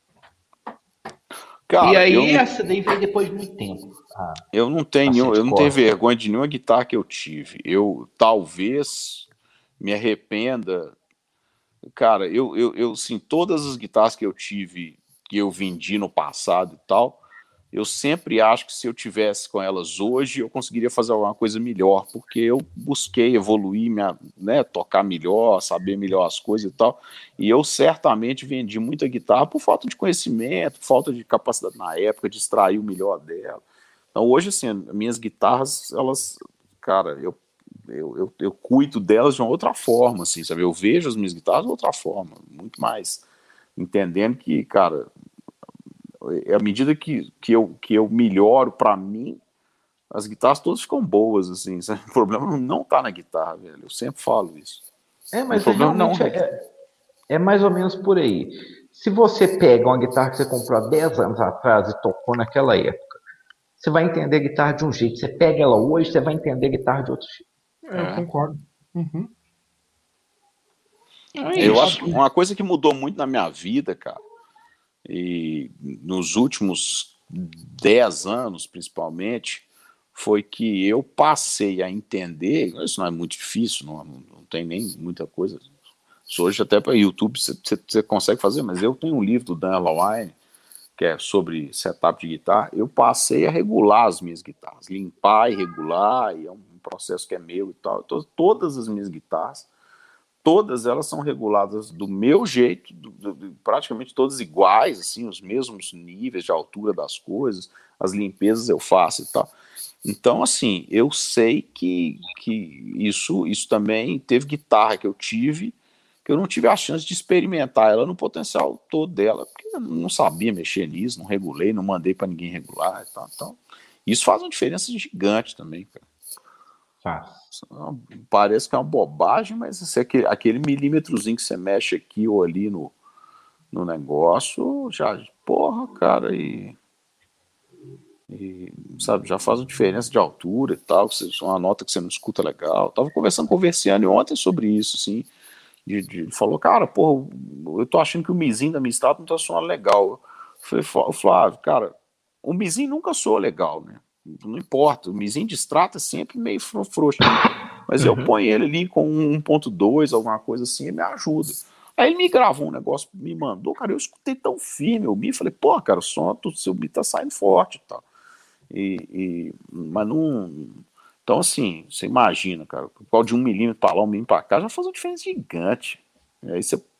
Cara, e aí eu não, essa daí veio depois de muito tempo. Ah, eu não tenho, a nenhum- sete eu não tenho cordas. vergonha de nenhuma guitarra que eu tive. Eu talvez me arrependa. Cara, eu, eu, eu sim, todas as guitarras que eu tive, que eu vendi no passado e tal, eu sempre acho que se eu tivesse com elas hoje, eu conseguiria fazer alguma coisa melhor, porque eu busquei evoluir, minha, né, tocar melhor, saber melhor as coisas e tal, e eu certamente vendi muita guitarra por falta de conhecimento, falta de capacidade na época de extrair o melhor dela. Então hoje, assim, minhas guitarras, elas, cara, eu Eu, eu, eu cuido delas de uma outra forma, assim, sabe? Eu vejo as minhas guitarras de outra forma, muito mais entendendo que, cara, à medida que, que, eu, que eu melhoro pra mim, as guitarras todas ficam boas, assim, sabe? O problema não tá na guitarra, velho, eu sempre falo isso. É, O mas é problema não realmente é, é, é mais ou menos por aí. Se você pega uma guitarra que você comprou há dez anos atrás e tocou naquela época, você vai entender a guitarra de um jeito. Você pega ela hoje, você vai entender a guitarra de outro jeito. É, eu concordo. Uhum. É eu isso. acho que uma coisa que mudou muito na minha vida, cara, e nos últimos dez anos, principalmente, foi que eu passei a entender, isso não é muito difícil, não, não tem nem muita coisa. Isso hoje até para YouTube você, você consegue fazer, mas eu tenho um livro do Dan Lawine, que é sobre setup de guitarra, eu passei a regular as minhas guitarras, limpar e regular, e é um processo que é meu e tal. Então, todas as minhas guitarras, todas elas são reguladas do meu jeito, do, do, praticamente todas iguais, assim, os mesmos níveis de altura das coisas, as limpezas eu faço e tal. Então, assim, eu sei que, que isso, isso também teve guitarra que eu tive, que eu não tive a chance de experimentar ela no potencial todo dela, porque eu não sabia mexer nisso, não regulei, não mandei para ninguém regular e tal. Então, isso faz uma diferença gigante também, cara. Faz. Parece que é uma bobagem, mas assim, aquele, aquele milímetrozinho que você mexe aqui ou ali no, no negócio, já, porra, cara, e, e sabe, já faz uma diferença de altura e tal, que você, uma nota que você não escuta legal. Eu tava conversando com o Versiani ontem sobre isso, assim, de, de, ele falou, cara, porra, eu tô achando que o mizinho da minha estátua não tá soando legal. Eu falei, Flávio, cara, o mizinho nunca soa legal, né? Não importa, o mizinho de extrato é sempre meio frouxo. Mas eu Uhum. ponho ele ali com um ponto dois, alguma coisa assim, e me ajuda. Aí ele me gravou um negócio, me mandou, cara, eu escutei tão firme o mi, falei, pô, cara, o som do seu mi tá saindo forte e tal. E, e, mas não... Então, assim, você imagina, cara, qual de um milímetro pra lá, um milímetro pra cá, já faz uma diferença gigante. E aí você...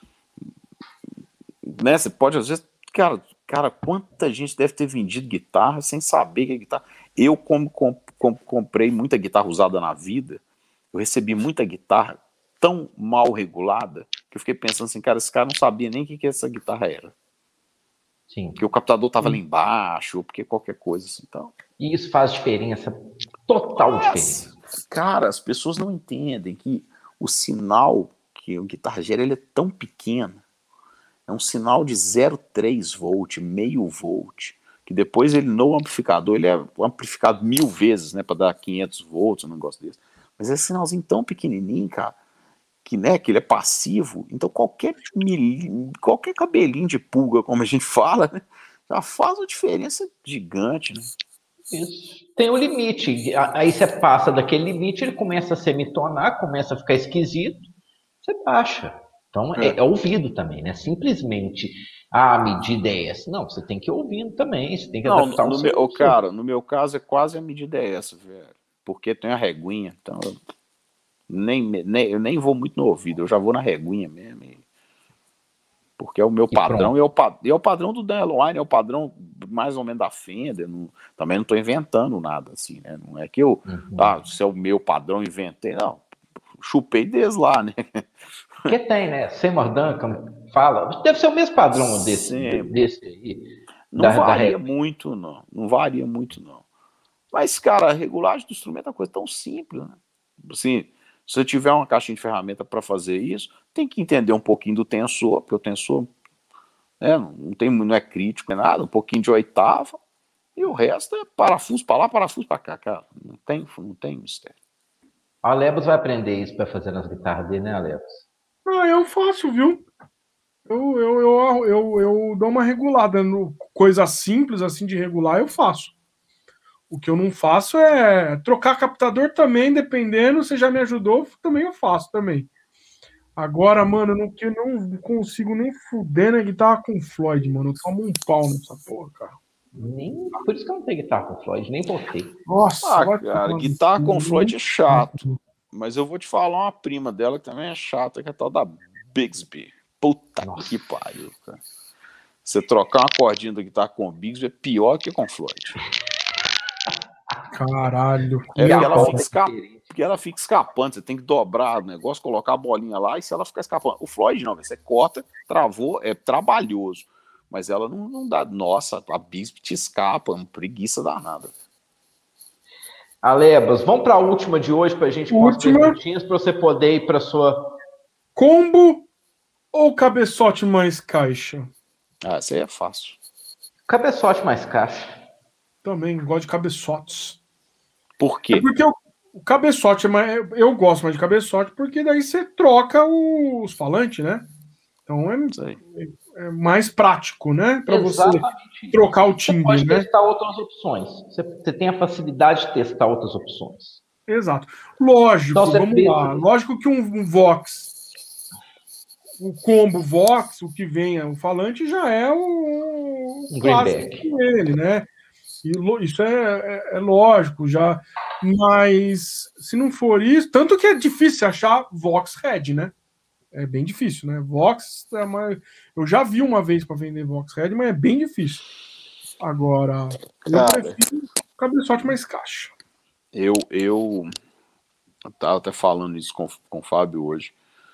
Né, você pode, às vezes, cara, cara, quanta gente deve ter vendido guitarra sem saber que é guitarra. Eu, como, como, como comprei muita guitarra usada na vida, eu recebi muita guitarra tão mal regulada que eu fiquei pensando assim, cara, esse cara não sabia nem o que, que essa guitarra era. Sim. Porque o captador tava ali embaixo, ou porque qualquer coisa assim. Então, E isso faz diferença, total mas, diferença. cara, as pessoas não entendem que o sinal que o guitarra gera, ele é tão pequeno. É um sinal de zero vírgula três volt, meio volt, que depois ele no amplificador, ele é amplificado mil vezes, né, para dar quinhentos volts, um negócio desse. Mas é um sinalzinho tão pequenininho, cara, que, né, que ele é passivo, então qualquer, mil, qualquer cabelinho de pulga, como a gente fala, né, já faz uma diferença gigante, né? Isso. Tem um limite. Aí você passa daquele limite, ele começa a semitonar, começa a ficar esquisito, você baixa. Então é, É. é ouvido também, né? Simplesmente ah, a medida é essa. Não, você tem que ir ouvindo também, você tem que Não, adaptar no, o no seu. meu, cara, no meu caso é quase a medida é essa, velho. Porque tem a reguinha, então eu nem, nem, eu nem vou muito no ouvido, eu já vou na reguinha mesmo. E, porque é o meu E padrão, pronto. e é o, pa- e é o padrão do Dan Lawine, é o padrão mais ou menos da Fender, não, também não estou inventando nada, assim, né? Não é que eu, uhum. ah, se é o meu padrão, inventei, não. Chupei desde lá, né? Que tem, né? Seymour Duncan fala, deve ser o mesmo padrão desse, desse aí. Não da, varia da muito, não. Não varia muito, não. Mas, cara, a regulagem do instrumento é uma coisa tão simples, né? Assim, se você tiver uma caixinha de ferramenta para fazer isso, tem que entender um pouquinho do tensor, porque o tensor né, não, tem, não é crítico, não é nada, um pouquinho de oitava, e o resto é parafuso para lá, parafuso para cá, cara. Não tem, não tem mistério. A Alebos vai aprender isso para fazer nas guitarras dele, né, Alebos? Ah, eu faço, viu? Eu, eu, eu, eu, eu dou uma regulada no coisa simples assim de regular, eu faço. O que eu não faço é trocar captador também, dependendo, você já me ajudou, também eu faço também. Agora, mano, eu não, eu não consigo nem fuder na guitarra com Floyd, mano. Eu tomo um pau nessa porra, cara. Nem, por isso que eu não tenho guitarra com Floyd, nem botei. Nossa, ah, cara, guitarra com Floyd é chato. Mas eu vou te falar uma prima dela que também é chata, que é a tal da Bigsby. Puta Nossa. Que pariu, cara. Você trocar uma cordinha da guitarra com o Bigsby é pior que com Floyd. Caralho. É porque ela, fica escap... porque ela fica escapando, você tem que dobrar o negócio, colocar a bolinha lá e se ela ficar escapando. O Floyd não, você corta, travou, é trabalhoso. Mas ela não, não dá. Nossa, a Bigsby te escapa, uma preguiça danada. Alebas, vamos para a última de hoje para a gente pôr as perguntinhas para você poder ir para sua. Combo ou cabeçote mais caixa? Ah, isso aí é fácil. Cabeçote mais caixa. Também gosto de cabeçotes. Por quê? É porque o, o cabeçote é mais. Eu gosto mais de cabeçote porque daí você troca os falantes, né? Então é, é, é mais prático, né? Para você trocar o timbre, você pode né? testar outras opções. Você, você tem a facilidade de testar outras opções. Exato. Lógico, então, vamos pensa... lá. Lógico que um, um Vox, o combo Vox, o que vem é o falante, já é o, o clássico dele, né? E isso é, é, é lógico, já. Mas se não for isso, tanto que é difícil achar Vox Red, né? É bem difícil, né? Vox é uma... Eu já vi uma vez para vender Vox Red, mas é bem difícil. Agora, eu prefiro cabeçote mais caixa. Eu, eu, eu tava até falando isso com, com o Fábio hoje.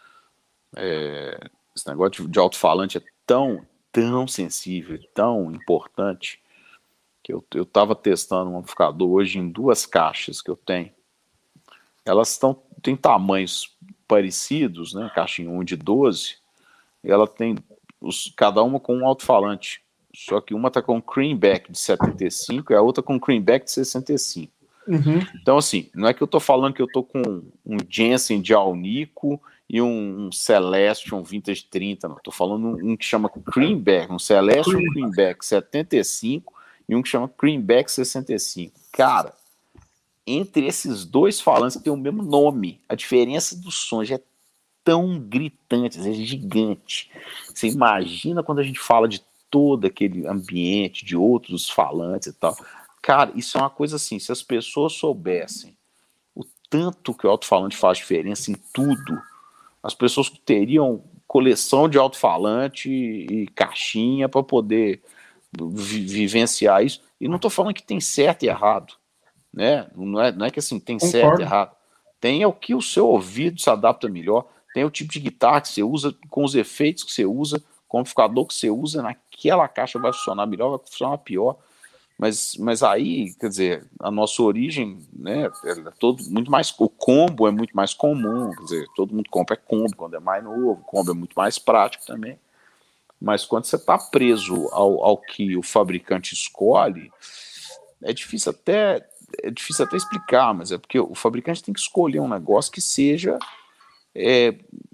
É, esse negócio de, de alto-falante é tão, tão sensível, tão importante, que eu, eu tava testando um amplificador hoje em duas caixas que eu tenho. Elas estão, têm tamanhos parecidos, né? Caixinha um de doze, e ela tem os, cada uma com um alto-falante. Só que uma tá com um creamback de setenta e cinco e a outra com um creamback de sessenta e cinco. Uhum. Então, assim, não é que eu tô falando que eu tô com um Jensen de Alnico e um, um Celestion Vintage trinta, não. Eu tô falando um, um que chama creamback, um Celestion creamback setenta e cinco e um que chama creamback sessenta e cinco. Cara, entre esses dois falantes tem o mesmo nome. A diferença dos sons é tão gritante, é gigante. Você imagina quando a gente fala de todo aquele ambiente, de outros falantes e tal. Cara, isso é uma coisa assim, se as pessoas soubessem o tanto que o alto-falante faz diferença em tudo, as pessoas teriam coleção de alto-falante e, e caixinha para poder vi vivenciar isso. E não estou falando que tem certo e errado. Né? Não, é, não é que assim tem Concordo. certo e errado. Tem é o que o seu ouvido se adapta melhor, tem o tipo de guitarra que você usa, com os efeitos que você usa, com o amplificador que você usa, naquela caixa vai funcionar melhor, vai funcionar pior. Mas, mas aí, quer dizer, a nossa origem, né, é todo muito mais, o combo é muito mais comum, quer dizer, todo mundo compra é combo quando é mais novo, combo é muito mais prático também. Mas quando você está preso ao, ao que o fabricante escolhe, é difícil até é difícil até explicar, mas é porque o fabricante tem que escolher um negócio que seja é,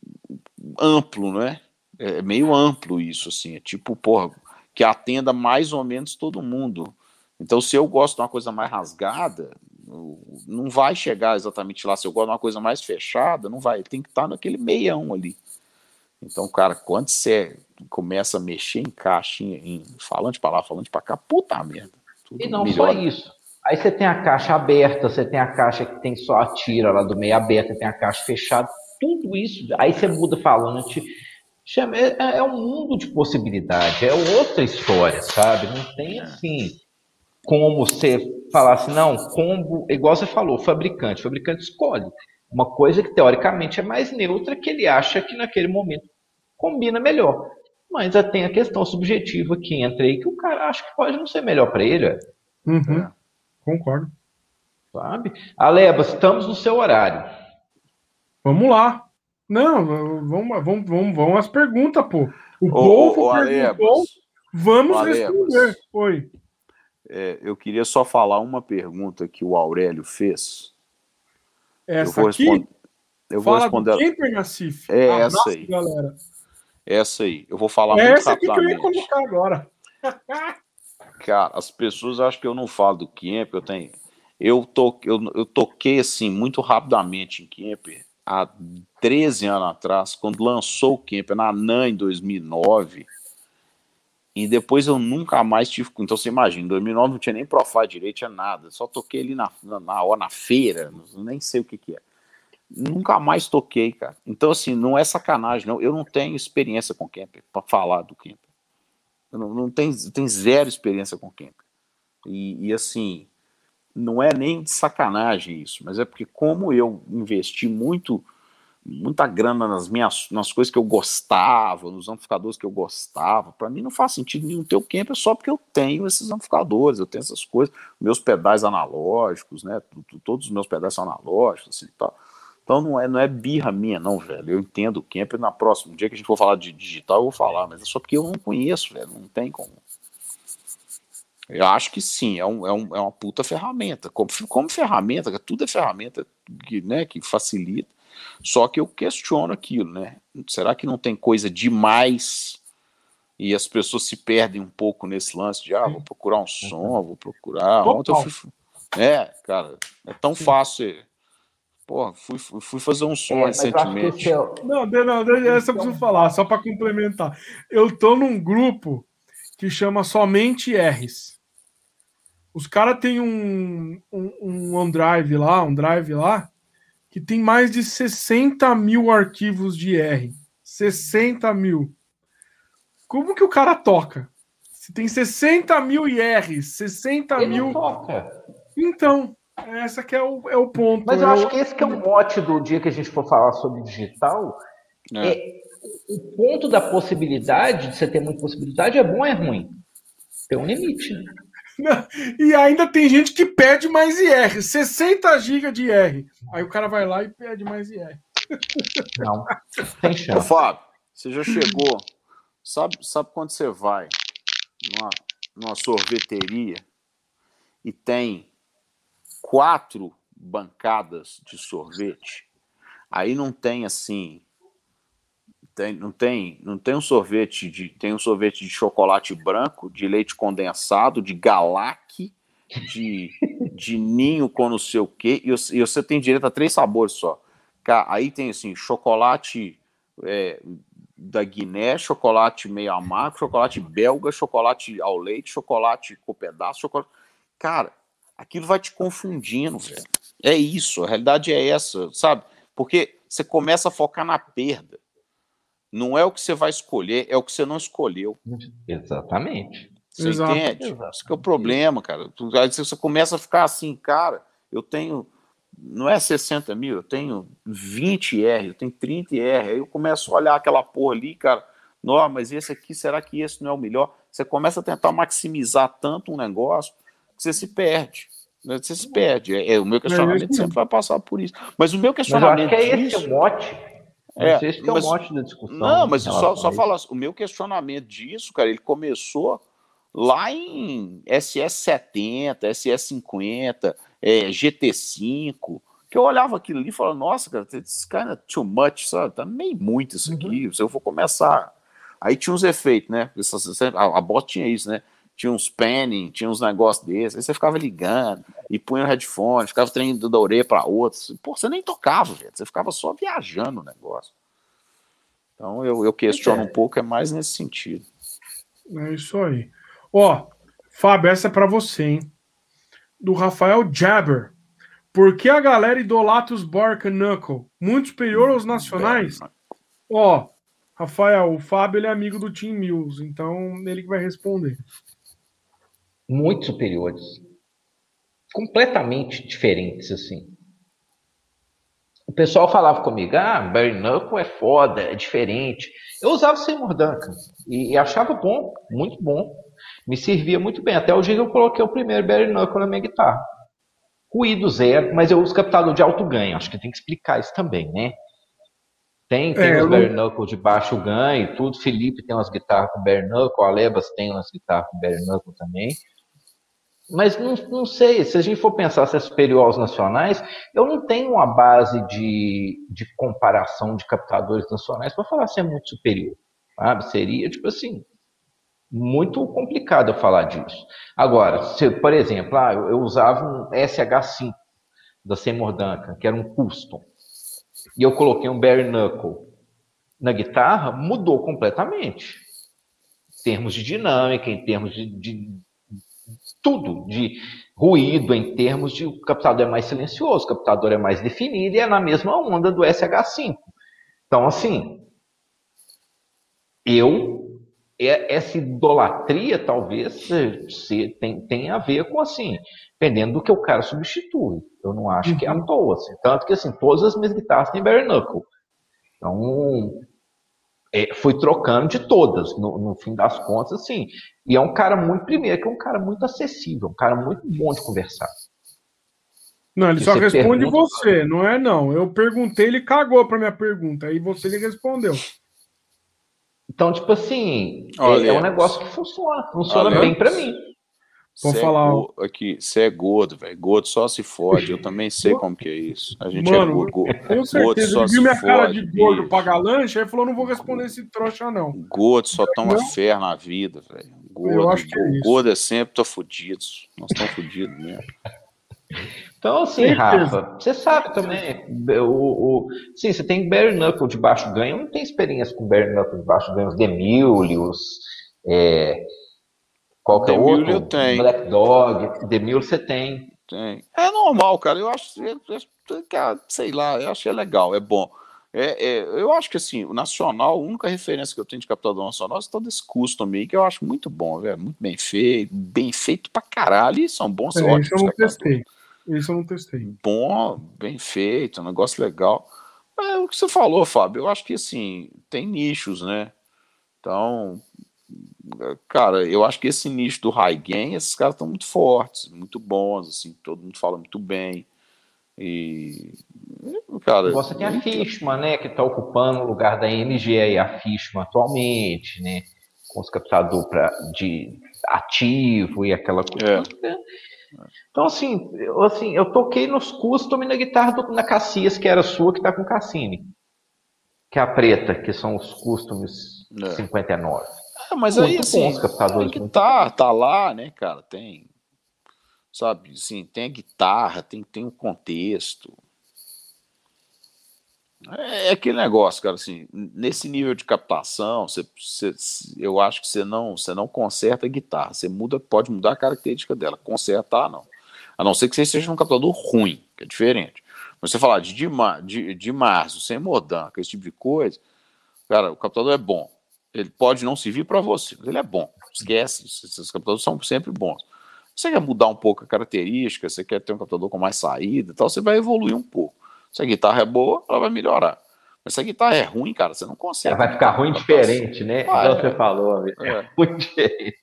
amplo, né? É meio amplo isso, assim, é tipo, porra, que atenda mais ou menos todo mundo. Então, se eu gosto de uma coisa mais rasgada, não vai chegar exatamente lá. Se eu gosto de uma coisa mais fechada, não vai, tem que estar naquele meião ali. Então, cara, quando você começa a mexer em caixinha, em falante para lá, falante para cá, puta merda. E não melhora. Só isso. Aí você tem a caixa aberta, você tem a caixa que tem só a tira lá do meio aberta, tem a caixa fechada, tudo isso. Aí você muda falante, Chama, é, é um mundo de possibilidade, é outra história, sabe? Não tem assim como você falar assim, não, combo, igual você falou, fabricante, o fabricante escolhe uma coisa que teoricamente é mais neutra, que ele acha que naquele momento combina melhor. Mas já tem a questão subjetiva que entra aí, que o cara acha que pode não ser melhor para ele, Uhum, É. concordo. sabe? Aleba, estamos no seu horário. Vamos lá. Não, vamos, vamos, vamos, vamos às perguntas, pô. O Ô, povo ô, ô, perguntou, Alebas, ô, vamos Alebas, responder. Oi. é, eu queria só falar uma pergunta que o Aurélio fez. Eu Essa vou aqui responder. Eu vou fala do responder. Kemper Nassif. É essa Abraço, aí. galera. Essa aí. Eu vou falar É muito essa aqui que eu ia rapidamente. colocar agora. Cara, as pessoas acham que eu não falo do Kemper. Eu tenho. Eu, to, eu, eu toquei assim muito rapidamente em Kemper há treze anos atrás, quando lançou o Kemper na NAM em dois mil e nove. E depois eu nunca mais tive. Então você imagina, em dois mil e nove não tinha nem Profile direito, tinha nada. Só toquei ali na, na, na, na feira, nem sei o que, que é. Nunca mais toquei, cara. Então, assim, não é sacanagem, não. Eu não tenho experiência com Kemper para falar do Kemper. Eu não, não tenho, tenho zero experiência com Kemper. E, e, assim, não é nem de sacanagem isso, mas é porque como eu investi muito, muita grana nas minhas, nas coisas que eu gostava, nos amplificadores que eu gostava, para mim não faz sentido nenhum ter o Kemper só porque eu tenho esses amplificadores, eu tenho essas coisas, meus pedais analógicos, né? Todos os meus pedais são analógicos, assim, tal. Então não é, não é birra minha, não, velho. Eu entendo o Kemper. Na próxima, no dia que a gente for falar de digital, eu vou falar, mas é só porque eu não conheço, velho. Não tem como. Eu acho que sim, é, um, é, um, é uma puta ferramenta. Como, como ferramenta, tudo é ferramenta que, né, que facilita. Só que eu questiono aquilo, né? Será que não tem coisa demais e as pessoas se perdem um pouco nesse lance de, ah, vou procurar um som, vou procurar. Ontem eu fui. É, cara, é tão fácil. Pô, fui, fui fazer um som É, mas eu acho que esse recentemente. é, o- Não, de- não, de- essa eu preciso falar, só para complementar. Eu tô num grupo que chama Somente R's. Os caras têm um, um, um OneDrive lá, um drive lá, que tem mais de sessenta mil arquivos de R. sessenta mil. Como que o cara toca? Se tem sessenta mil I Rs, sessenta ele mil. toca. Então, essa que é o, é o ponto. Mas eu Eu... acho que esse que é o mote do dia que a gente for falar sobre digital. É. É, o ponto da possibilidade, de você ter muita possibilidade, é bom ou é ruim? Tem um limite, né? E ainda tem gente que pede mais I R, sessenta gigas de I R. Aí o cara vai lá e pede mais I R. Não, tem Ô, chance. Fábio, você já chegou. Sabe, sabe quando você vai numa, numa sorveteria e tem quatro bancadas de sorvete? Aí não tem assim. Tem, não tem, não tem um sorvete de, tem um sorvete de chocolate branco, de leite condensado, de Galac, de, de ninho com não sei o quê, e, e você tem direito a três sabores só. Aí tem assim, chocolate é, da Guiné, chocolate meio amargo, chocolate belga, chocolate ao leite, chocolate com pedaço, chocolate. Cara, aquilo vai te confundindo, velho. É isso, a realidade é essa, sabe? Porque você começa a focar na perda. Não é o que você vai escolher, é o que você não escolheu. Exatamente. Você Exato. entende? Exatamente. Isso que é o problema, cara. Aí você começa a ficar assim, cara, eu tenho, não é sessenta mil, eu tenho vinte R, eu tenho trinta R. Aí eu começo a olhar aquela porra ali, cara, não, mas esse aqui, será que esse não é o melhor? Você começa a tentar maximizar tanto um negócio que você se perde. Né? Você se perde. É, é, o meu questionamento sempre vai passar por isso. Mas o meu Mas eu acho questionamento que é esse disso... o mote. É, Esse que é o mas, mote da discussão. não, mas em só, relação só a isso. falar, o meu questionamento disso, cara, ele começou lá em S S setenta, S S cinquenta, é, G T cinco, que eu olhava aquilo ali e falava, nossa, cara, it's kind of too much, sabe? Tá meio muito isso aqui, Uhum. se eu for começar... Aí tinha uns efeitos, né? A, a bot tinha isso, né? Tinha uns panning, tinha uns negócios desses, aí você ficava ligando, e punha o headphone, ficava treinando da orelha para outros. Pô, você nem tocava, velho, você ficava só viajando o negócio. Então eu, eu questiono É. um pouco, é mais nesse sentido. É isso aí. Ó, Fábio, essa é pra você, hein? Do Rafael Jabber. Por que a galera idolatra os Borka Knuckle? Muito superior aos nacionais? Ó, Rafael, o Fábio ele é amigo do Tim Mills, então ele que vai responder. Muito superiores. Completamente diferentes, assim. O pessoal falava comigo, ah, Bare Knuckle é foda, é diferente. Eu usava Seymour Duncan e, e achava bom, muito bom. Me servia muito bem. Até o dia que eu coloquei o primeiro Bare Knuckle na minha guitarra. Ruído zero, mas eu uso captador de alto ganho. Acho que tem que explicar isso também, né? Tem, tem É, os eu Bare não- Knuckle de baixo ganho e tudo. Felipe tem umas guitarras com Bare Knuckle, a Lebas tem umas guitarras com Bare Knuckle também. Mas não, não sei, se a gente for pensar se é superior aos nacionais, eu não tenho uma base de, de comparação de captadores nacionais para falar se é muito superior. Sabe? Seria, tipo assim, muito complicado eu falar disso. Agora, se, por exemplo, ah, eu, eu usava um S H cinco da Seymour Duncan, que era um custom, e eu coloquei um Bare Knuckle na guitarra, mudou completamente. Em termos de dinâmica, em termos de, de tudo, de ruído, em termos de o captador é mais silencioso, o captador é mais definido e é na mesma onda do S H cinco. Então, assim, eu, essa idolatria talvez se, tem, tenha a ver com, assim, dependendo do que o cara substitui. Eu não acho que é à Uhum. toa. Assim. Tanto que, assim, todas as minhas guitarras têm bare knuckle. Então, é, fui trocando de todas, no, no fim das contas, assim. E é um cara muito, primeiro, que é um cara muito acessível, um cara muito bom de conversar. Não, ele Que só você responde pergunta, você, não é não. Eu perguntei, ele cagou para minha pergunta, aí você lhe respondeu. então, tipo assim, Ó, é, é um negócio Lebas. que funciona, Ó, funciona bem para Lebas. mim. Vou Você é, falar, go... aqui, você é gordo, velho. Gordo só se fode. Eu também sei como que é isso. A gente é mano, gordo. Go- tenho Gordo certeza, só ele viu se minha cara de fode, gordo bicho. pagar lanche, aí falou, não vou responder Go- esse trouxa não. Gordo só toma Não, ferro na vida, velho. eu Gordo, acho que go- é isso. gordo é sempre, tô fudido. Nós estamos fudidos mesmo. Então, assim, Certeza. Rafa, você sabe também, o, o, sim, você tem bare knuckle de baixo ganho, eu não tenho experiência com bare knuckle de baixo ganho, os Demilius, é, qual que é o Demir eu outro? tenho. Black Dog, Demilius você tem. Tem. É normal, cara. Eu acho, eu acho que, ah, sei lá, eu acho que é legal, é bom. É, é, eu acho que assim, o nacional, a única referência que eu tenho de captador nacional é todo esse custom aí, que eu acho muito bom, velho. Muito bem feito, bem feito pra caralho. E são bons, É, isso eu ótimos não captadores. testei. Isso eu não testei. Bom, bem feito, um negócio legal. É o que você falou, Fábio. Eu acho que assim, tem nichos, né? Então, cara, eu acho que esse nicho do high gain, esses caras estão muito fortes, muito bons, assim, todo mundo fala muito bem. E, cara, Igual você tem a muito, Fishman, né, que está ocupando o lugar da M G aí, a Fishman atualmente, né, com os captadores pra, de ativo e aquela coisa. é, Então, assim, eu, assim, eu toquei nos custom e na guitarra do, na Cassias, que era sua, que tá com Cassini, que é a preta, que são os customs é. cinquenta e nove. É, mas aí, Muito bons, assim, tem captadores muito bons. guitarra, tá lá, né, cara? Tem, sabe, assim, tem a guitarra, tem, tem um contexto. É, é aquele negócio, cara, assim, nesse nível de captação, você, você, eu acho que você não, você não conserta a guitarra, você muda, pode mudar a característica dela, consertar não. A não ser que você seja um captador ruim, que é diferente. Mas você falar de, de, de, de março, sem modança, esse tipo de coisa, cara, o captador é bom. Ele pode não servir para você, mas ele é bom. Esquece, esses captadores são sempre bons. Você quer mudar um pouco a característica, você quer ter um captador com mais saída e tal, você vai evoluir um pouco. Se a guitarra é boa, ela vai melhorar. Mas se a guitarra é ruim, cara, você não Ela conserta. vai ficar ruim diferente, né? Ah, Igual é, você falou, amigo. é, Ruim diferente.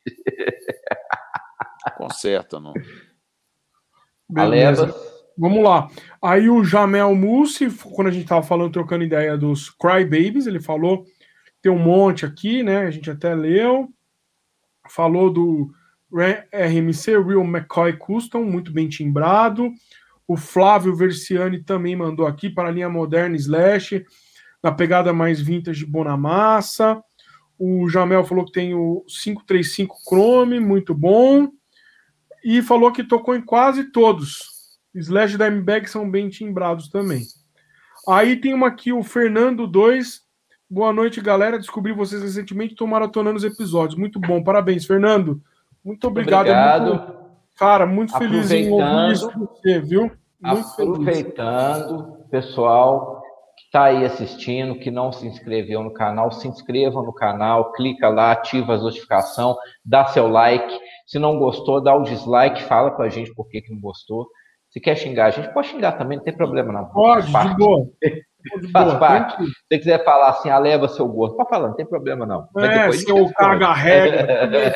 conserta, não. Beleza. Alebas. Vamos lá. Aí o Jamel Mussi, quando a gente tava falando, trocando ideia dos Crybabies, ele falou, tem um monte aqui, né? A gente até leu. Falou do R M C Real McCoy Custom, muito bem timbrado. O Flávio Versiani também mandou aqui para a linha moderna Slash, na pegada mais vintage de Bonamassa. O Jamel falou que tem o quinhentos e trinta e cinco Chrome, muito bom. E falou que tocou em quase todos. Slash da M-Bag são bem timbrados também. Aí tem uma aqui, o Fernando dois. Boa noite, galera. Descobri vocês recentemente, estou maratonando os episódios. Muito bom, parabéns, Fernando. Muito obrigado. Obrigado. É muito... Cara, muito feliz em ouvir isso de Aproveitando, você, viu? Muito feliz. aproveitando, pessoal, que está aí assistindo, que não se inscreveu no canal, se inscreva no canal, clica lá, ativa as notificações, dá seu like. Se não gostou, dá o dislike, fala com a gente por que, que não gostou. Se quer xingar a gente, pode xingar também, não tem problema não. Pode, de boa. De Faz boa, parte. Se você quiser falar assim, ah, leva seu gordo, pode falar, não tem problema não. Mas é, seu caga-regra.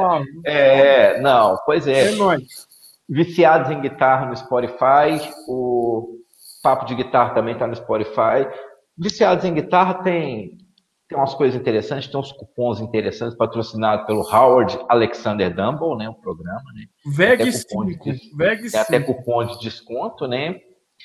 É, não, pois é. É nóis. Viciados em Guitarra no Spotify, o Papo de Guitarra também está no Spotify. Viciados em Guitarra tem, tem umas coisas interessantes, tem uns cupons interessantes, patrocinados pelo Howard Alexander Dumble, né, o programa, né? V E G cinco. Tem até cupom de desconto, né?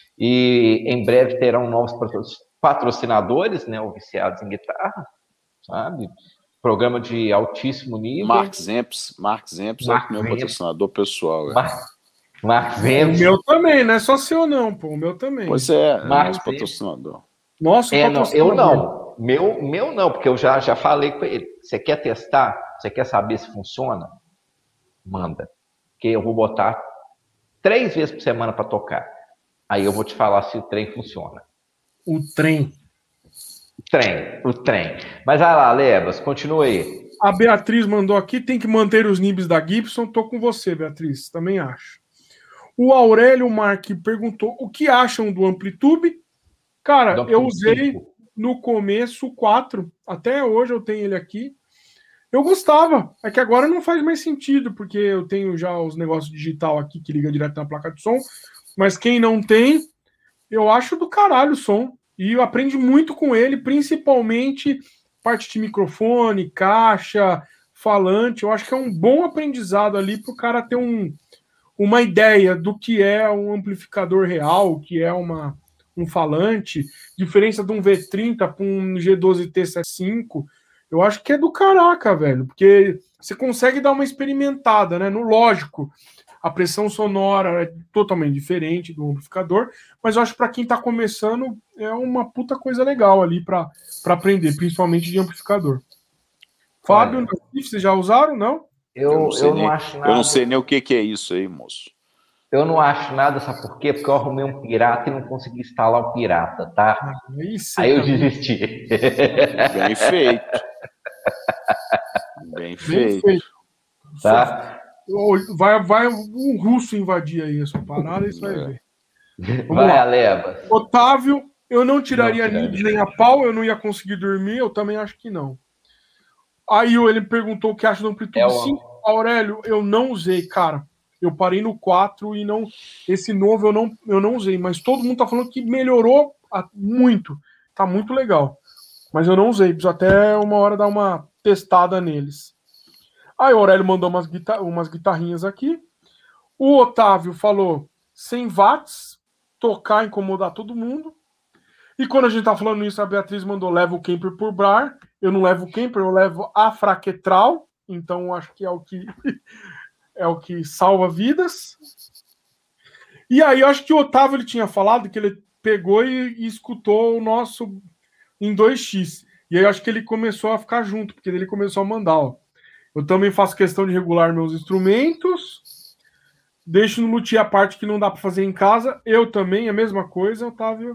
E em breve terão novos patrocinadores, né? O Viciados em Guitarra, sabe? Programa de altíssimo nível. Mark Zemps, Mark Zemps é o meu patrocinador pessoal. É. Mark, Mark Zemps. O meu também, não é só seu não, pô. O meu também. Pois é, é nosso patrocinador. Nosso é, patrocinador. Não, eu não. Meu, meu não, porque eu já, já falei com ele. Você quer testar? Você quer saber se funciona? Manda. Porque eu vou botar três vezes por semana para tocar. Aí eu vou te falar se o trem funciona. O trem. O trem, o trem. Mas vai lá, Lebas, continua aí. A Beatriz mandou aqui, tem que manter os nibs da Gibson. Tô com você, Beatriz, também acho. O Aurélio Marque perguntou o que acham do Amplitube. Cara, do eu usei cinco. No começo o quatro. Até hoje eu tenho ele aqui. Eu gostava. É que agora não faz mais sentido, porque eu tenho já os negócios digital aqui que liga direto na placa de som. Mas quem não tem, eu acho do caralho o som. E eu aprendi muito com ele, principalmente parte de microfone, caixa, falante. Eu acho que é um bom aprendizado ali para o cara ter um, uma ideia do que é um amplificador real, o que é uma, um falante. Diferença de um V trinta para um G doze T setenta e cinco. Eu acho que é do caraca, velho. Porque você consegue dar uma experimentada, né? No lógico. A pressão sonora é totalmente diferente do amplificador, mas eu acho que para quem está começando é uma puta coisa legal ali para aprender, principalmente de amplificador. Fábio, é. Vocês já usaram, não? Eu, eu, não, sei eu nem, não acho nada. Eu não sei nem o que, que é isso aí, moço. Eu não acho nada, sabe por quê? Porque eu arrumei um pirata e não consegui instalar o pirata, tá? Ah, isso aí eu desisti. Bem feito. Bem, Bem feito. feito. Tá? Vai, vai um russo invadir aí essa parada e isso vai ver. Vamos vai, lá. Leva. Otávio, eu não tiraria nibs nem a pau, eu não ia conseguir dormir, eu também acho que não. Aí ele perguntou o que acha do Amplitude é cinco. Aurélio, eu não usei, cara. Eu parei no quatro e não. Esse novo eu não, eu não usei, mas todo mundo tá falando que melhorou muito. Tá muito legal. Mas eu não usei, preciso até uma hora dar uma testada neles. Aí o Aurélio mandou umas, guitar umas guitarrinhas aqui. O Otávio falou cem watts, tocar, incomodar todo mundo. E quando a gente tá falando isso, a Beatriz mandou leva o Kemper por bar. Eu não levo o Kemper, eu levo a Fraquetral. Então acho que é o que é o que salva vidas. E aí eu acho que o Otávio ele tinha falado que ele pegou e, e escutou o nosso em dois x. E aí eu acho que ele começou a ficar junto, porque ele começou a mandar, ó. Eu também faço questão de regular meus instrumentos. Deixo no luthier a parte que não dá para fazer em casa. Eu também, a mesma coisa, Otávio.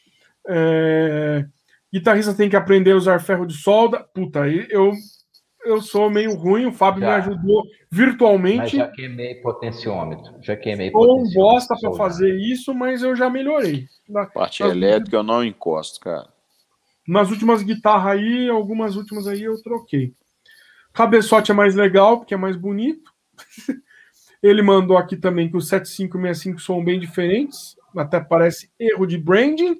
É... Guitarrista tem que aprender a usar ferro de solda. Puta, aí eu, eu sou meio ruim. O Fábio já me ajudou virtualmente. Mas já queimei potenciômetro. Já queimei potenciômetro. Ou um bosta para fazer isso, mas eu já melhorei. Na parte Nas elétrica eu não encosto, cara. Nas últimas guitarras aí, algumas últimas aí eu troquei. Cabeçote é mais legal, porque é mais bonito. Ele mandou aqui também que os setenta e cinco e sessenta e cinco são bem diferentes. Até parece erro de branding.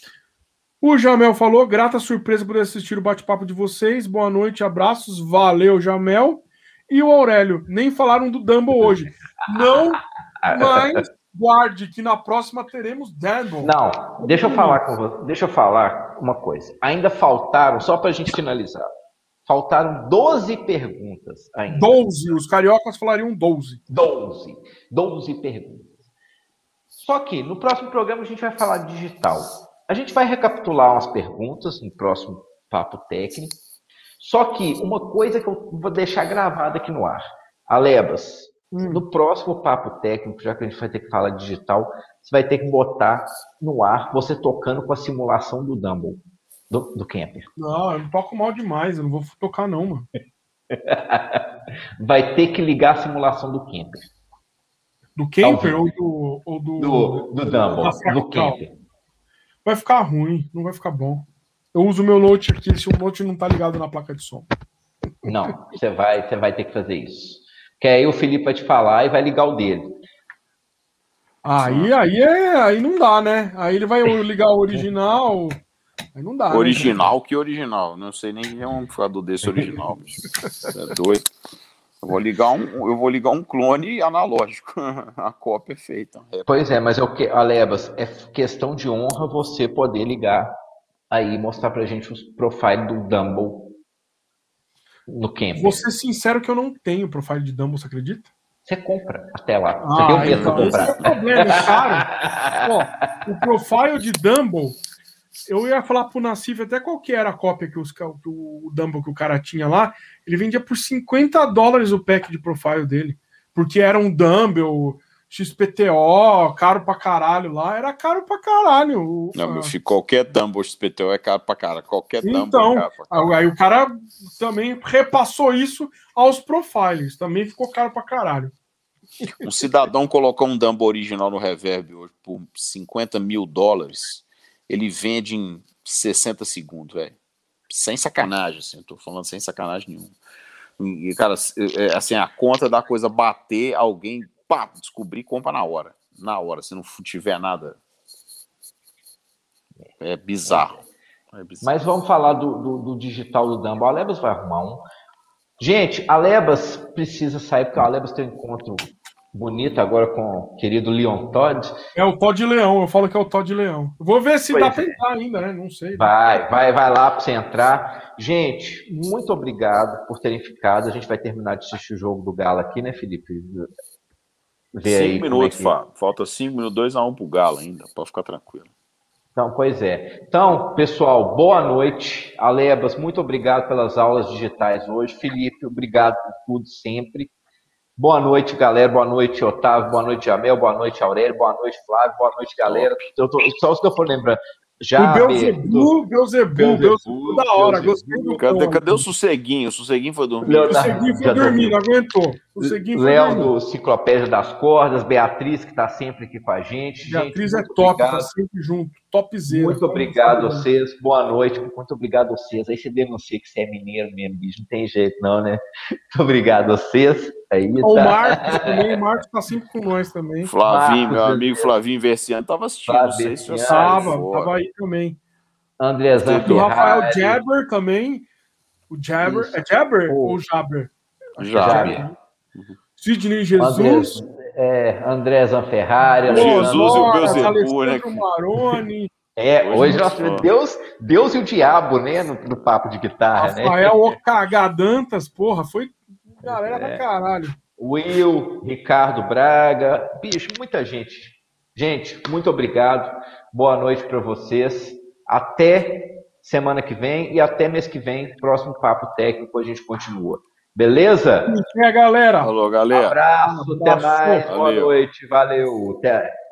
O Jamel falou, grata surpresa por assistir o bate-papo de vocês. Boa noite, abraços. Valeu, Jamel. E o Aurélio, nem falaram do Dumble hoje. Não, mas guarde que na próxima teremos Dumble. Não, deixa eu falar com você. Deixa eu falar uma coisa. Ainda faltaram, só para a gente finalizar. Faltaram doze perguntas ainda. doze, os cariocas falariam doze. doze. doze perguntas. Só que no próximo programa a gente vai falar de digital. A gente vai recapitular umas perguntas no próximo Papo Técnico. Só que uma coisa que eu vou deixar gravada aqui no ar. Alebas, Hum. No próximo papo técnico, já que a gente vai ter que falar digital, você vai ter que botar no ar você tocando com a simulação do Dumble, do, do camper. Não, eu não toco mal demais, eu não vou tocar não, mano. Vai ter que ligar a simulação do camper. Do camper ou do... Ou do, do, do Dumble, do camper. Vai ficar ruim, não vai ficar bom. Eu uso o meu Note aqui, se o Note não tá ligado na placa de som. Não, você vai, você vai ter que fazer isso. Porque aí o Felipe vai te falar e vai ligar o dele. Aí, aí, é, aí não dá, né? Aí ele vai ligar o original... Aí não dá. Original, né? Que original? Não sei nem quem é um amplificador desse original. É doido. Eu vou ligar um, eu vou ligar um clone analógico. A cópia é feita. É. Pois é, mas é o que, Alebas, é questão de honra você poder ligar aí e mostrar pra gente os profiles do Dumble no camper. Vou ser sincero que eu não tenho profile de Dumble, você acredita? Você compra até lá. Ah, você tem o medo então, de comprar. esse é o problema, cara. Ó, o profile de Dumble, eu ia falar pro Nassif até qual que era a cópia que, os, que o Dumble que o cara tinha lá. Ele vendia por cinquenta dólares o pack de profile dele. Porque era um Dumble, X P T O, caro pra caralho lá. Era caro pra caralho. Não, meu filho, qualquer Dumble X P T O é caro pra caralho. Qualquer Dumble então, é caro pra caralho. Aí o cara também repassou isso aos profiles. Também ficou caro pra caralho. Um cidadão colocou um Dumble original no Reverb hoje por cinquenta mil dólares. Ele vende em sessenta segundos, velho. Sem sacanagem, assim. Eu tô falando sem sacanagem nenhuma. E, cara, assim, a conta da coisa bater, alguém, pá, descobrir, compra na hora. Na hora, se não tiver nada. É bizarro. É bizarro. Mas vamos falar do, do, do digital do Dumble. A Alebas vai arrumar um. Gente, a Alebas precisa sair, porque a Alebas tem um encontro bonito agora com o querido Leon Todd. É o Todd Leão, eu falo que é o Todd Leão. Vou ver se pois dá é. pra entrar ainda, né? Não sei. Vai, né? vai, vai lá pra você entrar. Gente, muito obrigado por terem ficado. A gente vai terminar de assistir o jogo do Galo aqui, né, Felipe? Vê cinco aí minutos, é que... Fábio. Falta cinco minutos, dois a um pro Galo ainda. Pode ficar tranquilo. Então, pois é. Então, pessoal, boa noite. Alebas, muito obrigado pelas aulas digitais hoje. Felipe, obrigado por tudo sempre. Boa noite, galera. Boa noite, Otávio. Boa noite, Jamel. Boa noite, Aurélio. Boa noite, Flávio. Boa noite, galera. Eu tô, só os que eu for lembrando. Já, o Beuzebu, Beuzebu, Beuzebu, da hora. Gostei do cadê, cadê o Sosseguinho? O Sosseguinho foi dormir. O Sosseguinho foi dormir, não aguentou. Léo do Ciclopédia das Cordas. Beatriz, que está sempre aqui com a gente. Beatriz gente, é top, está sempre junto. Topzera. Muito obrigado a vocês. Boa noite. Muito obrigado a vocês. Aí você denuncia que você é mineiro mesmo, bicho. Não tem jeito, não, né? Muito obrigado a vocês. Aí, tá. O Marcos também. O Marcos está sempre com nós também. Flavinho, Marcos, meu amigo Flavinho Versiano, estava assistindo. Não sei se você Tava, tava aí também. Andrezão O Rafael Jabber também. O Jabber. Isso. É Jabber oh. ou Jabber? Jabber. Sidney Jesus. André, é, André Zanferrari. Jesus e o Beuzebu, né? Maroni. É, hoje, hoje nós, Deus, Deus e o diabo, né? No, no papo de guitarra, Rafael, né? Rafael Ocagadantas, porra, foi galera é. pra caralho. Will, Ricardo Braga, bicho, muita gente. Gente, muito obrigado. Boa noite para vocês. Até semana que vem e até mês que vem, próximo Papo Técnico, a gente continua. Beleza? É, galera. Falou, galera. Um abraço, até mais. Valeu. Boa noite. Valeu. Até.